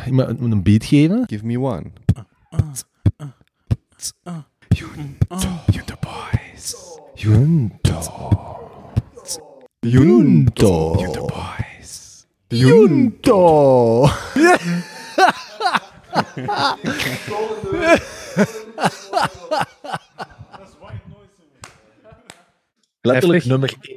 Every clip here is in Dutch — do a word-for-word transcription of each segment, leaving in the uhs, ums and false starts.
iemand moet een beat geven. Give me one. Junto boys. Junto. Junto. Junto boys. Junto. Letterlijk nummer één.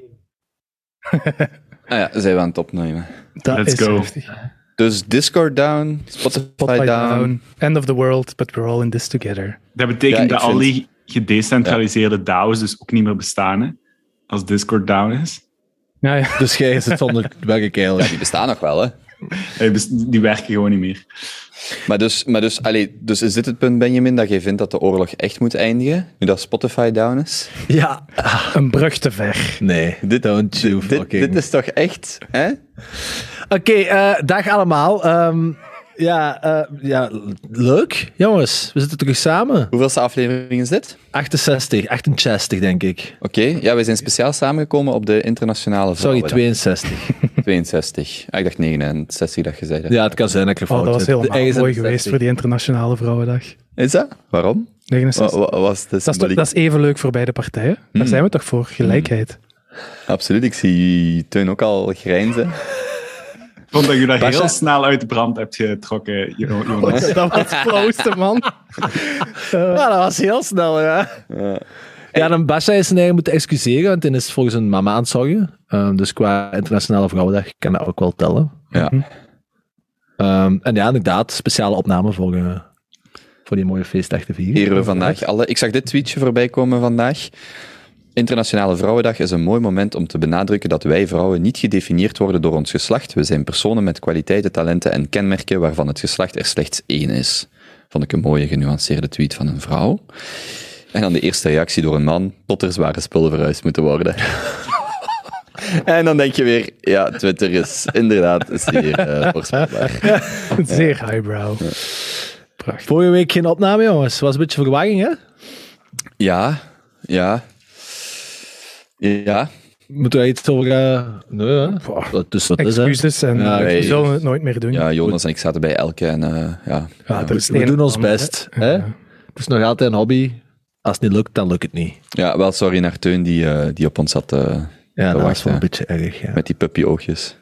Ah ja, zijn we aan het opnemen. Dat Let's is go. heftig. Dus Discord down, Spotify, Spotify down. down. End of the world, but we're all in this together. Dat betekent Ja, ik dat al vind- die gedecentraliseerde D A O's dus ook niet meer bestaan, hè? Als Discord down is. Ja, ja. Dus jij zit zonder werk eigenlijk. Die bestaan nog wel, hè. Eh, bes- Die werken gewoon niet meer. Maar dus, maar dus, allee, dus is dit het punt, Benjamin, dat jij vindt dat de oorlog echt moet eindigen? Nu dat Spotify down is? Ja. Een brug te ver. Nee, Dit, don't you dit, fucking... dit is toch echt, hè? Oké, eh, dag allemaal. Ehm, ja, eh, ja, leuk, jongens. We zitten terug samen. Hoeveelste aflevering is dit? achtenzestig, achtenzestig denk ik. Oké, ja, we zijn speciaal samengekomen op de internationale Sorry, vrouwendag. tweeënzestig. tweeënzestig. Ah, ik dacht negenenzestig dat je zei. Dat. Ja, het kan zijn dat ik er Oh, fout dat was zit. helemaal De mooi zesenzestig. geweest voor die Internationale Vrouwendag. Is dat? Waarom? negenenzestig. Wat was de Dat is, toch, symboliek? dat is even leuk voor beide partijen. Daar Hmm. zijn we toch voor, gelijkheid. Absoluut, ik zie Teun ook al grijnzen. Ik vond dat je daar Basja- heel snel uit de brand hebt getrokken, Jo- Jonas. Dat was het flauwste, man. Ja, dat was heel snel, ja. Ja. Ja, dan Basja is zijn eigen moeten excuseren, want dan is volgens een mama aan het zorgen. Ehm, dus qua Internationale Vrouwendag kan dat ook wel tellen. Ja. Ehm, en ja, inderdaad, speciale opname voor, eh, voor die mooie feestdag te vieren. Eren we vandaag alle... Ik zag dit tweetje voorbij komen vandaag. Internationale Vrouwendag is een mooi moment om te benadrukken dat wij vrouwen niet gedefinieerd worden door ons geslacht. We zijn personen met kwaliteiten, talenten en kenmerken waarvan het geslacht er slechts één is. Vond ik een mooie, genuanceerde tweet van een vrouw. En dan de eerste reactie door een man, tot er zware spullen verhuisd moeten worden. En dan denk je weer, ja, Twitter is inderdaad zeer uh, voorspelbaar. Zeer highbrow. Prachtig. Vorige week geen opname, jongens. Was een beetje verwarring, hè? Ja, ja. Ja. Moeten wij iets over... Uh, nee, hè? Dat is wat is, hè? Excuses en Ja, we wij- zullen het nooit meer doen. Ja, Jonas en ik zaten bij Elke en uh, ja. Ja, er is We een doen ons ander, best. hè. Hè? Ja. Het is nog altijd een hobby. Als het niet lukt, dan lukt het niet. Ja, wel sorry naar Teun die, uh, die op ons zat uh, Ja, te dat was wachten. wel een beetje erg, ja. Met die puppy-oogjes.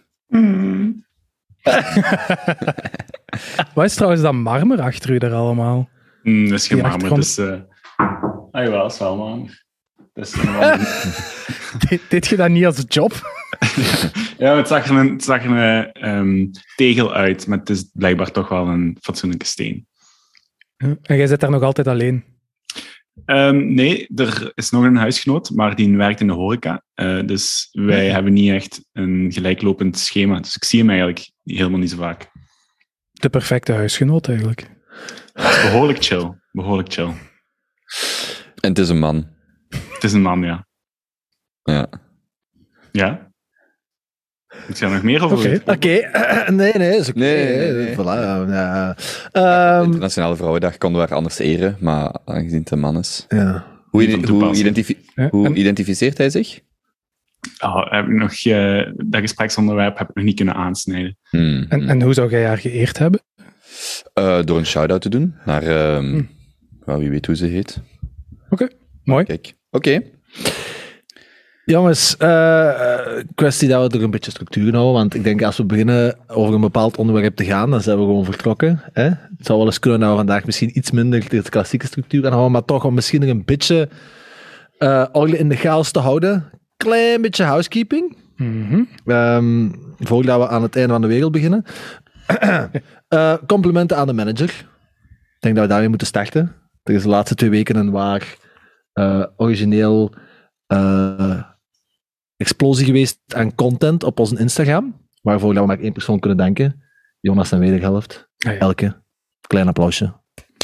Wat is trouwens dat marmer achter u daar allemaal? Mm, dat is geen Die marmer, achtergrond- dus... Uh... Ah, jawel, dat is wel marmer. Dat is wel een- Deed, deed je dat niet als job? Ja, het zag er een, het zag er een ehm, tegel uit, maar het is blijkbaar toch wel een fatsoenlijke steen. En jij zit daar nog altijd alleen. Ehm, nee, er is nog een huisgenoot, maar die werkt in de horeca. Uh, dus wij hebben niet echt een gelijklopend schema. Dus ik zie hem eigenlijk helemaal niet zo vaak. De perfecte huisgenoot, eigenlijk. Het is behoorlijk chill. Behoorlijk chill. En het is een man. Het is een man, ja. Ja. Ja? Moet je daar nog meer over Oké. weten? Oké, nee, nee, is oké. Nee, nee, nee. Voilà, ja. Ehm, Internationale Vrouwendag konden we haar anders eren, maar aangezien het een man is. ja. Hoe, Niet van hoe, toepassing. identifi- Ja, hoe en- identificeert hij zich? Oh, heb ik nog, uh, dat gespreksonderwerp heb ik nog niet kunnen aansnijden. Hmm. En, en hoe zou jij haar geëerd hebben? Uh, door een shout-out te doen naar... ehm Hmm. well, wie weet hoe ze heet. Oké, mooi. Kijk. Oké. Jongens, eh, kwestie dat we er een beetje structuur in houden, want ik denk als we beginnen over een bepaald onderwerp te gaan, dan zijn we gewoon vertrokken. Hè? Het zou wel eens kunnen dat we vandaag misschien iets minder de klassieke structuur aan houden, maar toch om misschien er een beetje uh, orde in de chaos te houden. Klein beetje housekeeping. Mhm. Um, voordat we aan het einde van de wereld beginnen. uh, complimenten aan de manager. Ik denk dat we daarmee moeten starten. Er is de laatste twee weken een waar uh, origineel uh, explosie geweest aan content op onze Instagram, waarvoor we maar één persoon kunnen danken. Jonas en wederhelft. Ah, ja. Elke. Klein applausje.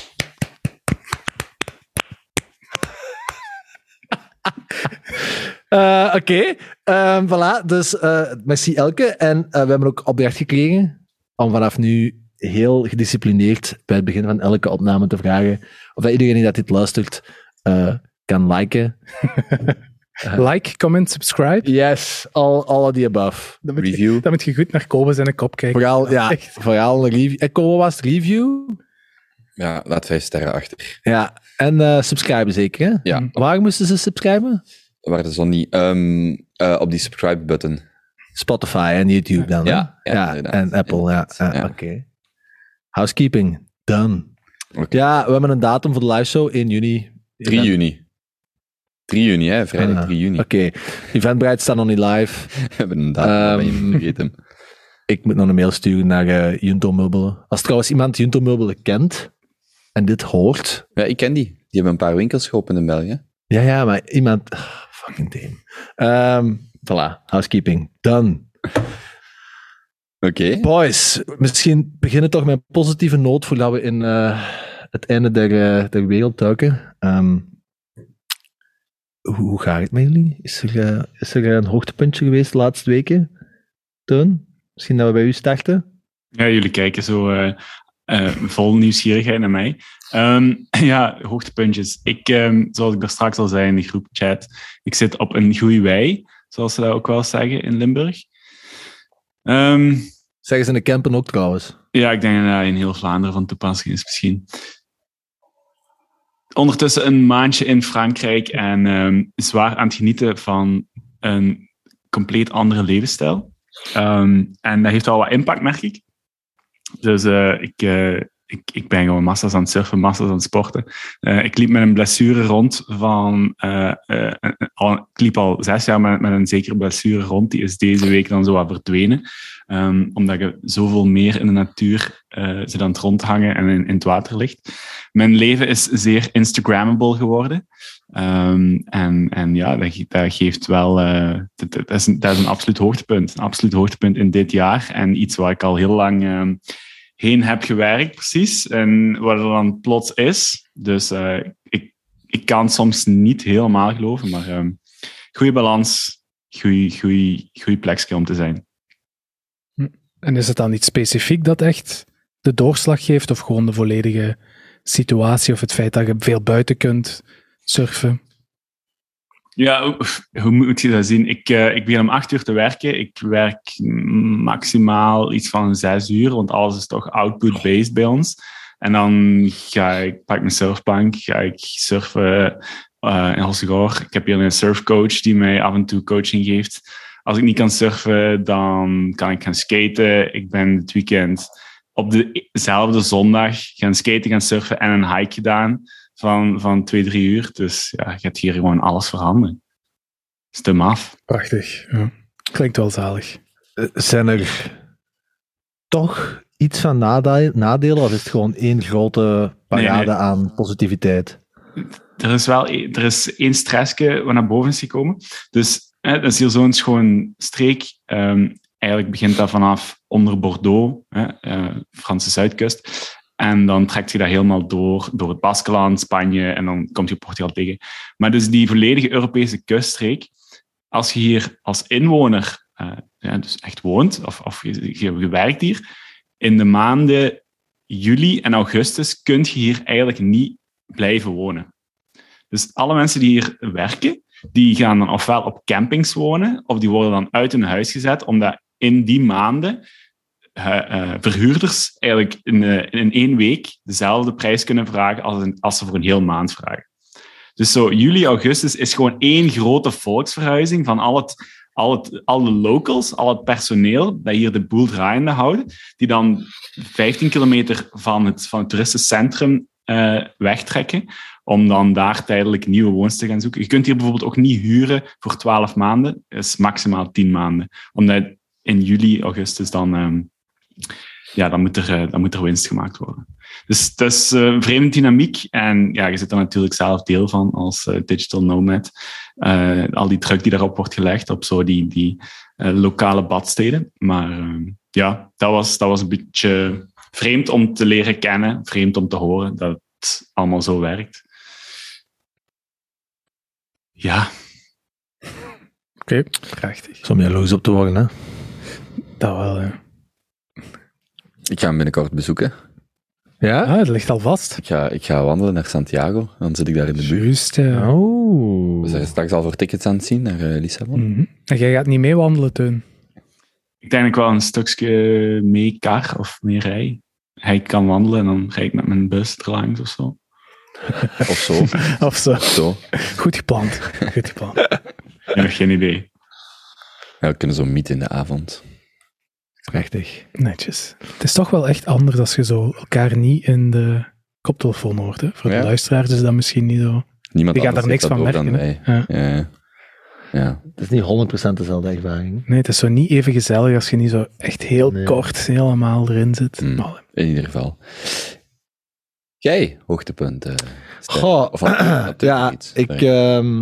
Uh, Oké, okay. um, voilà. Dus uh, merci Elke. En uh, we hebben ook opdracht gekregen om vanaf nu heel gedisciplineerd bij het begin van elke opname te vragen of dat iedereen die dat dit luistert uh, kan liken, Like, comment, subscribe. Yes, all, all of the above. Dan moet, Review. Je, dan moet je goed naar Kobe zijn kop kijken. Vooral, ja, Echt. vooral een review. En Kobe was het review. Ja, laat vijf sterren achter. Ja, en uh, subscriben zeker, hè? Ja, Waar moesten ze subscriben? waar de zon niet... Um, uh, op die subscribe-button. Spotify en YouTube dan, hè? Ja, ja, inderdaad. en Apple, ja. ja, Ja. Oké. Okay. Housekeeping, done. Okay. Ja, we hebben een datum voor de liveshow, één juni. drie juni. drie juni, hè? Vrijdag Ah, drie juni. Oké, okay. Eventbrite staat nog niet live. We hebben een datum, um, ben je vergeten. Ik moet nog een mail sturen naar uh, Junto Meubelen. Als trouwens iemand Junto Meubelen kent en dit hoort... Ja, ik ken die. Die hebben een paar winkels geopend in België. Ja, ja, maar iemand... Oh, fucking team. Um, voilà, housekeeping, done. Oké. Okay. Boys, misschien beginnen toch met een positieve noot voordat we in uh, het einde der, uh, der wereld duiken. Um, hoe, hoe gaat het met jullie? Is er, uh, is er een hoogtepuntje geweest de laatste weken? Teun? Misschien dat we bij u starten? Ja, jullie kijken zo uh, uh, vol nieuwsgierigheid naar mij. Um, ja, hoogtepuntjes. Ik, um, zoals ik daar straks al zei in de groepchat, ik zit op een goede wei, zoals ze dat ook wel zeggen in Limburg. Um, Zeggen ze in de Kempen ook trouwens. Ja, ik denk dat dat in heel Vlaanderen van toepassing is misschien. Ondertussen een maandje in Frankrijk en um, zwaar aan het genieten van een compleet andere levensstijl. Um, en dat heeft wel wat impact, merk ik. Dus uh, ik, uh, ik, ik ben gewoon massa's aan het surfen, massa's aan het sporten. Uh, ik liep met een blessure rond van... Uh, uh, al, ik liep al zes jaar met, met een zekere blessure rond. Die is deze week dan zo wat verdwenen. Um, omdat je zoveel meer in de natuur uh, zit aan het rondhangen en in, in het water ligt. Mijn leven is zeer Instagrammable geworden. Um, en, en ja, dat, dat geeft wel... Uh, dat, dat, is een, dat is een absoluut hoogtepunt. Een absoluut hoogtepunt in dit jaar. En iets waar ik al heel lang um, heen heb gewerkt, precies. En wat er dan plots is. Dus uh, ik, ik kan soms niet helemaal geloven, maar um, goede balans, goede plekje om te zijn. En is het dan iets specifiek dat echt de doorslag geeft, of gewoon de volledige situatie, of het feit dat je veel buiten kunt surfen? Ja, hoe moet je dat zien? Ik, uh, ik begin om acht uur te werken. Ik werk maximaal iets van zes uur, want alles is toch output-based bij ons. En dan ga ik, pak mijn surfplank, ga ik surfen uh, in Hossegoor. Ik heb hier een surfcoach die mij af en toe coaching geeft. Als ik niet kan surfen, dan kan ik gaan skaten. Ik ben dit weekend op dezelfde zondag gaan skaten, gaan surfen en een hike gedaan van, van twee, drie uur. Dus ja, je hebt hier gewoon alles voorhanden. Stem af. Prachtig. Ja. Klinkt wel zalig. Uh, zijn er toch iets van nadeel, nadelen, of is het gewoon één grote parade nee, nee. aan positiviteit? Er is wel er is één stressje wat naar boven is gekomen. Dus dat is hier zo'n schoon streek. Um, eigenlijk begint dat vanaf onder Bordeaux, hè, uh, Franse zuidkust. En dan trekt je dat helemaal door, door het Baskeland, Spanje, en dan komt je Portugal tegen. Maar dus die volledige Europese kuststreek, als je hier als inwoner uh, ja, dus echt woont, of, of je, je werkt hier, in de maanden juli en augustus kun je hier eigenlijk niet blijven wonen. Dus alle mensen die hier werken, die gaan dan ofwel op campings wonen, of die worden dan uit hun huis gezet, omdat in die maanden uh, uh, verhuurders eigenlijk in, uh, in één week dezelfde prijs kunnen vragen als, een, als ze voor een heel maand vragen. Dus zo juli, augustus is gewoon één grote volksverhuizing van al het, al het, alle locals, al het personeel dat hier de boel draaiende houden, die dan vijftien kilometer van het, van het toeristencentrum uh, wegtrekken, om dan daar tijdelijk nieuwe woons te gaan zoeken. Je kunt hier bijvoorbeeld ook niet huren voor twaalf maanden. Dat is maximaal tien maanden. Omdat in juli, augustus dan, um, ja, dan, moet er, uh, dan moet er winst gemaakt worden. Dus dat is uh, een vreemde dynamiek. En ja, je zit er natuurlijk zelf deel van als uh, digital nomad. Uh, al die druk die daarop wordt gelegd, op zo die, die uh, lokale badsteden. Maar uh, ja, dat was, dat was een beetje vreemd om te leren kennen. Vreemd om te horen dat het allemaal zo werkt. Ja. Oké, okay, prachtig. Om jaloers op te worden, hè? Dat wel, ja. Ik ga hem binnenkort bezoeken. Ja? Ah, het ligt al vast. Ik ga, ik ga wandelen naar Santiago, dan zit ik daar in de buurt. Juist, ja. Oh. We zijn straks al voor tickets aan het zien naar uh, Lissabon. Mhm. En jij gaat niet mee wandelen, Teun? Ik denk dat ik wel een stukje mee kar of mee rij. Hij kan wandelen en dan ga ik met mijn bus erlangs of zo. Of zo. Of zo. zo. Goed gepland. Goed gepland. Ik heb nog geen idee. Ja, we kunnen zo mieten in de avond. Prachtig. Netjes. Het is toch wel echt anders als je zo elkaar niet in de koptelefoon hoort. Hè? Voor de Ja. luisteraars is dat misschien niet zo... Niemand Die gaat anders er niks heeft van dat door merken. dan hè. wij. Ja. Ja. Ja. Het is niet honderd procent dezelfde ervaring. Nee, het is zo niet even gezellig als je niet zo echt heel Nee. kort helemaal erin zit. Hmm. Maar, In ieder geval. Jij, hoogtepunten. Stef? Goh, Of had- had ja, nog iets? ik... Sorry. ehm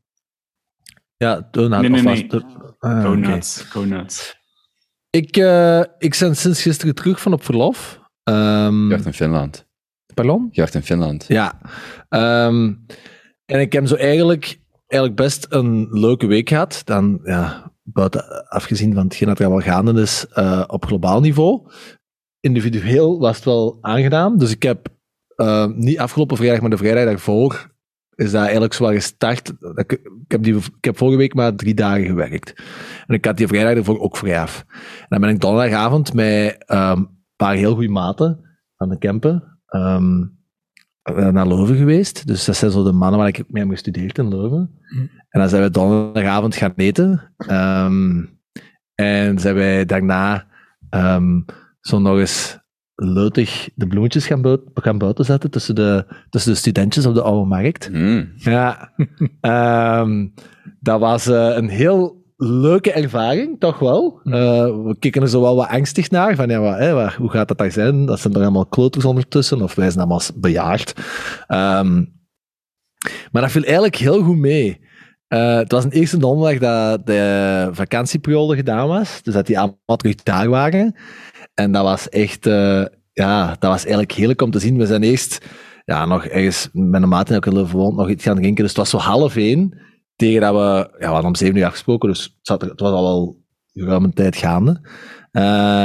ja, toen had Nee, nee, of was nee. het- ah, Go oké. nuts, go nuts. Ik, eh, ik ben sinds gisteren terug van op verlof. Ehm Je wacht in Finland. pardon? Je wacht in Finland. Ja. Ehm, en ik heb zo eigenlijk, eigenlijk best een leuke week gehad. Dan, ja, buiten afgezien van hetgeen dat er allemaal gaande is eh, op globaal niveau. Individueel was het wel aangenaam. Dus ik heb eh, niet afgelopen vrijdag, maar de vrijdag daarvoor is dat eigenlijk zo wel gestart. Ik, ik, heb die, ik heb vorige week maar drie dagen gewerkt. En ik had die vrijdag ervoor ook vrij af. En dan ben ik donderdagavond met ehm, een paar heel goede maten aan de campen ehm, naar Leuven geweest. Dus dat zijn zo de mannen waar ik mee heb gestudeerd in Leuven. Hm. En dan zijn we donderdagavond gaan eten. Ehm, en zijn wij daarna ehm, zo nog eens leutig de bloemetjes gaan, buiten, gaan buiten zetten tussen de, tussen de studentjes op de Oude Markt. Hmm. Ja, Ehm, dat was eh, een heel leuke ervaring, toch wel. Hm. Eh, we keken er zo wel wat angstig naar, van ja, wat, hè, wat, hoe gaat dat daar zijn? Dat zijn er allemaal klooters ondertussen, of wij zijn allemaal bejaard. Ehm, maar dat viel eigenlijk heel goed mee. Eh, het was een eerste donderdag dat de vakantieperiode gedaan was, dus dat die allemaal terug daar waren. En dat was echt, eh, ja, dat was eigenlijk heerlijk om te zien. We zijn eerst ja, nog ergens met een maat in elke Leuven woont, nog iets gaan drinken. Dus het was zo half één, tegen dat we, ja, we hadden om zeven uur afgesproken, dus het, zat er, het was al wel ruim een tijd gaande. Uh,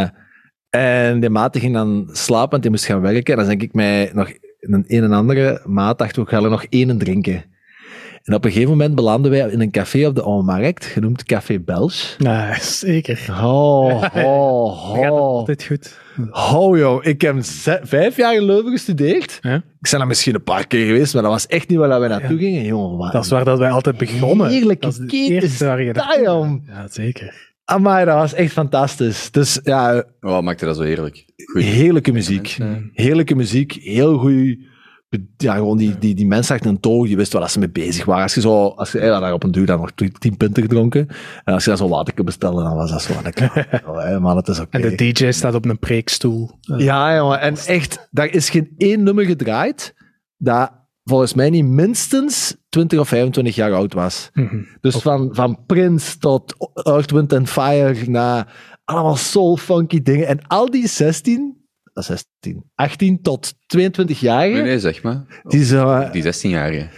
en die maat die ging dan slapen, want die moest gaan werken. En dan denk ik mij nog een, een en andere maat, dacht we gaan er nog één drinken. En op een gegeven moment belanden wij in een café op de Oude Markt, genoemd Café Belge. ja, zeker. Oh, oh, Dat gaat oh. altijd goed. Oh, joh. Ik heb ze- vijf jaar in Leuven gestudeerd. Ja? Ik ben er misschien een paar keer geweest, maar dat was echt niet waar we naartoe Ja. gingen. Jongen, wat Dat is waar dat wij altijd begonnen. heerlijke Dat is de keet eerste is waar je dat, naartoe jong. gaat. Ja, zeker. Amai, dat was echt fantastisch. Dus ja, Wat maakte dat zo heerlijk? Goeie. heerlijke muziek. mensen. Heerlijke muziek, heel goed. Ja, gewoon die, die, die mensen achter een toog, die wisten waar ze mee bezig waren. Als je zo, als je ja, daar op een duur dan nog tien punten gedronken, en als je dan zo water bestelde, dan was dat zo aan de klaar. Oh, hè, man, het is oké. En de D J staat op een preekstoel. Eh, Ja, jongen. En echt, daar is geen één nummer gedraaid dat volgens mij niet minstens twintig of vijfentwintig jaar oud was. mhm. Dus van, van Prince tot Earth, Wind and Fire naar allemaal soul-funky dingen. En al die zestien, uh, zestien, achttien tot tweeëntwintig jaar, Nee, nee, zeg maar. die, zo, Die zestien-jarige.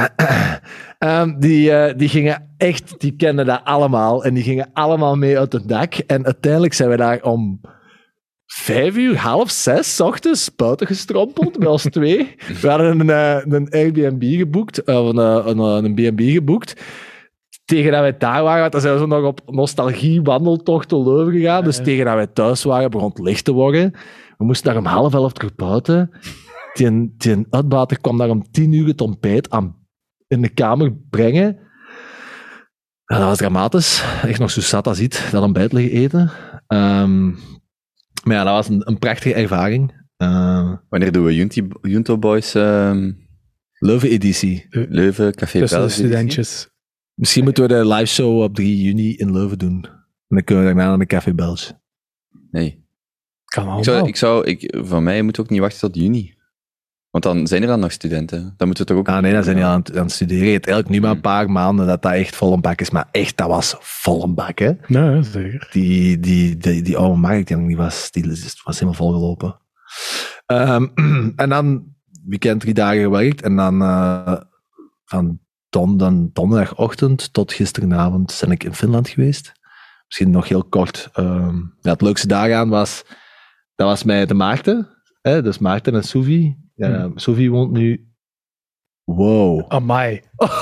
um, die, uh, die gingen echt, die kenden dat allemaal. En die gingen allemaal mee uit het dak. En uiteindelijk zijn we daar om vijf uur, half zes, 's ochtends buiten gestrompeld met ons twee. We hadden een, uh, een Airbnb geboekt, of een, uh, een, uh, een B en B geboekt. Tegen dat wij daar waren, want dan zijn we zo nog op nostalgie-wandeltocht te Leuven gegaan. Dus Ja. tegen dat wij thuis waren, begon het licht te worden. We moesten daar om half elf terug buiten. Die, die uitbater kwam daar om tien uur het ontbijt aan, in de kamer brengen. Ja, dat was dramatisch. Echt nog zo zat als iets, dat ontbijt liggen eten. Um, maar ja, dat was een, een prachtige ervaring. Uh, Wanneer doen we Junti- Junto Boys ehm, Leuven-editie. Leuven, Café Tussen de België? studentjes. Misschien moeten we de live show op drie juni in Leuven doen. En dan kunnen we daarna naar de Café Belge. Nee. Kan Ik allemaal. zou, ik zou, ik, van mij moet ook niet wachten tot juni. Want dan zijn er dan nog studenten. Dan moeten we toch ook... Ah nee, dan zijn die aan het, aan het studeren. Het is eigenlijk nu maar een paar maanden dat dat echt vol een bak is. Maar echt, dat was vol een bak, hè. Nee, zeker. Die, die, die, die oude markt, die was, die was helemaal volgelopen. Um, en dan weekend drie dagen gewerkt. En dan uh, van don, dan donderdagochtend tot gisteravond ben ik in Finland geweest. Misschien nog heel kort. Um, ja, het leukste daaraan was, dat was met de Maarten. Hè, dus Maarten en Sophie. Ja, Hmm. Sophie woont nu... Wow. Amai.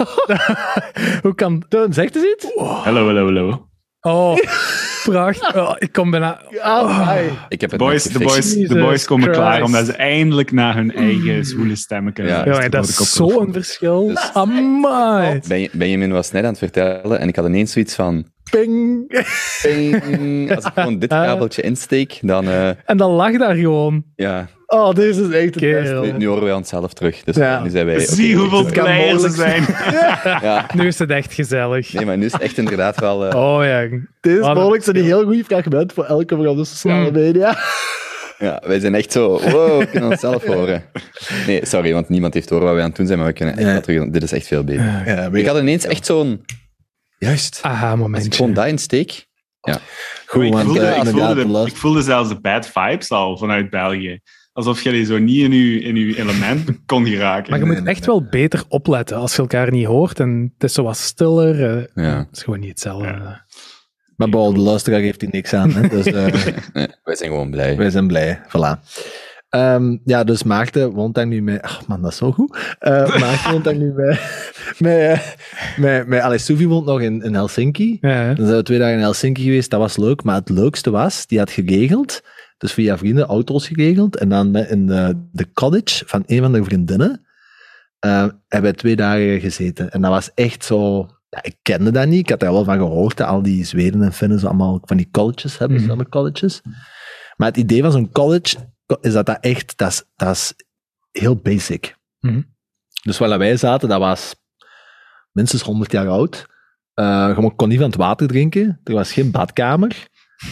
Hoe kan... Teun, zegt eens iets? Hallo, hallo, hallo. Oh, prachtig. Oh, ik kom bijna... Amai. Ik heb De het boys, nog de gefixt. boys, de Jesus boys komen Christ. klaar omdat ze eindelijk naar hun eigen zwoele stemmen kunnen Ja. Ja, luisteren. dat is zo'n verschil. Dus- Amai. Ben- Benjamin was net aan het vertellen en ik had ineens zoiets van... Ping. Ping. Als ik gewoon dit kabeltje insteek, dan... eh, En dan lag daar gewoon. ja, Oh, deze is echt het Kerel. beste. nu, nu horen wij onszelf terug. Dus Ja. nu zijn wij... Zie oké, hoeveel dit- kan kleiner ze mogelijk zijn. Ja, Nu is het echt gezellig. nee, maar nu is het echt inderdaad wel... eh, Oh ja. Dit is Wat een mogelijk een heel goede fragment voor elke van de sociale Hmm. media. Ja, wij zijn echt zo... Wow, we kunnen onszelf horen. Nee, sorry, want niemand heeft horen wat wij aan het doen zijn, maar we kunnen echt Ja. wel terug... Dit is echt veel beter. Ja, Ik had ineens echt zo'n... Juist. Aha, Als ik momentje. gewoon dat insteek... Goed, ik, want voelde, eh, ik, inderdaad, voelde de de- last- ik voelde zelfs de bad vibes al vanuit België. Alsof jullie zo niet in uw, in uw element kon geraken. Maar je Nee, moet nee, echt nee. wel beter opletten als je elkaar niet hoort en het is zo wat stiller. eh, Ja. Het is gewoon niet hetzelfde. Ja. Maar Paul, de luisteraar heeft hier niks aan. Hè? Dus eh, Nee, wij zijn gewoon blij. wij zijn blij. Voilà. Ehm, ja, dus Maarten woont daar nu met... Ach man, dat is zo goed. Eh Maarten woont daar nu met... met, eh, met, met allee, Sophie woont nog in, in Helsinki. Ja, hè. Dan zijn we twee dagen in Helsinki geweest. Dat was leuk. Maar het leukste was, die had geregeld... Dus via vrienden auto's geregeld. En dan met in de, de cottage van een van de vriendinnen eh, hebben we twee dagen gezeten. En dat was echt zo... Ja, ik kende dat niet. Ik had daar wel van gehoord. Dat al die Zweden en Finnen zo allemaal van die colleges hebben. Mhm. Summer colleges. Maar het idee van zo'n college is dat dat echt... Dat is, dat is heel basic. Mhm. Dus waar wij zaten, dat was minstens honderd jaar oud. Eh, je kon niet van het water drinken. Er was geen badkamer.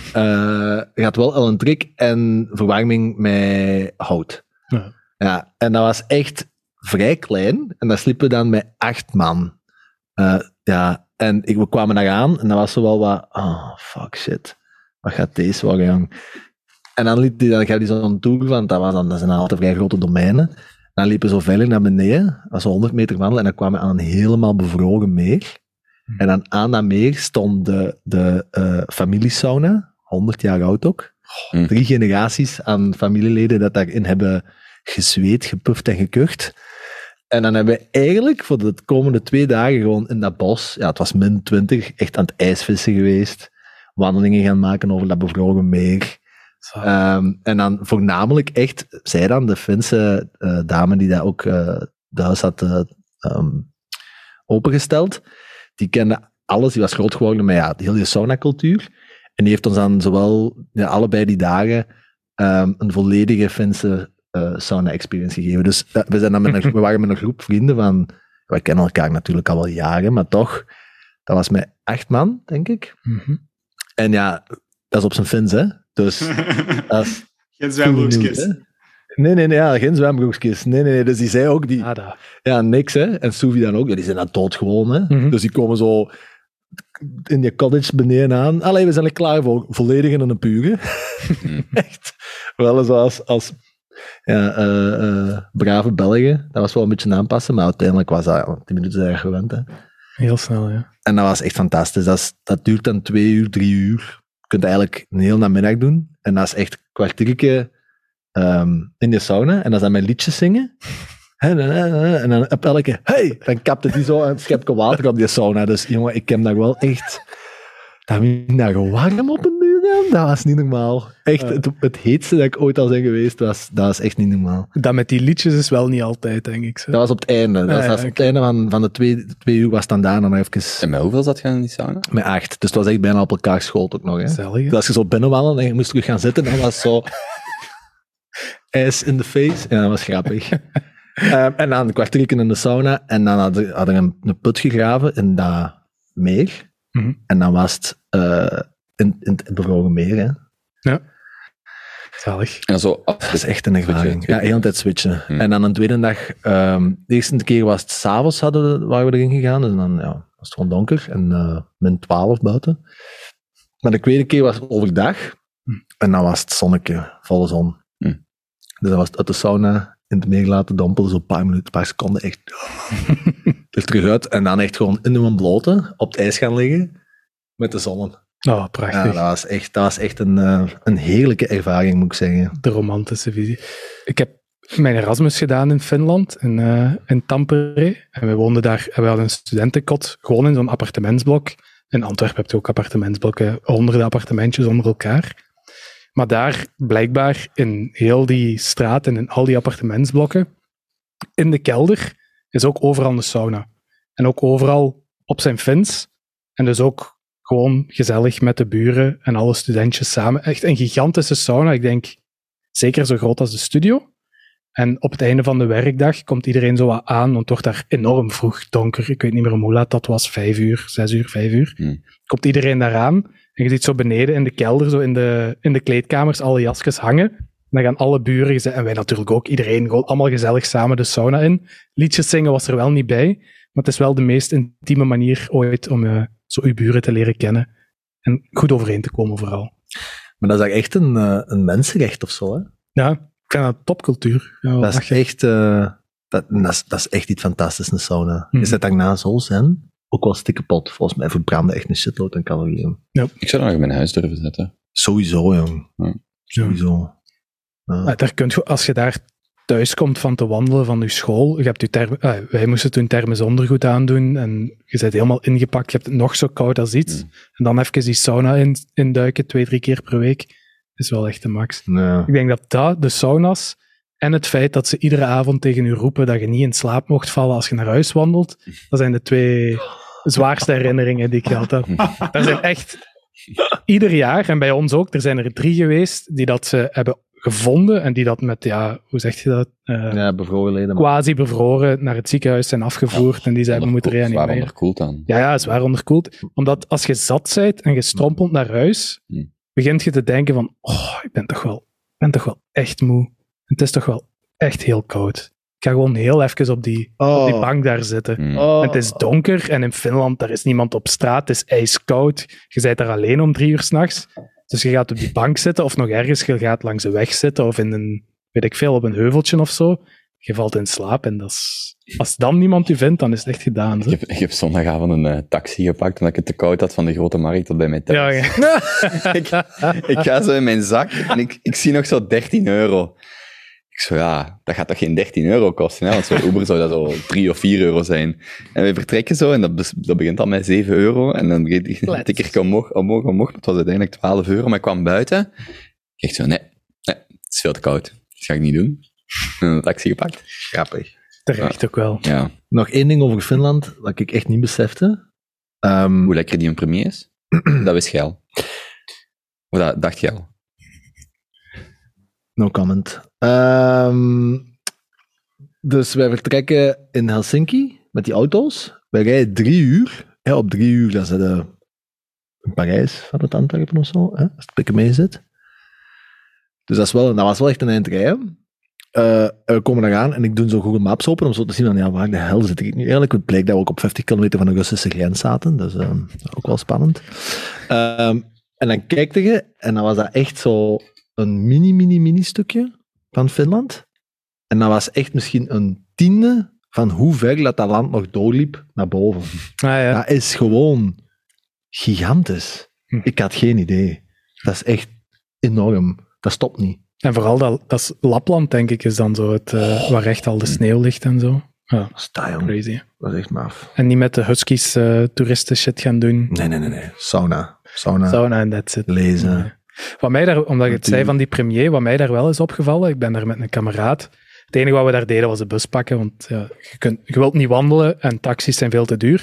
Eh, je had wel elektriek en verwarming met hout. Ja. Ja, en dat was echt vrij klein. En daar sliepen we dan met acht man. Eh, ja, en ik, we kwamen daar aan en dat was zo wel wat... Oh, fuck shit. Wat gaat deze worden, jong? En dan liep die, dan gaf die zo'n tour, want dat, was dan, dat zijn altijd vrij grote domeinen. En dan liepen we zo verder naar beneden. Dat was zo honderd meter wandelen en dan kwamen we aan een helemaal bevroren meer. En dan aan dat meer stond de, de uh, familiesauna, honderd jaar oud ook. Hm. Drie generaties aan familieleden dat daarin hebben gezweet, gepuft en gekucht. En dan hebben we eigenlijk voor de komende twee dagen gewoon in dat bos, ja, het was min twintig, echt aan het ijsvissen geweest. Wandelingen gaan maken over dat bevroren meer. Zo. Um, en dan voornamelijk echt, zij dan, de Finse uh, dame die daar ook uh, de huis had uh, um, opengesteld, die kende alles, die was groot geworden met ja, heel die sauna-cultuur. En die heeft ons dan zowel ja, allebei die dagen um, een volledige Finse uh, sauna-experience gegeven. Dus uh, we, zijn dan met een, we waren met een groep vrienden van, wij kennen elkaar natuurlijk al wel jaren, maar toch, dat was met acht man, denk ik. Mhm. En ja, dat is op zijn Fins, hè. Dus dat is Geen zwembroekjes. hè. Nee, nee, nee, ja, geen zwembroekjes. Nee, nee, nee, dus die zei ook, die, Nada. ja, niks, hè. En Sophie dan ook, ja, die zijn dan doodgewoon, hè. Mhm. Dus die komen zo in je cottage beneden aan. Allee, we zijn er klaar voor. Volledig in een pure. Echt. Wel eens als, als ja, uh, uh, brave Belgen. Dat was wel een beetje aanpassen, maar uiteindelijk was dat, ja, tien minuten zijn er gewend, hè. Heel snel, ja. En dat was echt fantastisch. Dat, is, dat duurt dan twee uur, drie uur. Je kunt eigenlijk een heel namiddag doen. En dat is echt een kwartiertje um, in de sauna. En dat is dan met liedjes zingen. En dan op elke, hey, dan kapte die zo een schepje water op die sauna. Dus jongen, ik heb daar wel echt... Dat werd daar warm op een duur gaan. Dat was niet normaal. Echt, Uh. het, het heetste dat ik ooit al ben geweest, was, dat was echt niet normaal. Dat met die liedjes is wel niet altijd, denk ik. Zo. Dat was op het einde. Dat Ah, was, ja, dat was op oké. het einde van, van de twee, twee uur was dan daar nog even En met hoeveel zat je in die sauna? met acht. Dus het was echt bijna op elkaar geschoold ook nog. Hè. Gezellig, hè? Dus als je zo binnenwandelde en je moest terug gaan zitten, dan was het zo ijs in the face. Ja, dat was grappig. um, en dan een kwartiertje in de sauna. En dan hadden we hadden een, een put gegraven in dat meer. Mhm. En dan was het uh, in, in het bevroren meer. Hè. Ja. Zalig. En zo af. Dat is echt een ervaring. Switchen. Ja, heel de tijd switchen. Hmm. En dan een tweede dag, um, de eerste keer was het s'avonds hadden we, waren we erin gegaan. Dus dan ja, was het gewoon donker en uh, min twaalf buiten. Maar de tweede keer was overdag. Hmm. En dan was het zonnetje, volle zon. Hmm. Dus dan was het uit de sauna in het meer laten dompelen, zo'n paar minuten, een paar seconden, echt er terug uit. En dan echt gewoon in een blote op het ijs gaan liggen met de zon. Oh, Ja, prachtig. dat was echt, dat was echt een, uh, een heerlijke ervaring, moet ik zeggen. De romantische visie. ik heb mijn Erasmus gedaan in Finland, in, uh, in Tampere. En we woonden daar, en we hadden een studentenkot, gewoon in zo'n appartementsblok. In Antwerpen heb je ook appartementsblokken, honderden appartementjes onder elkaar. Maar daar, blijkbaar, in heel die straat en in al die appartementsblokken, in de kelder, is ook overal een sauna. En ook overal op zijn Fins. En dus ook gewoon gezellig met de buren en alle studentjes samen. Echt een gigantische sauna, ik denk zeker zo groot als de studio. En op het einde van de werkdag komt iedereen zo wat aan, want het wordt daar enorm vroeg donker. Ik weet niet meer hoe laat dat was, vijf uur, zes uur, vijf uur. Hmm. Komt iedereen daar aan en je ziet zo beneden in de kelder, zo in de, in de kleedkamers, alle jasjes hangen. En dan gaan alle buren, gezegd, en wij natuurlijk ook, iedereen gewoon allemaal gezellig samen de sauna in. Liedjes zingen was er wel niet bij, maar het is wel de meest intieme manier ooit om uh, zo uw buren te leren kennen. En goed overeen te komen vooral. Maar dat is echt een, uh, een mensenrecht of zo, hè? Ja, ik vind dat topcultuur. Ja, dat, is echt, uh, dat, dat, is, dat is echt iets fantastisch, een sauna. Hmm. Is dat daarna zo zijn? Ook wel stikkepot. Volgens mij verbranden echt een shitload aan calorieën. Ja. Ik zou dat nog in mijn huis durven zetten. Sowieso, jong. Ja. Sowieso. Ja. Ja, daar kunt je, als je daar thuis komt van te wandelen van je school, je hebt je term, uh, wij moesten toen thermisch ondergoed aandoen en je bent helemaal ingepakt, je hebt het nog zo koud als iets. Mm. En dan even die sauna in, induiken, twee, drie keer per week, is wel echt de max. Ja. Ik denk dat dat, de sauna's en het feit dat ze iedere avond tegen je roepen dat je niet in slaap mocht vallen als je naar huis wandelt, dat zijn de twee zwaarste herinneringen die ik gehad heb. Dat zijn echt ieder jaar, en bij ons ook, er zijn er drie geweest die dat ze hebben gevonden en die dat met, ja, hoe zeg je dat? Uh, ja, bevroren leden. Quasi bevroren naar het ziekenhuis zijn afgevoerd en die ze hebben moeten reanimeren. Zwaar onderkoeld dan. Ja, ja, zwaar onderkoeld. Omdat als je zat bent en je strompelt naar huis, hmm. begint je te denken van, oh, ik ben toch wel, ik ben toch wel echt moe. En het is toch wel echt heel koud. Ik ga gewoon heel even op die, oh. op die bank daar zitten. Hmm. Oh. En het is donker en in Finland, daar is niemand op straat, het is ijskoud. Je bent daar alleen om drie uur 's nachts. Dus je gaat op die bank zitten, of nog ergens, je gaat langs de weg zitten, of in een, weet ik veel, op een heuveltje of zo. Je valt in slaap en dat is, als dan niemand u vindt, dan is het echt gedaan. Ik heb, ik heb zondagavond een uh, taxi gepakt, omdat ik het te koud had van de grote markt tot bij mij thuis. Ja, ja. ik, ik ga zo in mijn zak en ik, ik zie nog zo dertien euro. Ik zo, ja, dat gaat toch geen dertien euro kosten, hè? Want zo'n Uber zou dat zo drie of vier euro zijn. En we vertrekken zo en dat, dat begint al met zeven euro. En dan tik ik omhoog, omhoog, omhoog. Het was uiteindelijk twaalf euro, maar ik kwam buiten. Ik zo, nee, nee, het is veel te koud. Dat ga ik niet doen. En een taxi gepakt. Grappig. Terecht ja. ook wel. Ja. Nog één ding over Finland, wat ik echt niet besefte. Um, Hoe lekker die een premier is? Dat wist jij al. Of dat dacht jij al? No comment. Um, dus wij vertrekken in Helsinki met die auto's. Wij rijden drie uur. Ja, op drie uur, dat is de, in Parijs van het Antwerpen of zo, hè, als het pikken mee zit. Dus dat, is wel, dat was wel echt een eind rijden. Uh, we komen eraan en ik doe zo Google Maps open om zo te zien van, ja, waar de hel zit ik nu eigenlijk? Het bleek dat we ook op vijftig kilometer van de Russische grens zaten. Dus uh, ook wel spannend. Um, en dan kijkte je en dan was dat echt zo een mini, mini, mini stukje van Finland. En dat was echt misschien een tiende van hoe ver dat, dat land nog doorliep naar boven. Ah, ja. Dat is gewoon gigantisch. Hm. Ik had geen idee. Dat is echt enorm. Dat stopt niet. En vooral dat, dat is Lapland, denk ik, is dan zo het, uh, waar echt al de sneeuw ligt en zo. Ja, Sta, jong. crazy. Dat is echt maf. En niet met de huskies uh, toeristen shit gaan doen. Nee, nee, nee. nee. Sauna. Sauna. Sauna en that's it. Lezen. Nee. Wat mij daar, omdat je het zei van die premier, wat mij daar wel is opgevallen, ik ben daar met een kameraad. Het enige wat we daar deden was de bus pakken, want ja, je, kunt, je wilt niet wandelen en taxis zijn veel te duur.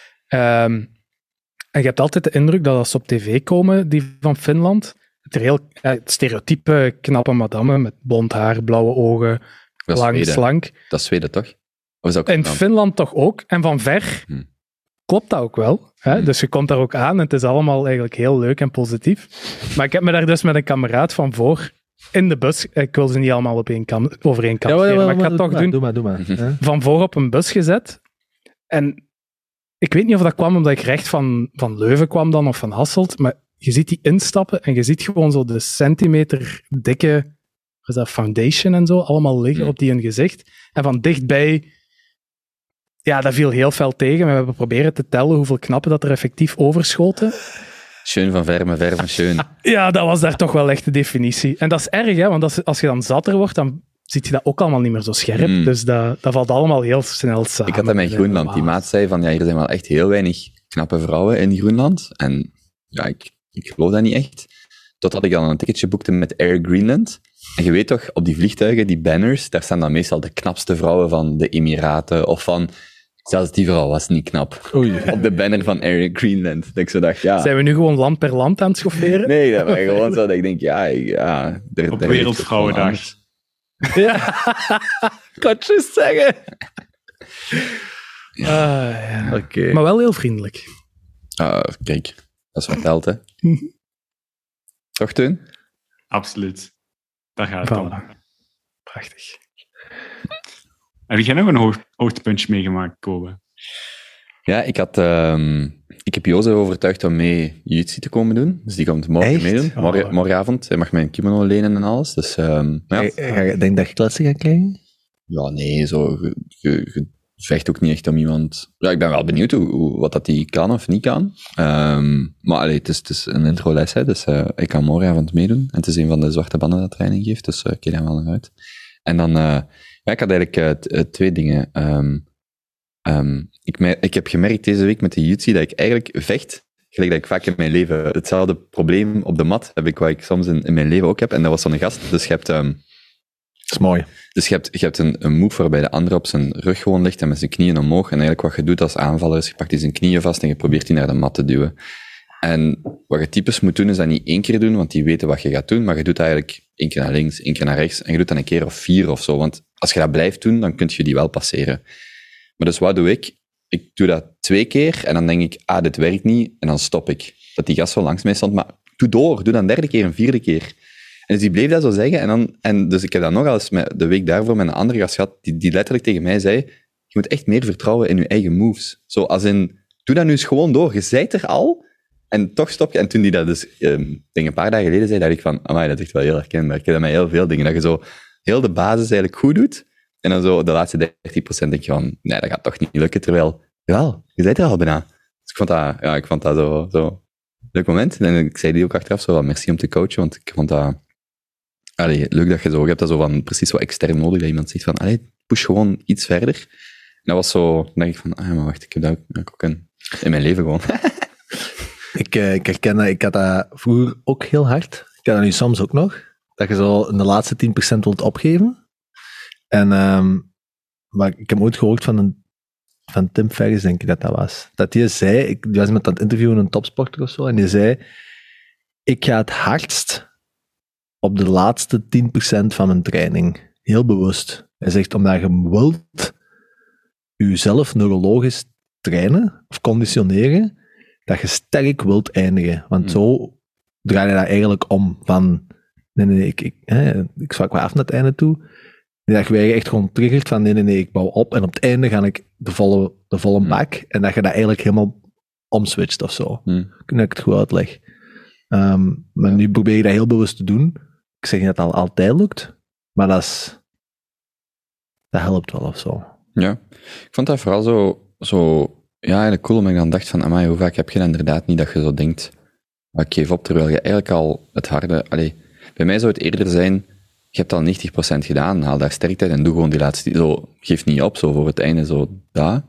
Um, en je hebt altijd de indruk dat als ze op tv komen, die van Finland, het, er heel, het stereotype knappe madame met blond haar, blauwe ogen, dat lang, Zweden. slank. Dat is Zweden, toch? Of is dat In Finland toch ook. En van ver Hmm. klopt dat ook wel. Hè? Hmm. Dus je komt daar ook aan en het is allemaal eigenlijk heel leuk en positief. Maar ik heb me daar dus met een kameraad van voor in de bus, ik wil ze niet allemaal op één kam, over één kam Ja, scheren, maar, maar ik ga maar, het toch doen, doe maar, doe maar. Doe maar. van voor op een bus gezet. En ik weet niet of dat kwam omdat ik recht van, van Leuven kwam dan, of van Hasselt, maar je ziet die instappen en je ziet gewoon zo de centimeter dikke, wat is dat, foundation en zo, allemaal liggen Hmm. op die hun gezicht. En van dichtbij, ja, dat viel heel fel tegen. Maar we hebben proberen te tellen hoeveel knappen dat er effectief overschoten. Schön van ver, maar ver van schön. Ja, dat was daar toch wel echt de definitie. En dat is erg, hè, want als, als je dan zatter wordt, dan ziet je dat ook allemaal niet meer zo scherp. Mm. Dus dat, dat valt allemaal heel snel samen. Ik had dat met Groenland. Die maat zei van, ja, hier zijn wel echt heel weinig knappe vrouwen in Groenland. En ja, ik, ik geloof dat niet echt. Totdat ik dan een ticketje boekte met Air Greenland. En je weet toch, op die vliegtuigen, die banners, daar staan dan meestal de knapste vrouwen van de Emiraten of van... Zelfs die vrouw was niet knap. Oei. Op de banner van Air Greenland. Dat ik zo dacht, ja... Zijn we nu gewoon land per land aan het schofferen? Nee, dat was gewoon zo dat ik denk, ja... ja er, Op er Wereldvrouwendag. Ja. Ik had het juist zeggen. Ah, ja. Oké. Maar wel heel vriendelijk. Ah, kijk, dat is wat telt, hè. Toch, Teun? Absoluut. Daar gaat het om. Voilà. Prachtig. Heb jij nog een hoog, hoogtepuntje meegemaakt, Kobe? Ja, ik had... ehm, ik heb Jozef overtuigd om mee jiu-jitsu te komen doen. Dus die komt morgen Echt? meedoen. Morgen, Oh. Morgenavond. Hij mag mijn kimono lenen en alles. Dus ehm, ja. Ik ik denk dat je klasse gaat krijgen. Ja, nee, zo... Je, je, je vecht ook niet echt om iemand... Ja, ik ben wel benieuwd hoe, hoe, wat dat die kan of niet kan. Ehm, maar allee, het is, het is een introles, hè. Dus uh, ik kan morgenavond meedoen. En het is een van de zwarte banden dat training geeft. Dus uh, ik kijk daar wel naar uit. En dan... Uh, ja, ik had eigenlijk uh, t- uh, twee dingen. Um, um, ik, me- ik heb gemerkt deze week met de jiu-jitsu dat ik eigenlijk vecht, gelijk dat ik vaak in mijn leven... Hetzelfde probleem op de mat heb ik wat ik soms in, in mijn leven ook heb. En dat was zo'n gast. Dus je hebt... Um, Dat is mooi. dus je hebt, je hebt een, een move waarbij de andere op zijn rug gewoon ligt en met zijn knieën omhoog. En eigenlijk wat je doet als aanvaller is, je pakt die zijn knieën vast en je probeert die naar de mat te duwen. En wat je typisch moet doen, is dat niet één keer doen, want die weten wat je gaat doen, maar je doet dat eigenlijk één keer naar links, één keer naar rechts, en je doet dat een keer of vier of zo. Want als je dat blijft doen, dan kun je die wel passeren. Maar dus wat doe ik? Ik doe dat twee keer, en dan denk ik, ah, dit werkt niet, en dan stop ik. Dat die gast zo langs mij stond, maar doe door, doe dan een derde keer, een vierde keer. En dus die bleef dat zo zeggen, en, dan, en dus ik heb dat nog eens met, de week daarvoor met een andere gast gehad, die, die letterlijk tegen mij zei, je moet echt meer vertrouwen in je eigen moves. Zo als in, doe dat nu eens gewoon door, je zijt er al, en toch stop je. En toen die dat dus, um, denk een paar dagen geleden zei, dacht ik van, amai, dat is echt wel heel herkenbaar. Ik heb dat met heel veel dingen, dat je zo heel de basis eigenlijk goed doet, en dan zo de laatste dertig procent denk je van, nee, dat gaat toch niet lukken, terwijl, jawel, je zijt er al bijna. Dus ik vond dat, ja, ik vond dat zo, zo leuk moment. En ik zei die ook achteraf zo, merci om te coachen, want ik vond dat, allee, leuk dat je zo, je hebt dat zo van, precies wat extern nodig, dat iemand zegt van, allee, push gewoon iets verder. En dat was zo, dan denk ik van, ah, maar wacht, ik heb dat ook, ook in, in mijn leven gewoon. Ik, uh, ik herken dat, ik had dat vroeger ook heel hard. Ik heb dat nu soms ook nog. Dat je zo in de laatste tien procent wilt opgeven. En, um, maar ik heb ooit gehoord van, een, van Tim Ferriss, denk ik dat dat was. Dat die zei, ik die was met aan het interviewen een topsporter of zo, en die zei, ik ga het hardst op de laatste tien procent van mijn training. Heel bewust. Hij zegt, omdat je wilt jezelf neurologisch trainen of conditioneren, dat je sterk wilt eindigen. Want Mm. zo draai je dat eigenlijk om. Van, nee, nee, nee, ik, ik, hè, ik zwak wel af naar het einde toe. Nee, dat je je echt gewoon triggert van, nee, nee, nee, ik bouw op en op het einde ga ik de volle, de volle Mm. bak. En dat je dat eigenlijk helemaal omswitcht of zo. Hmm. Dat ik het goed uitleg. Um, maar Ja. nu probeer je dat heel bewust te doen. Ik zeg niet dat het al altijd lukt, maar dat is... Dat helpt wel of zo. Ja, ik vond dat vooral zo, zo ja, eigenlijk cool, omdat ik dan dacht van, amai, hoe vaak heb je dat inderdaad niet dat je zo denkt, maar ik geef op, terwijl je eigenlijk al het harde, allee, bij mij zou het eerder zijn, je hebt al negentig procent gedaan, haal daar sterkte uit en doe gewoon die laatste, zo, geef niet op, zo voor het einde, zo, daar.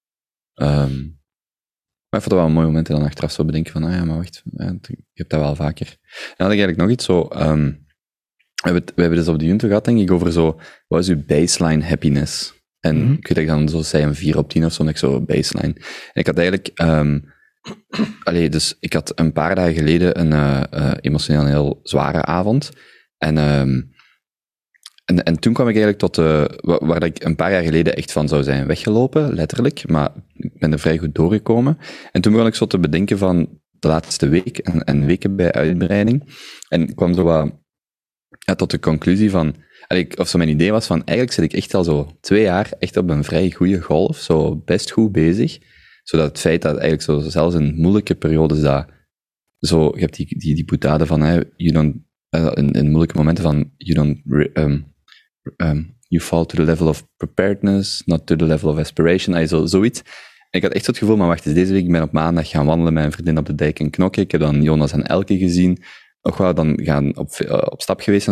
Um, maar ik vond dat wel een mooi moment en dan achteraf zo bedenken van, ah ja, maar wacht, ja, je hebt dat wel vaker. En dan had ik eigenlijk nog iets zo, um, we, hebben het, we hebben dus op de Junto gehad, denk ik, over zo, wat is uw baseline happiness? En Mhm. ik weet dat ik dan zo zei een vier op tien of zo, en ik zo baseline. En ik had eigenlijk, um, allee, dus ik had een paar dagen geleden een uh, uh, emotioneel heel zware avond. En, um, en, en toen kwam ik eigenlijk tot, uh, waar, waar ik een paar jaar geleden echt van zou zijn weggelopen, letterlijk, maar ik ben er vrij goed doorgekomen. En toen begon ik zo te bedenken van de laatste week en, en weken bij uitbreiding. En ik kwam zo wat, ja, tot de conclusie van, of zo mijn idee was van, eigenlijk zit ik echt al zo twee jaar echt op een vrij goede golf, zo best goed bezig. Zodat het feit dat eigenlijk zo, zelfs in moeilijke periodes dat, zo, je hebt die, die, die boetade van, hey, you don't, uh, in, in moeilijke momenten van, you don't, um, um, you fall to the level of preparedness, not to the level of aspiration, uh, zo, zoiets. En ik had echt zo het gevoel, maar wacht eens, deze week ik ben op maandag gaan wandelen met een vriendin op de dijk in Knokke, ik heb dan Jonas en Elke gezien, nog wel dan gaan op, uh, op stap geweest en zo.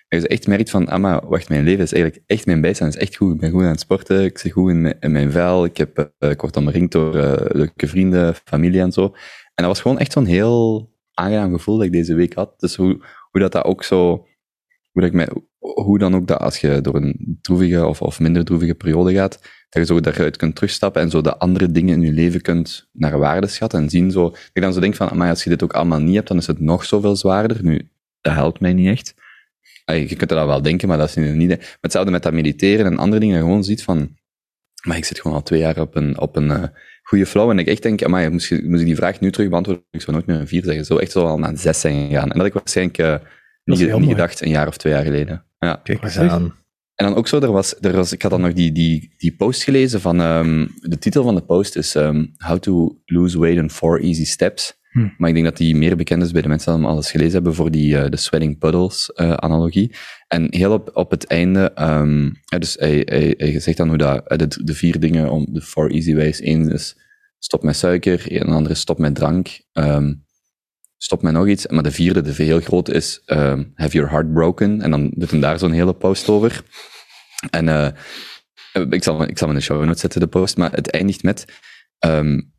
En je echt merkt van, ah, maar wacht, mijn leven is eigenlijk echt mijn bijstand, is echt goed. Ik ben goed aan het sporten, ik zit goed in mijn, in mijn vel, ik, heb, uh, ik word omringd door uh, leuke vrienden, familie en zo. En dat was gewoon echt zo'n heel aangenaam gevoel dat ik deze week had. Dus hoe, hoe dat, dat ook zo, hoe, dat ik mij, hoe dan ook dat als je door een droevige of, of minder droevige periode gaat, dat je zo daaruit kunt terugstappen en zo de andere dingen in je leven kunt naar waarde schatten en zien. Zo, dat ik dan zo denk van, maar als je dit ook allemaal niet hebt, dan is het nog zoveel zwaarder. Nu, dat helpt mij niet echt. Je kunt er dan wel denken, maar dat is niet... Maar hetzelfde met dat mediteren en andere dingen, gewoon ziet van, maar ik zit gewoon al twee jaar op een, op een uh, goede flow, en ik echt denk, amai, moest, moest ik die vraag nu terug beantwoorden, ik zou nooit meer een vier zeggen. Zo echt zo al naar een zes zijn gegaan. En dat had ik waarschijnlijk uh, niet, niet gedacht, een jaar of twee jaar geleden. Ja. Kijk eens aan. En dan ook zo, er was, er was, ik had dan nog die, die, die post gelezen van, um, de titel van de post is um, How to Lose Weight in Four Easy Steps. Hm. Maar ik denk dat die meer bekend is bij de mensen die hem alles gelezen hebben voor die uh, de Sweating Puddles uh, analogie. En heel op, op het einde, um, ja, dus hij, hij, hij zegt dan hoe dat, de, de vier dingen om de four easy ways. Eén is stop met suiker, een andere is stop met drank, um, stop met nog iets. Maar de vierde, de heel grote, is um, have your heart broken. En dan doet hem daar zo'n hele post over. En uh, ik zal, ik zal hem in de show notes zetten, de post, maar het eindigt met um,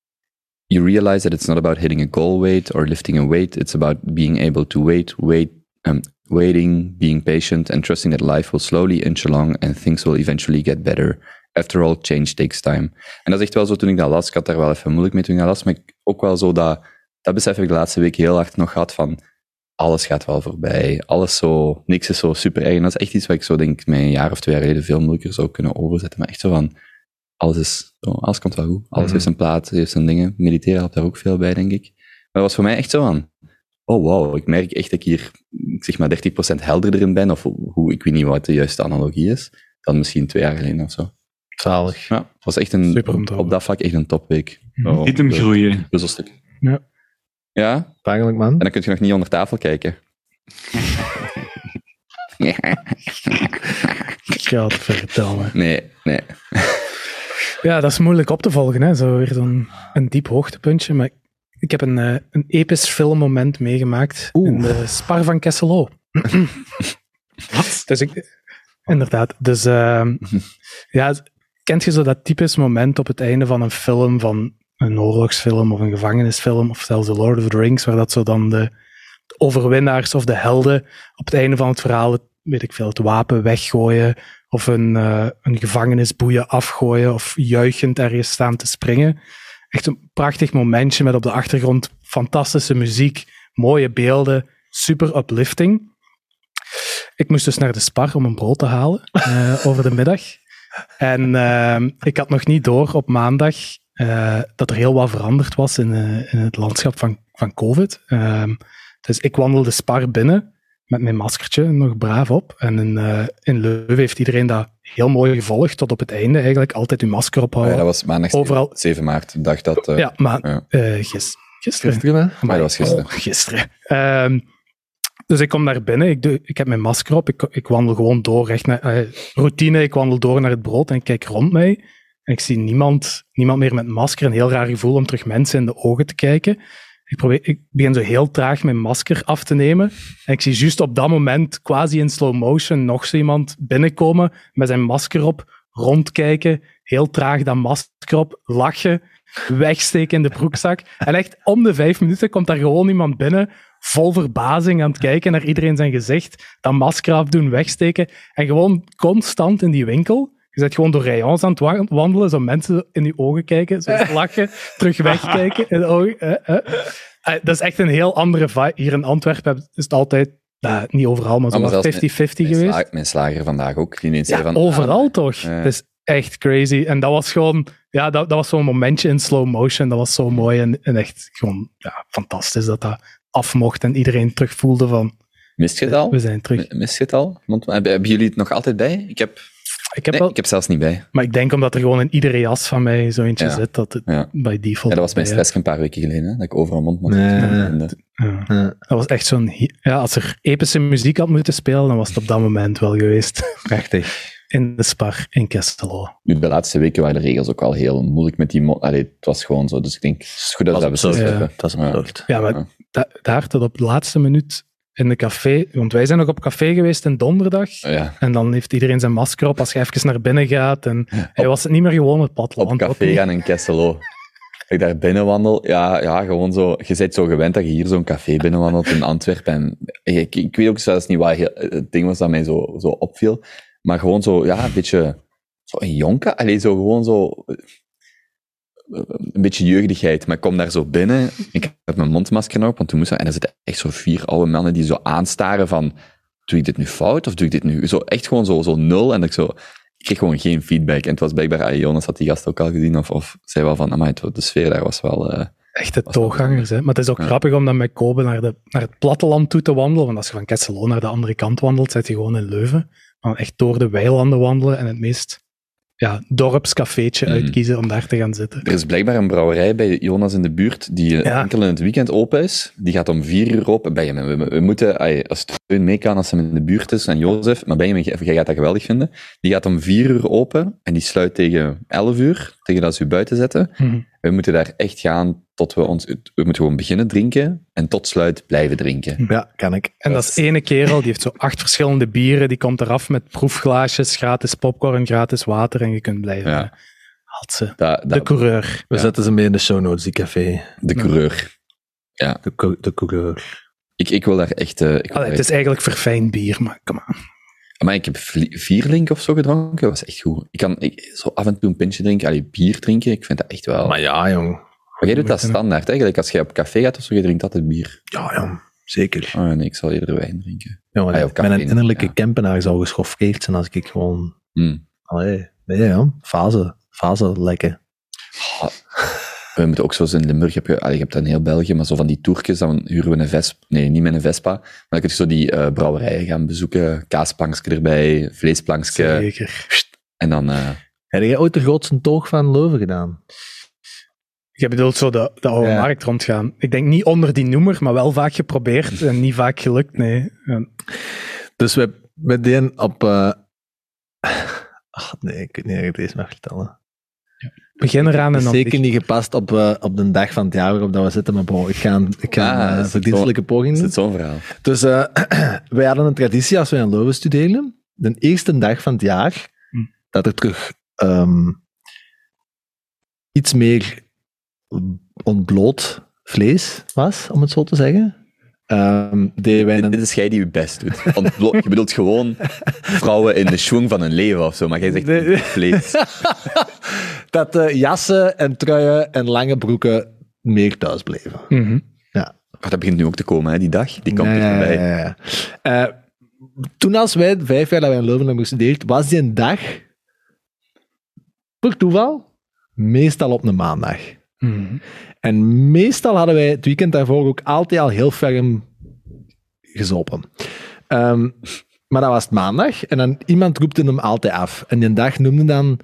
you realize that it's not about hitting a goal weight or lifting a weight. It's about being able to wait, wait, um, waiting, being patient, and trusting that life will slowly inch along and things will eventually get better. After all, change takes time. En dat is echt wel zo toen ik dat las. Ik had daar wel even moeilijk mee toen ik dat las, maar ik, ook wel zo dat, dat besef ik de laatste week heel hard nog gehad van, alles gaat wel voorbij. Alles zo, niks is zo super erg. En dat is echt iets wat ik zo denk, mij een jaar of twee jaar geleden veel moeilijker zou kunnen overzetten. Maar echt zo van, alles is, oh, alles komt wel goed. Alles mm-hmm. heeft zijn plaats, heeft zijn dingen. Mediteren helpt daar ook veel bij, denk ik. Maar dat was voor mij echt zo van, oh wow, ik merk echt dat ik hier, ik zeg maar dertig procent helderder in ben, of hoe, ik weet niet wat de juiste analogie is, dan misschien twee jaar geleden of zo. Zalig. Ja, het was echt een, op dat vlak echt een topweek. Oh, Niet hem groeien. Puzzelstuk. Ja. Ja? Pijnlijk, man. En dan kun je nog niet onder tafel kijken. Ik ga het vertellen. Nee, nee. Ja, dat is moeilijk op te volgen, hè. Zo weer zo'n een diep hoogtepuntje. Maar ik heb een, uh, een episch filmmoment meegemaakt Oeh. in de Spar van Kesselo. Wat? Dus ik, inderdaad. Dus uh, ja, kent je zo dat typisch moment op het einde van een film, van een oorlogsfilm of een gevangenisfilm, of zelfs The Lord of the Rings, waar dat zo dan de overwinnaars of de helden op het einde van het verhaal, weet ik veel, het wapen weggooien, of een, uh, een gevangenisboeien afgooien, of juichend ergens staan te springen. Echt een prachtig momentje met op de achtergrond fantastische muziek, mooie beelden, super uplifting. Ik moest dus naar de Spar om een brood te halen uh, over de middag. En uh, ik had nog niet door op maandag uh, dat er heel wat veranderd was in, uh, in het landschap van, van COVID. Uh, dus ik wandelde Spar binnen met mijn maskertje nog braaf op. En in, uh, in Leuven heeft iedereen dat heel mooi gevolgd, tot op het einde eigenlijk. Altijd uw masker ophouden. Oh ja, dat was maandag Overal... zeven maart, de dag dat... Uh, ja, maar ja. Uh, gis, gisteren. Gisteren, hè? Maar dat was gisteren. Oh, gisteren. Uh, dus ik kom daar binnen, ik, doe, ik heb mijn masker op, ik, ik wandel gewoon door, recht naar, uh, routine, ik wandel door naar het brood en ik kijk rond mij. En ik zie niemand, niemand meer met masker. Een heel raar gevoel om terug mensen in de ogen te kijken. Ik, probeer, ik begin zo heel traag mijn masker af te nemen. En ik zie juist op dat moment, quasi in slow motion, nog zo iemand binnenkomen met zijn masker op, rondkijken, heel traag dat masker op, lachen, wegsteken in de broekzak. En echt om de vijf minuten komt daar gewoon iemand binnen, vol verbazing aan het kijken naar iedereen zijn gezicht, dat masker afdoen, wegsteken. En gewoon constant in die winkel. Je bent gewoon door rayons aan het wandelen, zo mensen in je ogen kijken, zo lachen, terug wegkijken in de ogen. Uh, uh. Uh, dat is echt een heel andere vibe. Hier in Antwerpen is het altijd, uh, niet overal, maar zo vijftig vijftig geweest. Sla- mijn slager vandaag ook. Die ineens ja, van, overal ah, toch. Uh. Het is echt crazy. En dat was gewoon, ja, dat, dat was zo'n momentje in slow motion. Dat was zo mooi en, en echt gewoon ja, fantastisch dat dat af mocht en iedereen terug voelde van... Mist je het al? We zijn terug. Mist je het al? Want, hebben, hebben jullie het nog altijd bij? Ik heb... Ik heb, nee, wel, ik heb zelfs niet bij. Maar ik denk omdat er gewoon in iedere jas van mij zo eentje ja. zit, dat het ja. bij default... Ja, dat was mijn stress een paar weken geleden, hè, dat ik overal mondmask nee. had. Ja. Ja. Dat was echt zo'n... Ja, als er epische muziek had moeten spelen, dan was het op dat moment wel geweest. Prachtig. In de Spar, in Kestelo. Nu, de laatste weken waren de regels ook al heel moeilijk met die... Mo- Allee, het was gewoon zo, dus ik denk, het is goed dat we dat beslist hebben. Dat is absurd. Ja, maar ja. Da- daar tot op de laatste minuut in de café, want wij zijn nog op café geweest in donderdag, Ja. en dan heeft iedereen zijn masker op als je even naar binnen gaat, en hij was het niet meer gewoon het platteland. Op café gaan in Kesselo. Als ik daar binnen wandel, ja, ja, gewoon zo, je bent zo gewend dat je hier zo'n café binnenwandelt in Antwerpen. En ik, ik weet ook zelfs niet wat heel- het ding was dat mij zo, zo opviel. Maar gewoon zo, ja, een beetje, zo een jonka. Allee, zo gewoon zo, een beetje jeugdigheid. Maar ik kom daar zo binnen, ik heb mijn mondmasker nog op, want toen moest dat, en er zitten echt zo vier oude mannen die zo aanstaren van, doe ik dit nu fout, of doe ik dit nu, zo echt gewoon zo, zo nul, en dat ik zo, ik kreeg gewoon geen feedback. En het was blijkbaar, ah, Jonas had die gast ook al gezien, of, of zei wel van, amai, het- de sfeer daar was wel... Uh, Echte tooghangers, hè. Maar het is ook Ja. grappig om dan met Kobe naar, de, naar het platteland toe te wandelen, want als je van Kesselo naar de andere kant wandelt, zit je gewoon in Leuven. Maar echt door de weilanden wandelen en het meest ja, dorpscafeetje Mhm. uitkiezen om daar te gaan zitten. Er is blijkbaar een brouwerij bij Jonas in de buurt die eh, Ja. enkel in het weekend open is. Die gaat om vier uur open. Benjamin, we, we moeten, ay, als Steun mee kan, als hij in de buurt is, en Jozef, maar Benjamin, jij jij gaat dat geweldig vinden. Die gaat om vier uur open en die sluit tegen elf uur, tegen dat ze u buiten zetten. Mhm. We moeten daar echt gaan tot we ons... We moeten gewoon beginnen drinken en tot sluit blijven drinken. Ja, kan ik. En dat is ene kerel, die heeft zo acht verschillende bieren, die komt eraf met proefglaasjes, gratis popcorn, gratis water, en je kunt blijven. Ja. Ja. Had ze. Dat, De dat, coureur. We Ja. zetten ze mee in de show notes, die café. de coureur. De, co- de coureur. Ik, ik wil daar echt... eh, ik wil Allee, daar het is eigenlijk verfijnd bier, maar kom aan. Maar ik heb vli- Vierlink of zo gedronken, dat was echt goed. Ik kan ik, zo af en toe een pintje drinken, allee, bier drinken, ik vind dat echt wel... Maar ja, jong. Maar jij doet dat standaard, eigenlijk. Als jij op café gaat of zo, je drinkt altijd bier. Ja, jong. Zeker. Oh nee, ik zal eerder wijn drinken. Jongen, Ah ja, op café, mijn innerlijke ja. Kempenaar zou geschoffeerd zijn als ik gewoon... Hmm. Allee, nee, ja. Fase. Fase lekken. We moeten ook zoals in Limburg, heb je, allee, je hebt dat in heel België, maar zo van die toertjes, dan huren we een Vespa. Nee, niet met een Vespa. Maar dan kun je zo die uh, brouwerijen gaan bezoeken. Kaasplankje erbij, vleesplankje. Zeker. En dan... Uh, Heb jij ooit de grootste toog van Leuven gedaan? Je bedoelt zo de, de oude Ja. markt rondgaan. Ik denk niet onder die noemer, maar wel vaak geprobeerd en niet vaak gelukt, nee. Ja. Dus we, we deden op... eh Ach, nee, ik weet niet of ik deze mag vertellen. Begin eraan en Het is dan... zeker niet gepast op, eh, op de dag van het jaar waarop dat we zitten, maar bro, ik ga, ik ga Ah, een is uh, het verdienstelijke poging is doen. het zo'n verhaal? Dus uh, wij hadden een traditie als wij in Leuven studeerden, de eerste dag van het jaar, Hm. dat er terug um, iets meer ontbloot vlees was, om het zo te zeggen. Um, deden wij Dit, een... dit is jij die je best doet. Ontblo- je bedoelt gewoon vrouwen in de schwung van een leven of zo, maar jij zegt Nee, nee. vlees. dat uh, jassen en truien en lange broeken meer thuis bleven. Mhm. Maar dat begint nu ook te komen, hè, die dag. Die komt Ja, dichterbij. ja, ja, ja. Uh, toen als wij, vijf jaar dat wij in Leuven hebben gestudeerd, was die een dag, per toeval, meestal op een maandag. Mhm. En meestal hadden wij het weekend daarvoor ook altijd al heel ferm gezopen. Um, maar dat was het maandag, en dan iemand roepte hem altijd af. En die dag noemde dan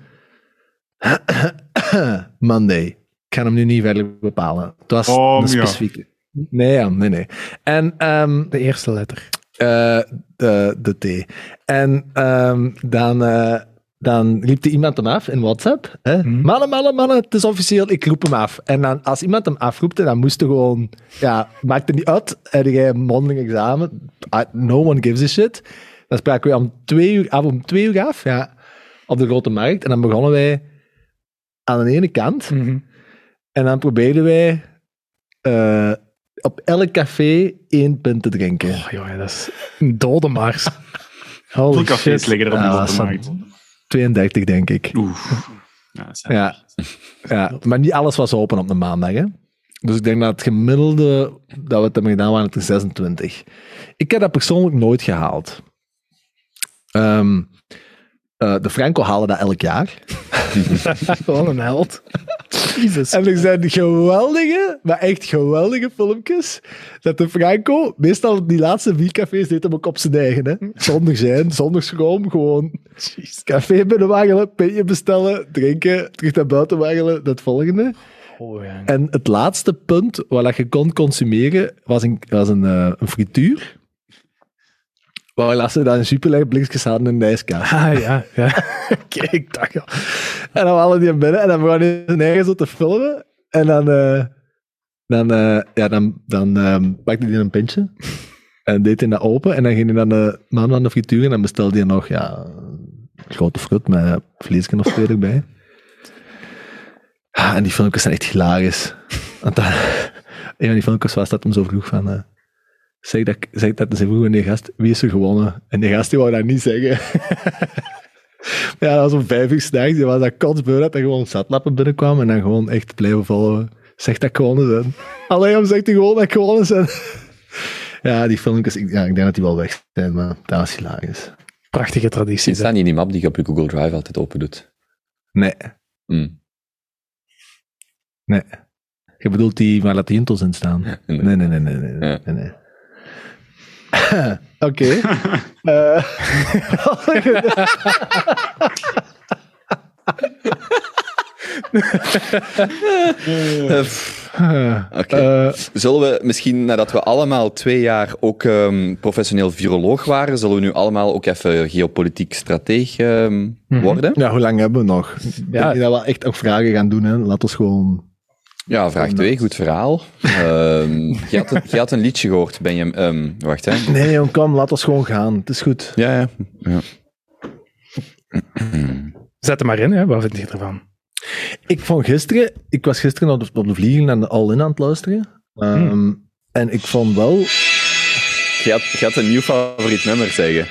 Monday. Ik ga hem nu niet verder bepalen. Het was Oh, een ja. specifieke... Nee, ja, nee, nee. En um, De eerste letter. uh, de, de T. En um, dan, uh, dan riep er iemand hem af in WhatsApp. Hè? Mhm. Mannen, mannen, mannen, het is officieel, ik roep hem af. En dan, als iemand hem afroepte, dan moest er gewoon... Ja, maakte niet uit. Heb jij een mondeling examen? I- No one gives a shit. Dan spraken we om twee uur af, om twee uur af, ja, op de Grote Markt. En dan begonnen wij aan de ene kant. Mhm. En dan probeerden wij uh, op elk café één pint te drinken. Oh, jongen, dat is een dode mars. Holy Hoeveel cafés shit. liggen er op de Ja, grote dat markt? tweeëndertig, denk ik. Oeh. Ja, dat is Ja. Ja, maar niet alles was open op een maandag. Hè? Dus ik denk dat het gemiddelde dat we het hebben gedaan waren, het er zesentwintig. Ik heb dat persoonlijk nooit gehaald. Um, uh, de Franco haalde dat elk jaar. Gewoon een held. Jezus. En er zijn geweldige, maar echt geweldige filmpjes, dat de Franco, meestal die laatste vier cafés, deed hem ook op zijn eigen. Hè? Zonder zijn, zonder schroom, gewoon café binnenwagelen, pintje bestellen, drinken, terug naar buiten wagelen, dat volgende. Oh, ja. En het laatste punt waar dat je kon consumeren, was een, was een, uh, een frituur. Waar ze dan een superlekker blikjes hadden in de ijskaas. Ah, ja. ja. Oké, ik dacht al. En dan halen die hem binnen en dan begon hij zijn eigen zo te filmen. En dan, uh, dan, uh, ja, dan, dan um, pakte hij een pintje. En deed hij dat open en dan ging hij naar de man van de frituur en dan bestelde hij nog ja, een grote fruit met vleesje of twee erbij. Ah, en die filmpjes zijn echt hilarisch. Want dan, een van die filmpjes was dat hem zo vroeg van... Uh, zeg dat, zeg dat ze vroeg aan die gast, wie is er gewonnen? En die gast die wou dat niet zeggen. Ja, dat was om vijf uur s'nachts, die was dat kotsbeu dat er gewoon zatlappen binnenkwam en dan gewoon echt blijven volgen. Zeg dat ik gewonnen zijn. Alleen om zegt hij gewoon dat ik gewonnen zijn. Ja, die filmpjes, ik, ja, ik denk dat die wel weg zijn, maar dat was hilarisch. Prachtige traditie. Is dat niet in die map die je op je Google Drive altijd open doet? Nee. Mm. Nee. Je bedoelt die waar dat die hintos in staan? Nee, nee, nee, nee. nee, nee, Ja. nee, nee. Oké. Uh, Oké. uh, Zullen we misschien, nadat we allemaal twee jaar ook um, professioneel viroloog waren, zullen we nu allemaal ook even geopolitiek strateeg um, Mhm. worden? ja, hoe lang hebben we nog? Ik Ja. denk dat we echt ook vragen gaan doen. Hè. Laat ons gewoon... Ja, vraag twee, goed verhaal. Um, je, had een, je had een liedje gehoord, Benjamin. Um, wacht, hè. Nee, jong, kom, laat ons gewoon gaan. Het is goed. Ja, ja. ja. Zet hem maar in, hè. Wat vind je ervan? Ik vond gisteren... Ik was gisteren op de, op de vliegen naar de All-In aan het luisteren. Um, Hmm. En ik vond wel... Je had, je had een nieuw favoriet nummer zeggen.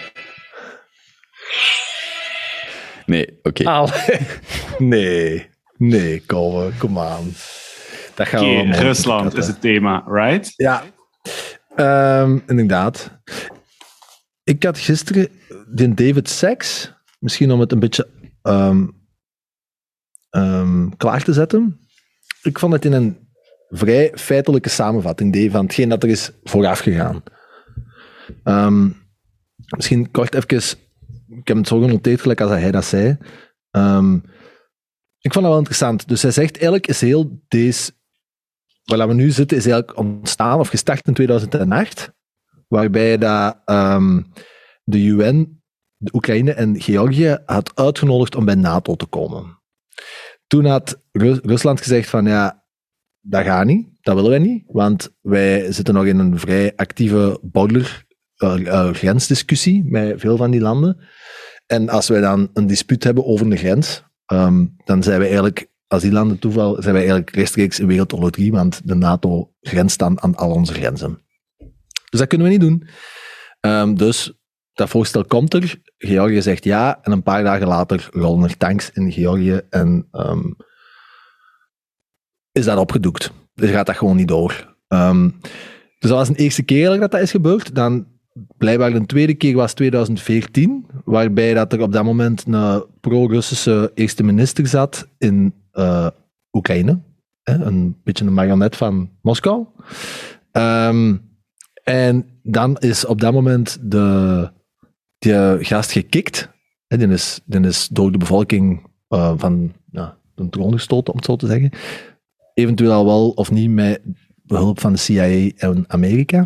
Nee, oké. Allee. Nee. Nee, kom, kom aan. Dat gaan Oké, we wel mooi Rusland moeten is het thema, right? Ja, um, inderdaad. Ik had gisteren die David Sachs, misschien om het een beetje um, um, klaar te zetten. Ik vond het in een vrij feitelijke samenvatting deed van hetgeen dat er is vooraf gegaan. Um, misschien kort even, ik heb het zo genoteerd gelijk als hij dat zei. Um, ik vond dat wel interessant. Dus hij zegt eigenlijk is heel deze... Waar we nu zitten is eigenlijk ontstaan of gestart in tweeduizend acht, waarbij dat, um, de U N, de Oekraïne en Georgië had uitgenodigd om bij NATO te komen. Toen had Ru- Rusland gezegd van ja, dat gaat niet, dat willen wij niet, want wij zitten nog in een vrij actieve border uh, uh, grensdiscussie met veel van die landen. En als wij dan een dispuut hebben over de grens, um, dan zijn we eigenlijk... Als die landen toeval, zijn wij eigenlijk rechtstreeks in Wereldoorlog drie, want de NATO grenst aan, aan al onze grenzen. Dus dat kunnen we niet doen. Um, dus dat voorstel komt er. Georgië zegt ja, en een paar dagen later rollen er tanks in Georgië en um, is dat opgedoekt. Dus gaat dat gewoon niet door. Um, dus dat was een eerste keer dat dat is gebeurd. Dan blijkbaar de tweede keer was tweeduizend veertien, waarbij dat er op dat moment een pro-Russische eerste minister zat in uh, Oekraïne. Hè, een beetje een marionet van Moskou. Um, en dan is op dat moment de, die gast gekikt. Hè, die, is, die is door de bevolking uh, van ja, de troon gestoten, om het zo te zeggen. Eventueel al wel of niet met behulp van de C I A en Amerika.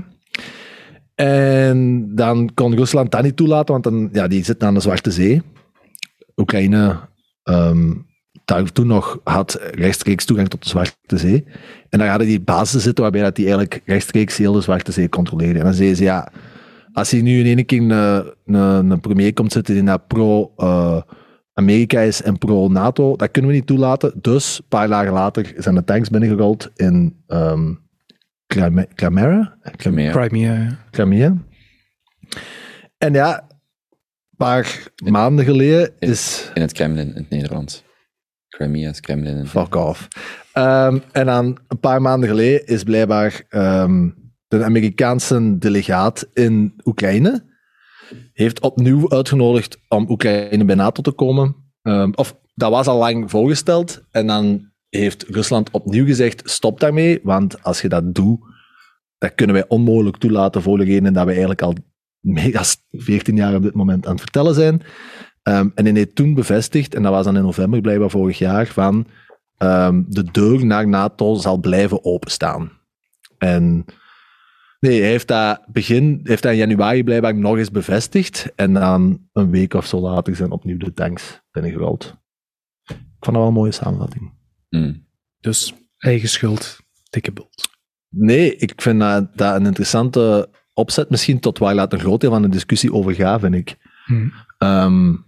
En dan kon Rusland dat niet toelaten, want dan, ja, die zitten aan de Zwarte Zee. Oekraïne um, daar toen nog had rechtstreeks toegang tot de Zwarte Zee. En daar hadden die bases zitten waarbij dat die eigenlijk rechtstreeks heel de Zwarte Zee controleerden. En dan zeiden ze, ja, als hier nu in één keer een, een, een premier komt zitten die dat pro-Amerika uh, is en pro-NATO, dat kunnen we niet toelaten. Dus, een paar dagen later zijn de tanks binnengerold in... Um, Crimea? Crimea? Crimea. Crimea. Crimea. En ja, een paar in, maanden geleden in, is... In het Kremlin, in het Nederlands. Crimea is Kremlin. In fuck off. Um, en dan een paar maanden geleden is blijkbaar um, de Amerikaanse delegaat in Oekraïne heeft opnieuw uitgenodigd om Oekraïne bij NATO te komen. Um, of dat was al lang voorgesteld. En dan heeft Rusland opnieuw gezegd, stop daarmee, want als je dat doet, dat kunnen wij onmogelijk toelaten voor de reden dat we eigenlijk al meer dan veertien jaar op dit moment aan het vertellen zijn. Um, en hij heeft toen bevestigd, en dat was dan in november blijkbaar vorig jaar, van um, de deur naar NATO zal blijven openstaan. En nee, hij heeft dat begin, heeft dat in januari blijkbaar nog eens bevestigd, en dan een week of zo later zijn opnieuw de tanks binnengerold. Ik vond dat wel een mooie samenvatting. Mm. Dus eigen schuld, dikke bult. Nee, ik vind dat, dat een interessante opzet misschien tot waar laat een groot deel van de discussie over gaat, vind ik. Hmm. Um,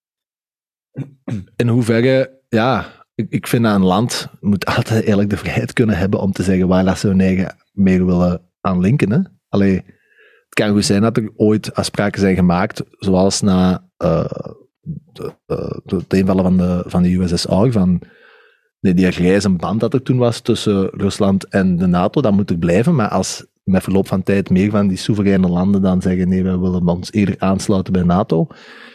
in hoeverre, ja, ik, ik vind dat een land moet altijd eigenlijk de vrijheid kunnen hebben om te zeggen waar dat ze hun eigen mee willen aan linken. Hè? Allee, het kan goed zijn dat er ooit afspraken zijn gemaakt, zoals na uh, de, de, het invallen van de, van de U S S R, van die, die grijze band dat er toen was tussen Rusland en de NATO, dat moet er blijven, maar als met verloop van tijd meer van die soevereine landen dan zeggen nee, we willen ons eerder aansluiten bij NATO,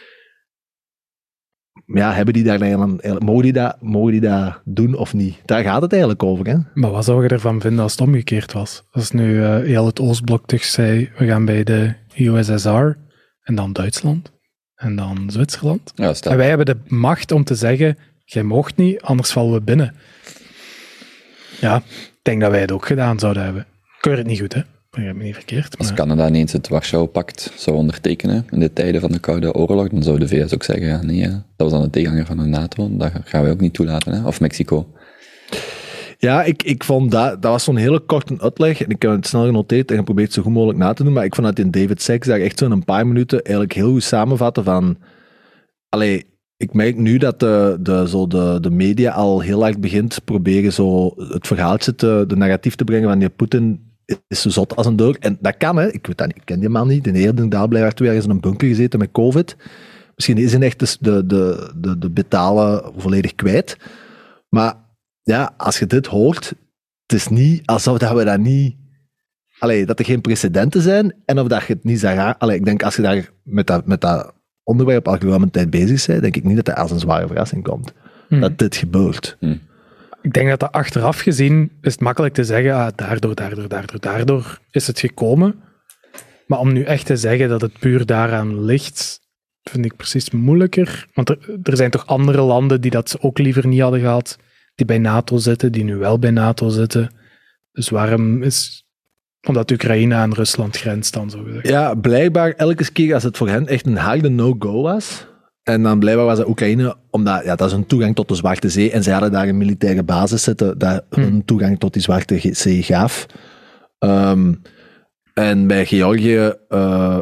ja, hebben die daar eigenlijk, mogen die dat, mogen die dat doen of niet? Daar gaat het eigenlijk over, hè? Maar wat zou je ervan vinden als het omgekeerd was? Als nu uh, heel het Oostblok terug zei, we gaan bij de U S S R, en dan Duitsland, en dan Zwitserland. Ja, stel. En wij hebben de macht om te zeggen, jij mocht niet, anders vallen we binnen. Ja, ik denk dat wij het ook gedaan zouden hebben. Ik hoor het niet goed, hè? Ik heb me niet verkeerd. Als Maar... Canada ineens het Warschau-pact zou ondertekenen in de tijden van de Koude Oorlog, dan zou de V S ook zeggen, ja, nee, hè, dat was dan de tegenhanger van de NATO, dat gaan wij ook niet toelaten, hè? Of Mexico. Ja, ik, ik vond dat, dat was zo'n hele korte uitleg, en ik heb het snel genoteerd en geprobeerd het zo goed mogelijk na te doen, maar ik vond dat in David Sacks daar echt zo in een paar minuten eigenlijk heel goed samenvatten van, allee, ik merk nu dat de, de, zo de, de media al heel hard begint proberen zo het verhaaltje, te, de narratief te brengen van die Poetin is zo zot als een deur. En dat kan, hè. Ik weet dat niet, ik ken die man niet. De eerder daar blijft twee jaar in een bunker gezeten met COVID. Misschien is hij echt de, de, de, de betalen volledig kwijt. Maar ja, als je dit hoort, het is niet alsof dat we dat niet... Allee, dat er geen precedenten zijn en of dat je het niet zou gaan... Allee, ik denk als je daar met dat, met dat onderwerp al een tijd bezig bent, denk ik niet dat dat als een zware verrassing komt. Hmm. Dat dit gebeurt. Hmm. Ik denk dat dat achteraf gezien is het makkelijk te zeggen, ah, daardoor, daardoor, daardoor, daardoor is het gekomen. Maar om nu echt te zeggen dat het puur daaraan ligt, vind ik precies moeilijker. Want er, er zijn toch andere landen die dat ook liever niet hadden gehad, die bij NATO zitten, die nu wel bij NATO zitten. Dus waarom is... Omdat Oekraïne aan Rusland grenst dan, zo gezegd. Ja, blijkbaar elke keer als het voor hen echt een harde no-go was... En dan blijkbaar was dat Oekraïne, omdat ja, dat is een toegang tot de Zwarte Zee. En zij hadden daar een militaire basis zitten dat hun hmm. toegang tot die Zwarte Zee gaf. Um, en bij Georgië, uh,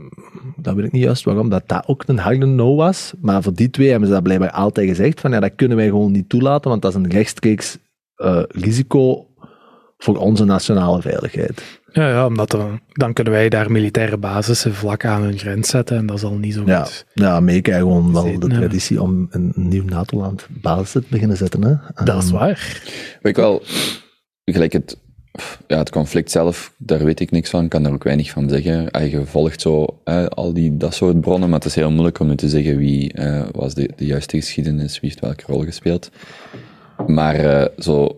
dat weet ik niet juist waarom, dat dat ook een harde no was. Maar voor die twee hebben ze dat blijkbaar altijd gezegd. Van ja, dat kunnen wij gewoon niet toelaten, want dat is een rechtstreeks uh, risico voor onze nationale veiligheid. Ja, ja, omdat dan, dan kunnen wij daar militaire basissen vlak aan hun grens zetten en dat is al niet zo ja, goed. Ja, Amerika heeft gewoon wel Zeten, de traditie om een nieuw NATO-land basis te beginnen zetten. Hè? Dat is waar. Weet ik wel, gelijk het, ja, het conflict zelf, daar weet ik niks van, ik kan er ook weinig van zeggen. Je volgt zo eh, al die, dat soort bronnen, maar het is heel moeilijk om nu te zeggen wie eh, was de, de juiste geschiedenis, wie heeft welke rol gespeeld. Maar uh, zo...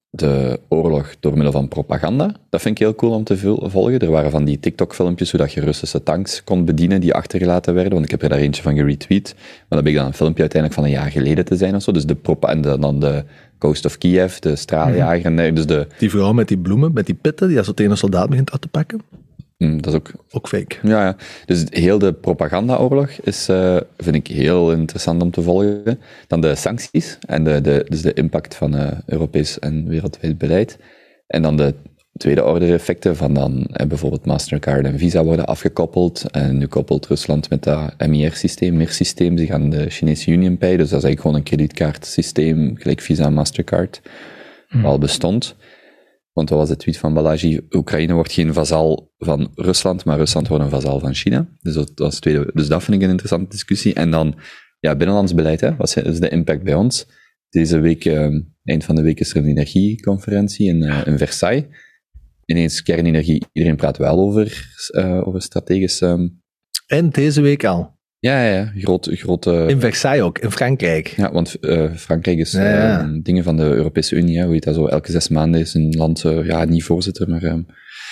de oorlog door middel van propaganda. Dat vind ik heel cool om te volgen. Er waren van die TikTok-filmpjes hoe dat je Russische tanks kon bedienen die achtergelaten werden, want ik heb er daar eentje van geretweet. Maar dat bleek dan een filmpje uiteindelijk van een jaar geleden te zijn of zo. Dus de propaganda, dan de Ghost of Kiev, de straaljager. Mm-hmm. Dus de... Die vrouw met die bloemen, met die pitten, die als zo tegen een soldaat begint uit te pakken. Mm, dat is ook... Ook fake. Ja, ja. Dus heel de propagandaoorlog is, uh, vind ik heel interessant om te volgen. Dan de sancties, en de, de, dus de impact van uh, Europees en wereldwijd beleid. En dan de tweede orde effecten van dan uh, bijvoorbeeld Mastercard en Visa worden afgekoppeld. En nu koppelt Rusland met dat M I R-systeem, M I R-systeem, zich aan de Chinese UnionPay. Dus dat is eigenlijk gewoon een kredietkaartsysteem, gelijk Visa en Mastercard, mm. al bestond. Want wat was de tweet van Balaji? Oekraïne wordt geen vazal van Rusland, maar Rusland wordt een vazal van China. Dus dat, was het tweede, dus dat vind ik een interessante discussie. En dan, ja, binnenlands beleid, hè. Wat is de impact bij ons? Deze week, uh, eind van de week, is er een energieconferentie in, uh, in Versailles. Ineens kernenergie, iedereen praat wel over, uh, over strategisch... Um... En deze week al? Ja, ja, ja. Groot, grote... In Versailles ook, in Frankrijk. Ja, want uh, Frankrijk is ja, ja. Uh, dingen van de Europese Unie, hè, hoe heet dat zo, elke zes maanden is een land, uh, ja, niet voorzitter, maar... Um,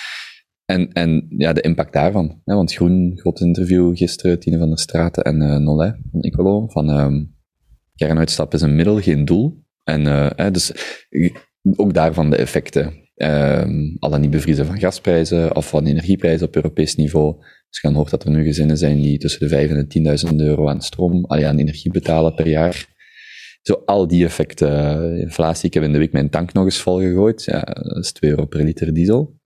en, en ja, de impact daarvan. Hè, want Groen, groot interview gisteren, Tine van der Straten en uh, Nollet van Icolo, van um, kernuitstap is een middel, geen doel. En uh, hè, dus ook daarvan de effecten. Um, alle niet bevriezen van gasprijzen of van energieprijzen op Europees niveau. Dus je kan horen dat er nu gezinnen zijn die tussen de vijf en de tienduizend euro aan stroom, allee, aan energie betalen per jaar. Zo al die effecten, inflatie. Ik heb in de week mijn tank nog eens volgegooid. Ja, dat is twee euro per liter diesel.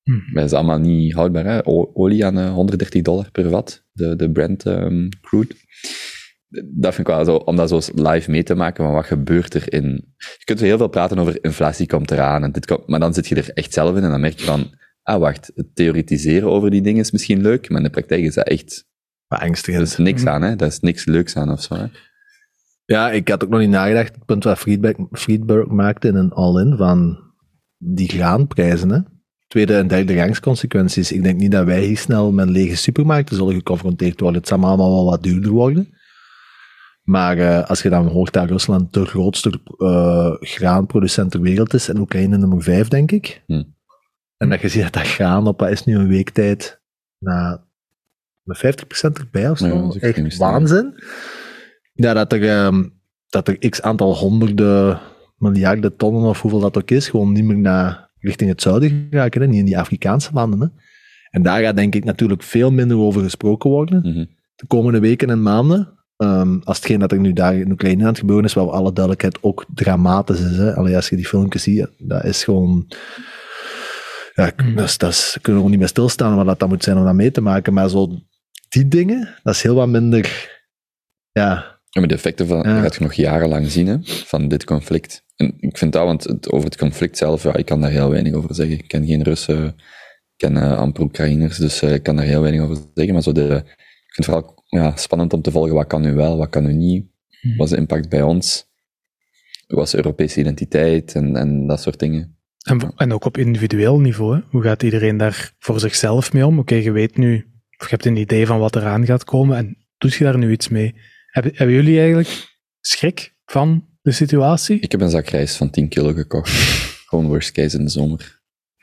Hm. Dat is allemaal niet houdbaar. Hè? O- olie aan uh, honderddertig dollar per vat, de, de Brent um, crude. Dat vind ik wel zo, om dat zo live mee te maken, van wat gebeurt er in... Je kunt heel veel praten over inflatie komt eraan, en dit komt, maar dan zit je er echt zelf in en dan merk je van, ah wacht, het theoretiseren over die dingen is misschien leuk, maar in de praktijk is dat echt... Wat angstigend. Er is niks aan, hè? Dat is niks leuks aan of zo. Hè? Ja, ik had ook nog niet nagedacht, het punt wat Friedberg, Friedberg maakte in een all-in, van die graanprijzen, hè. Tweede en derde rangs consequenties. Ik denk niet dat wij hier snel met lege supermarkten zullen geconfronteerd worden. Het zal allemaal wel wat duurder worden. Maar uh, als je dan hoort dat Rusland de grootste uh, graanproducent ter wereld is, en Oekraïne nummer vijf, denk ik. Hm. En dat je ziet dat dat graan op, wat is nu een week tijd, na met vijftig procent erbij of zo. Ja, dat is ook echt geen waanzin. Ja, dat er, um, dat er x aantal honderden miljarden tonnen of hoeveel dat ook is, gewoon niet meer naar richting het zuiden geraken, hè? Niet in die Afrikaanse landen. Hè? En daar gaat denk ik natuurlijk veel minder over gesproken worden Mm-hmm. de komende weken en maanden. Um, als hetgeen dat er nu daar in Oekraïne aan het gebeuren is, waar alle duidelijkheid ook dramatisch is. Hè? Allee, als je die filmpjes ziet, dat is gewoon... Ja, dat is, dat is, kunnen we ook niet meer stilstaan wat dat dan moet zijn om dat mee te maken. Maar zo die dingen, dat is heel wat minder... Ja... Ja, maar de effecten van, Ja. dat gaat je nog jarenlang zien, hè, van dit conflict. En ik vind dat, want het, over het conflict zelf, ja, ik kan daar heel weinig over zeggen. Ik ken geen Russen, ik ken uh, amper Oekraïners, dus uh, ik kan daar heel weinig over zeggen. Maar zo de, ik vind het vooral ja, spannend om te volgen, wat kan nu wel, wat kan nu niet. Wat was de impact bij ons? Wat was de Europese identiteit en, en dat soort dingen. En, en ook op individueel niveau, hè? Hoe gaat iedereen daar voor zichzelf mee om? Oké, okay, je weet nu, of je hebt een idee van wat eraan gaat komen, en doet je daar nu iets mee? Hebben, hebben jullie eigenlijk schrik van de situatie? Ik heb een zak rijst van tien kilo gekocht. Gewoon worst case in de zomer.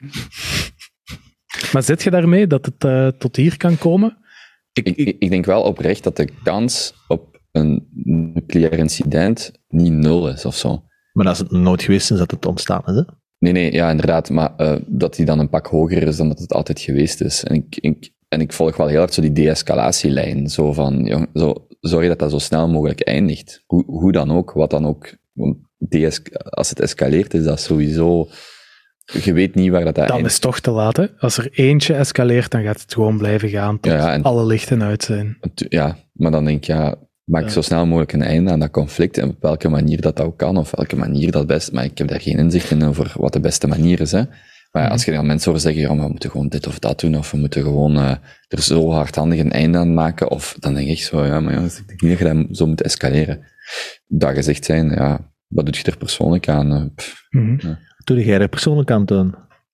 Maar zit je daarmee dat het uh, tot hier kan komen? Ik, ik, ik denk wel oprecht dat de kans op een nucleair incident niet nul is of zo. Maar als het nooit geweest is, dat het ontstaan is, hè? Nee, nee, ja, inderdaad. Maar uh, dat die dan een pak hoger is dan dat het altijd geweest is. En ik, ik, en ik volg wel heel hard zo die de-escalatielijn. Zo van, jong, zo, zorg dat dat zo snel mogelijk eindigt. Hoe, hoe dan ook, wat dan ook. Want als het escaleert, is dat sowieso... Je weet niet waar dat Dan eindigt. is het toch te laat, hè? Als er eentje escaleert, dan gaat het gewoon blijven gaan tot Ja, ja, en- alle lichten uit zijn. Ja, maar dan denk ik, ja, maak Ja. zo snel mogelijk een einde aan dat conflict. En op welke manier dat ook kan, of welke manier dat best. Maar ik heb daar geen inzicht in over wat de beste manier is, hè. Maar ja, als je dan mensen hoort zeggen, ja, maar we moeten gewoon dit of dat doen, of we moeten gewoon uh, er zo hardhandig een einde aan maken, of dan denk ik zo, ja, maar jongens, ik denk niet dat je dat zo moet escaleren. Dat gezegd zijn, ja, wat doe je er persoonlijk aan? Uh, pff, Mm-hmm. Toen jij er persoonlijk aan toon.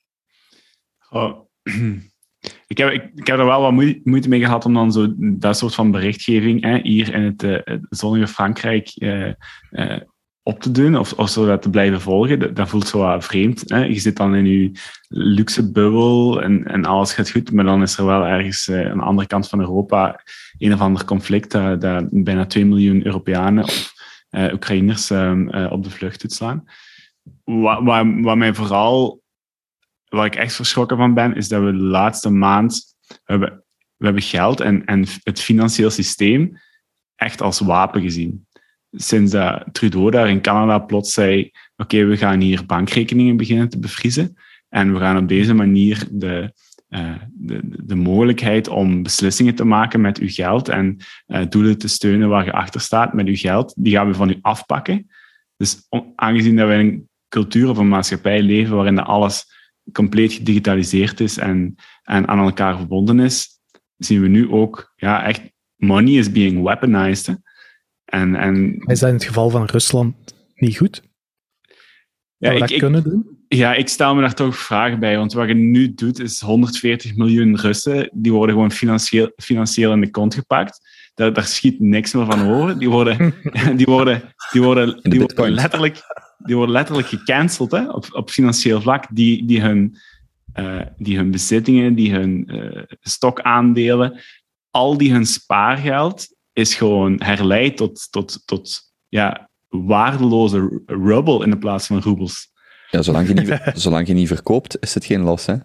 Oh. Ik heb, ik, ik heb er wel wat moe- moeite mee gehad om dan zo dat soort van berichtgeving hè, hier in het, uh, het zonnige Frankrijk uh, uh, op te doen, of, of zo dat te blijven volgen. Dat, dat voelt zo wat vreemd. Hè. Je zit dan in je luxe bubbel en, en alles gaat goed, maar dan is er wel ergens uh, aan de andere kant van Europa een of ander conflict dat, dat bijna twee miljoen Europeanen of uh, Oekraïners uh, uh, op de vlucht doet slaan. Wat, wat, wat mij vooral... Waar ik echt verschrokken van ben, is dat we de laatste maand... We hebben, we hebben geld en, en het financieel systeem echt als wapen gezien. Sinds dat Trudeau daar in Canada plots zei... Oké, okay, we gaan hier bankrekeningen beginnen te bevriezen. En we gaan op deze manier de, uh, de, de mogelijkheid om beslissingen te maken met uw geld en uh, doelen te steunen waar je achter staat met uw geld, die gaan we van u afpakken. Dus on, aangezien dat wij in een cultuur of een maatschappij leven waarin dat alles compleet gedigitaliseerd is en, en aan elkaar verbonden is, zien we nu ook, ja, echt, money is being weaponized. Hè. En, en, Is dat in het geval van Rusland niet goed? ja, Zou we ik, dat ik, kunnen doen? ja, ik stel me daar toch vragen bij, want wat je nu doet, is honderdveertig miljoen Russen, die worden gewoon financieel, financieel in de kont gepakt. Daar, daar schiet niks meer van over. Die worden, die worden, die worden, die worden letterlijk... Die worden letterlijk gecanceld hè, op, op financieel vlak. Die, die, hun, uh, die hun bezittingen, die hun uh, stokaandelen, al die hun spaargeld is gewoon herleid tot, tot, tot ja, waardeloze rubbel in de plaats van roebels. Ja, zolang je niet, zolang je niet verkoopt, is het geen los, hè?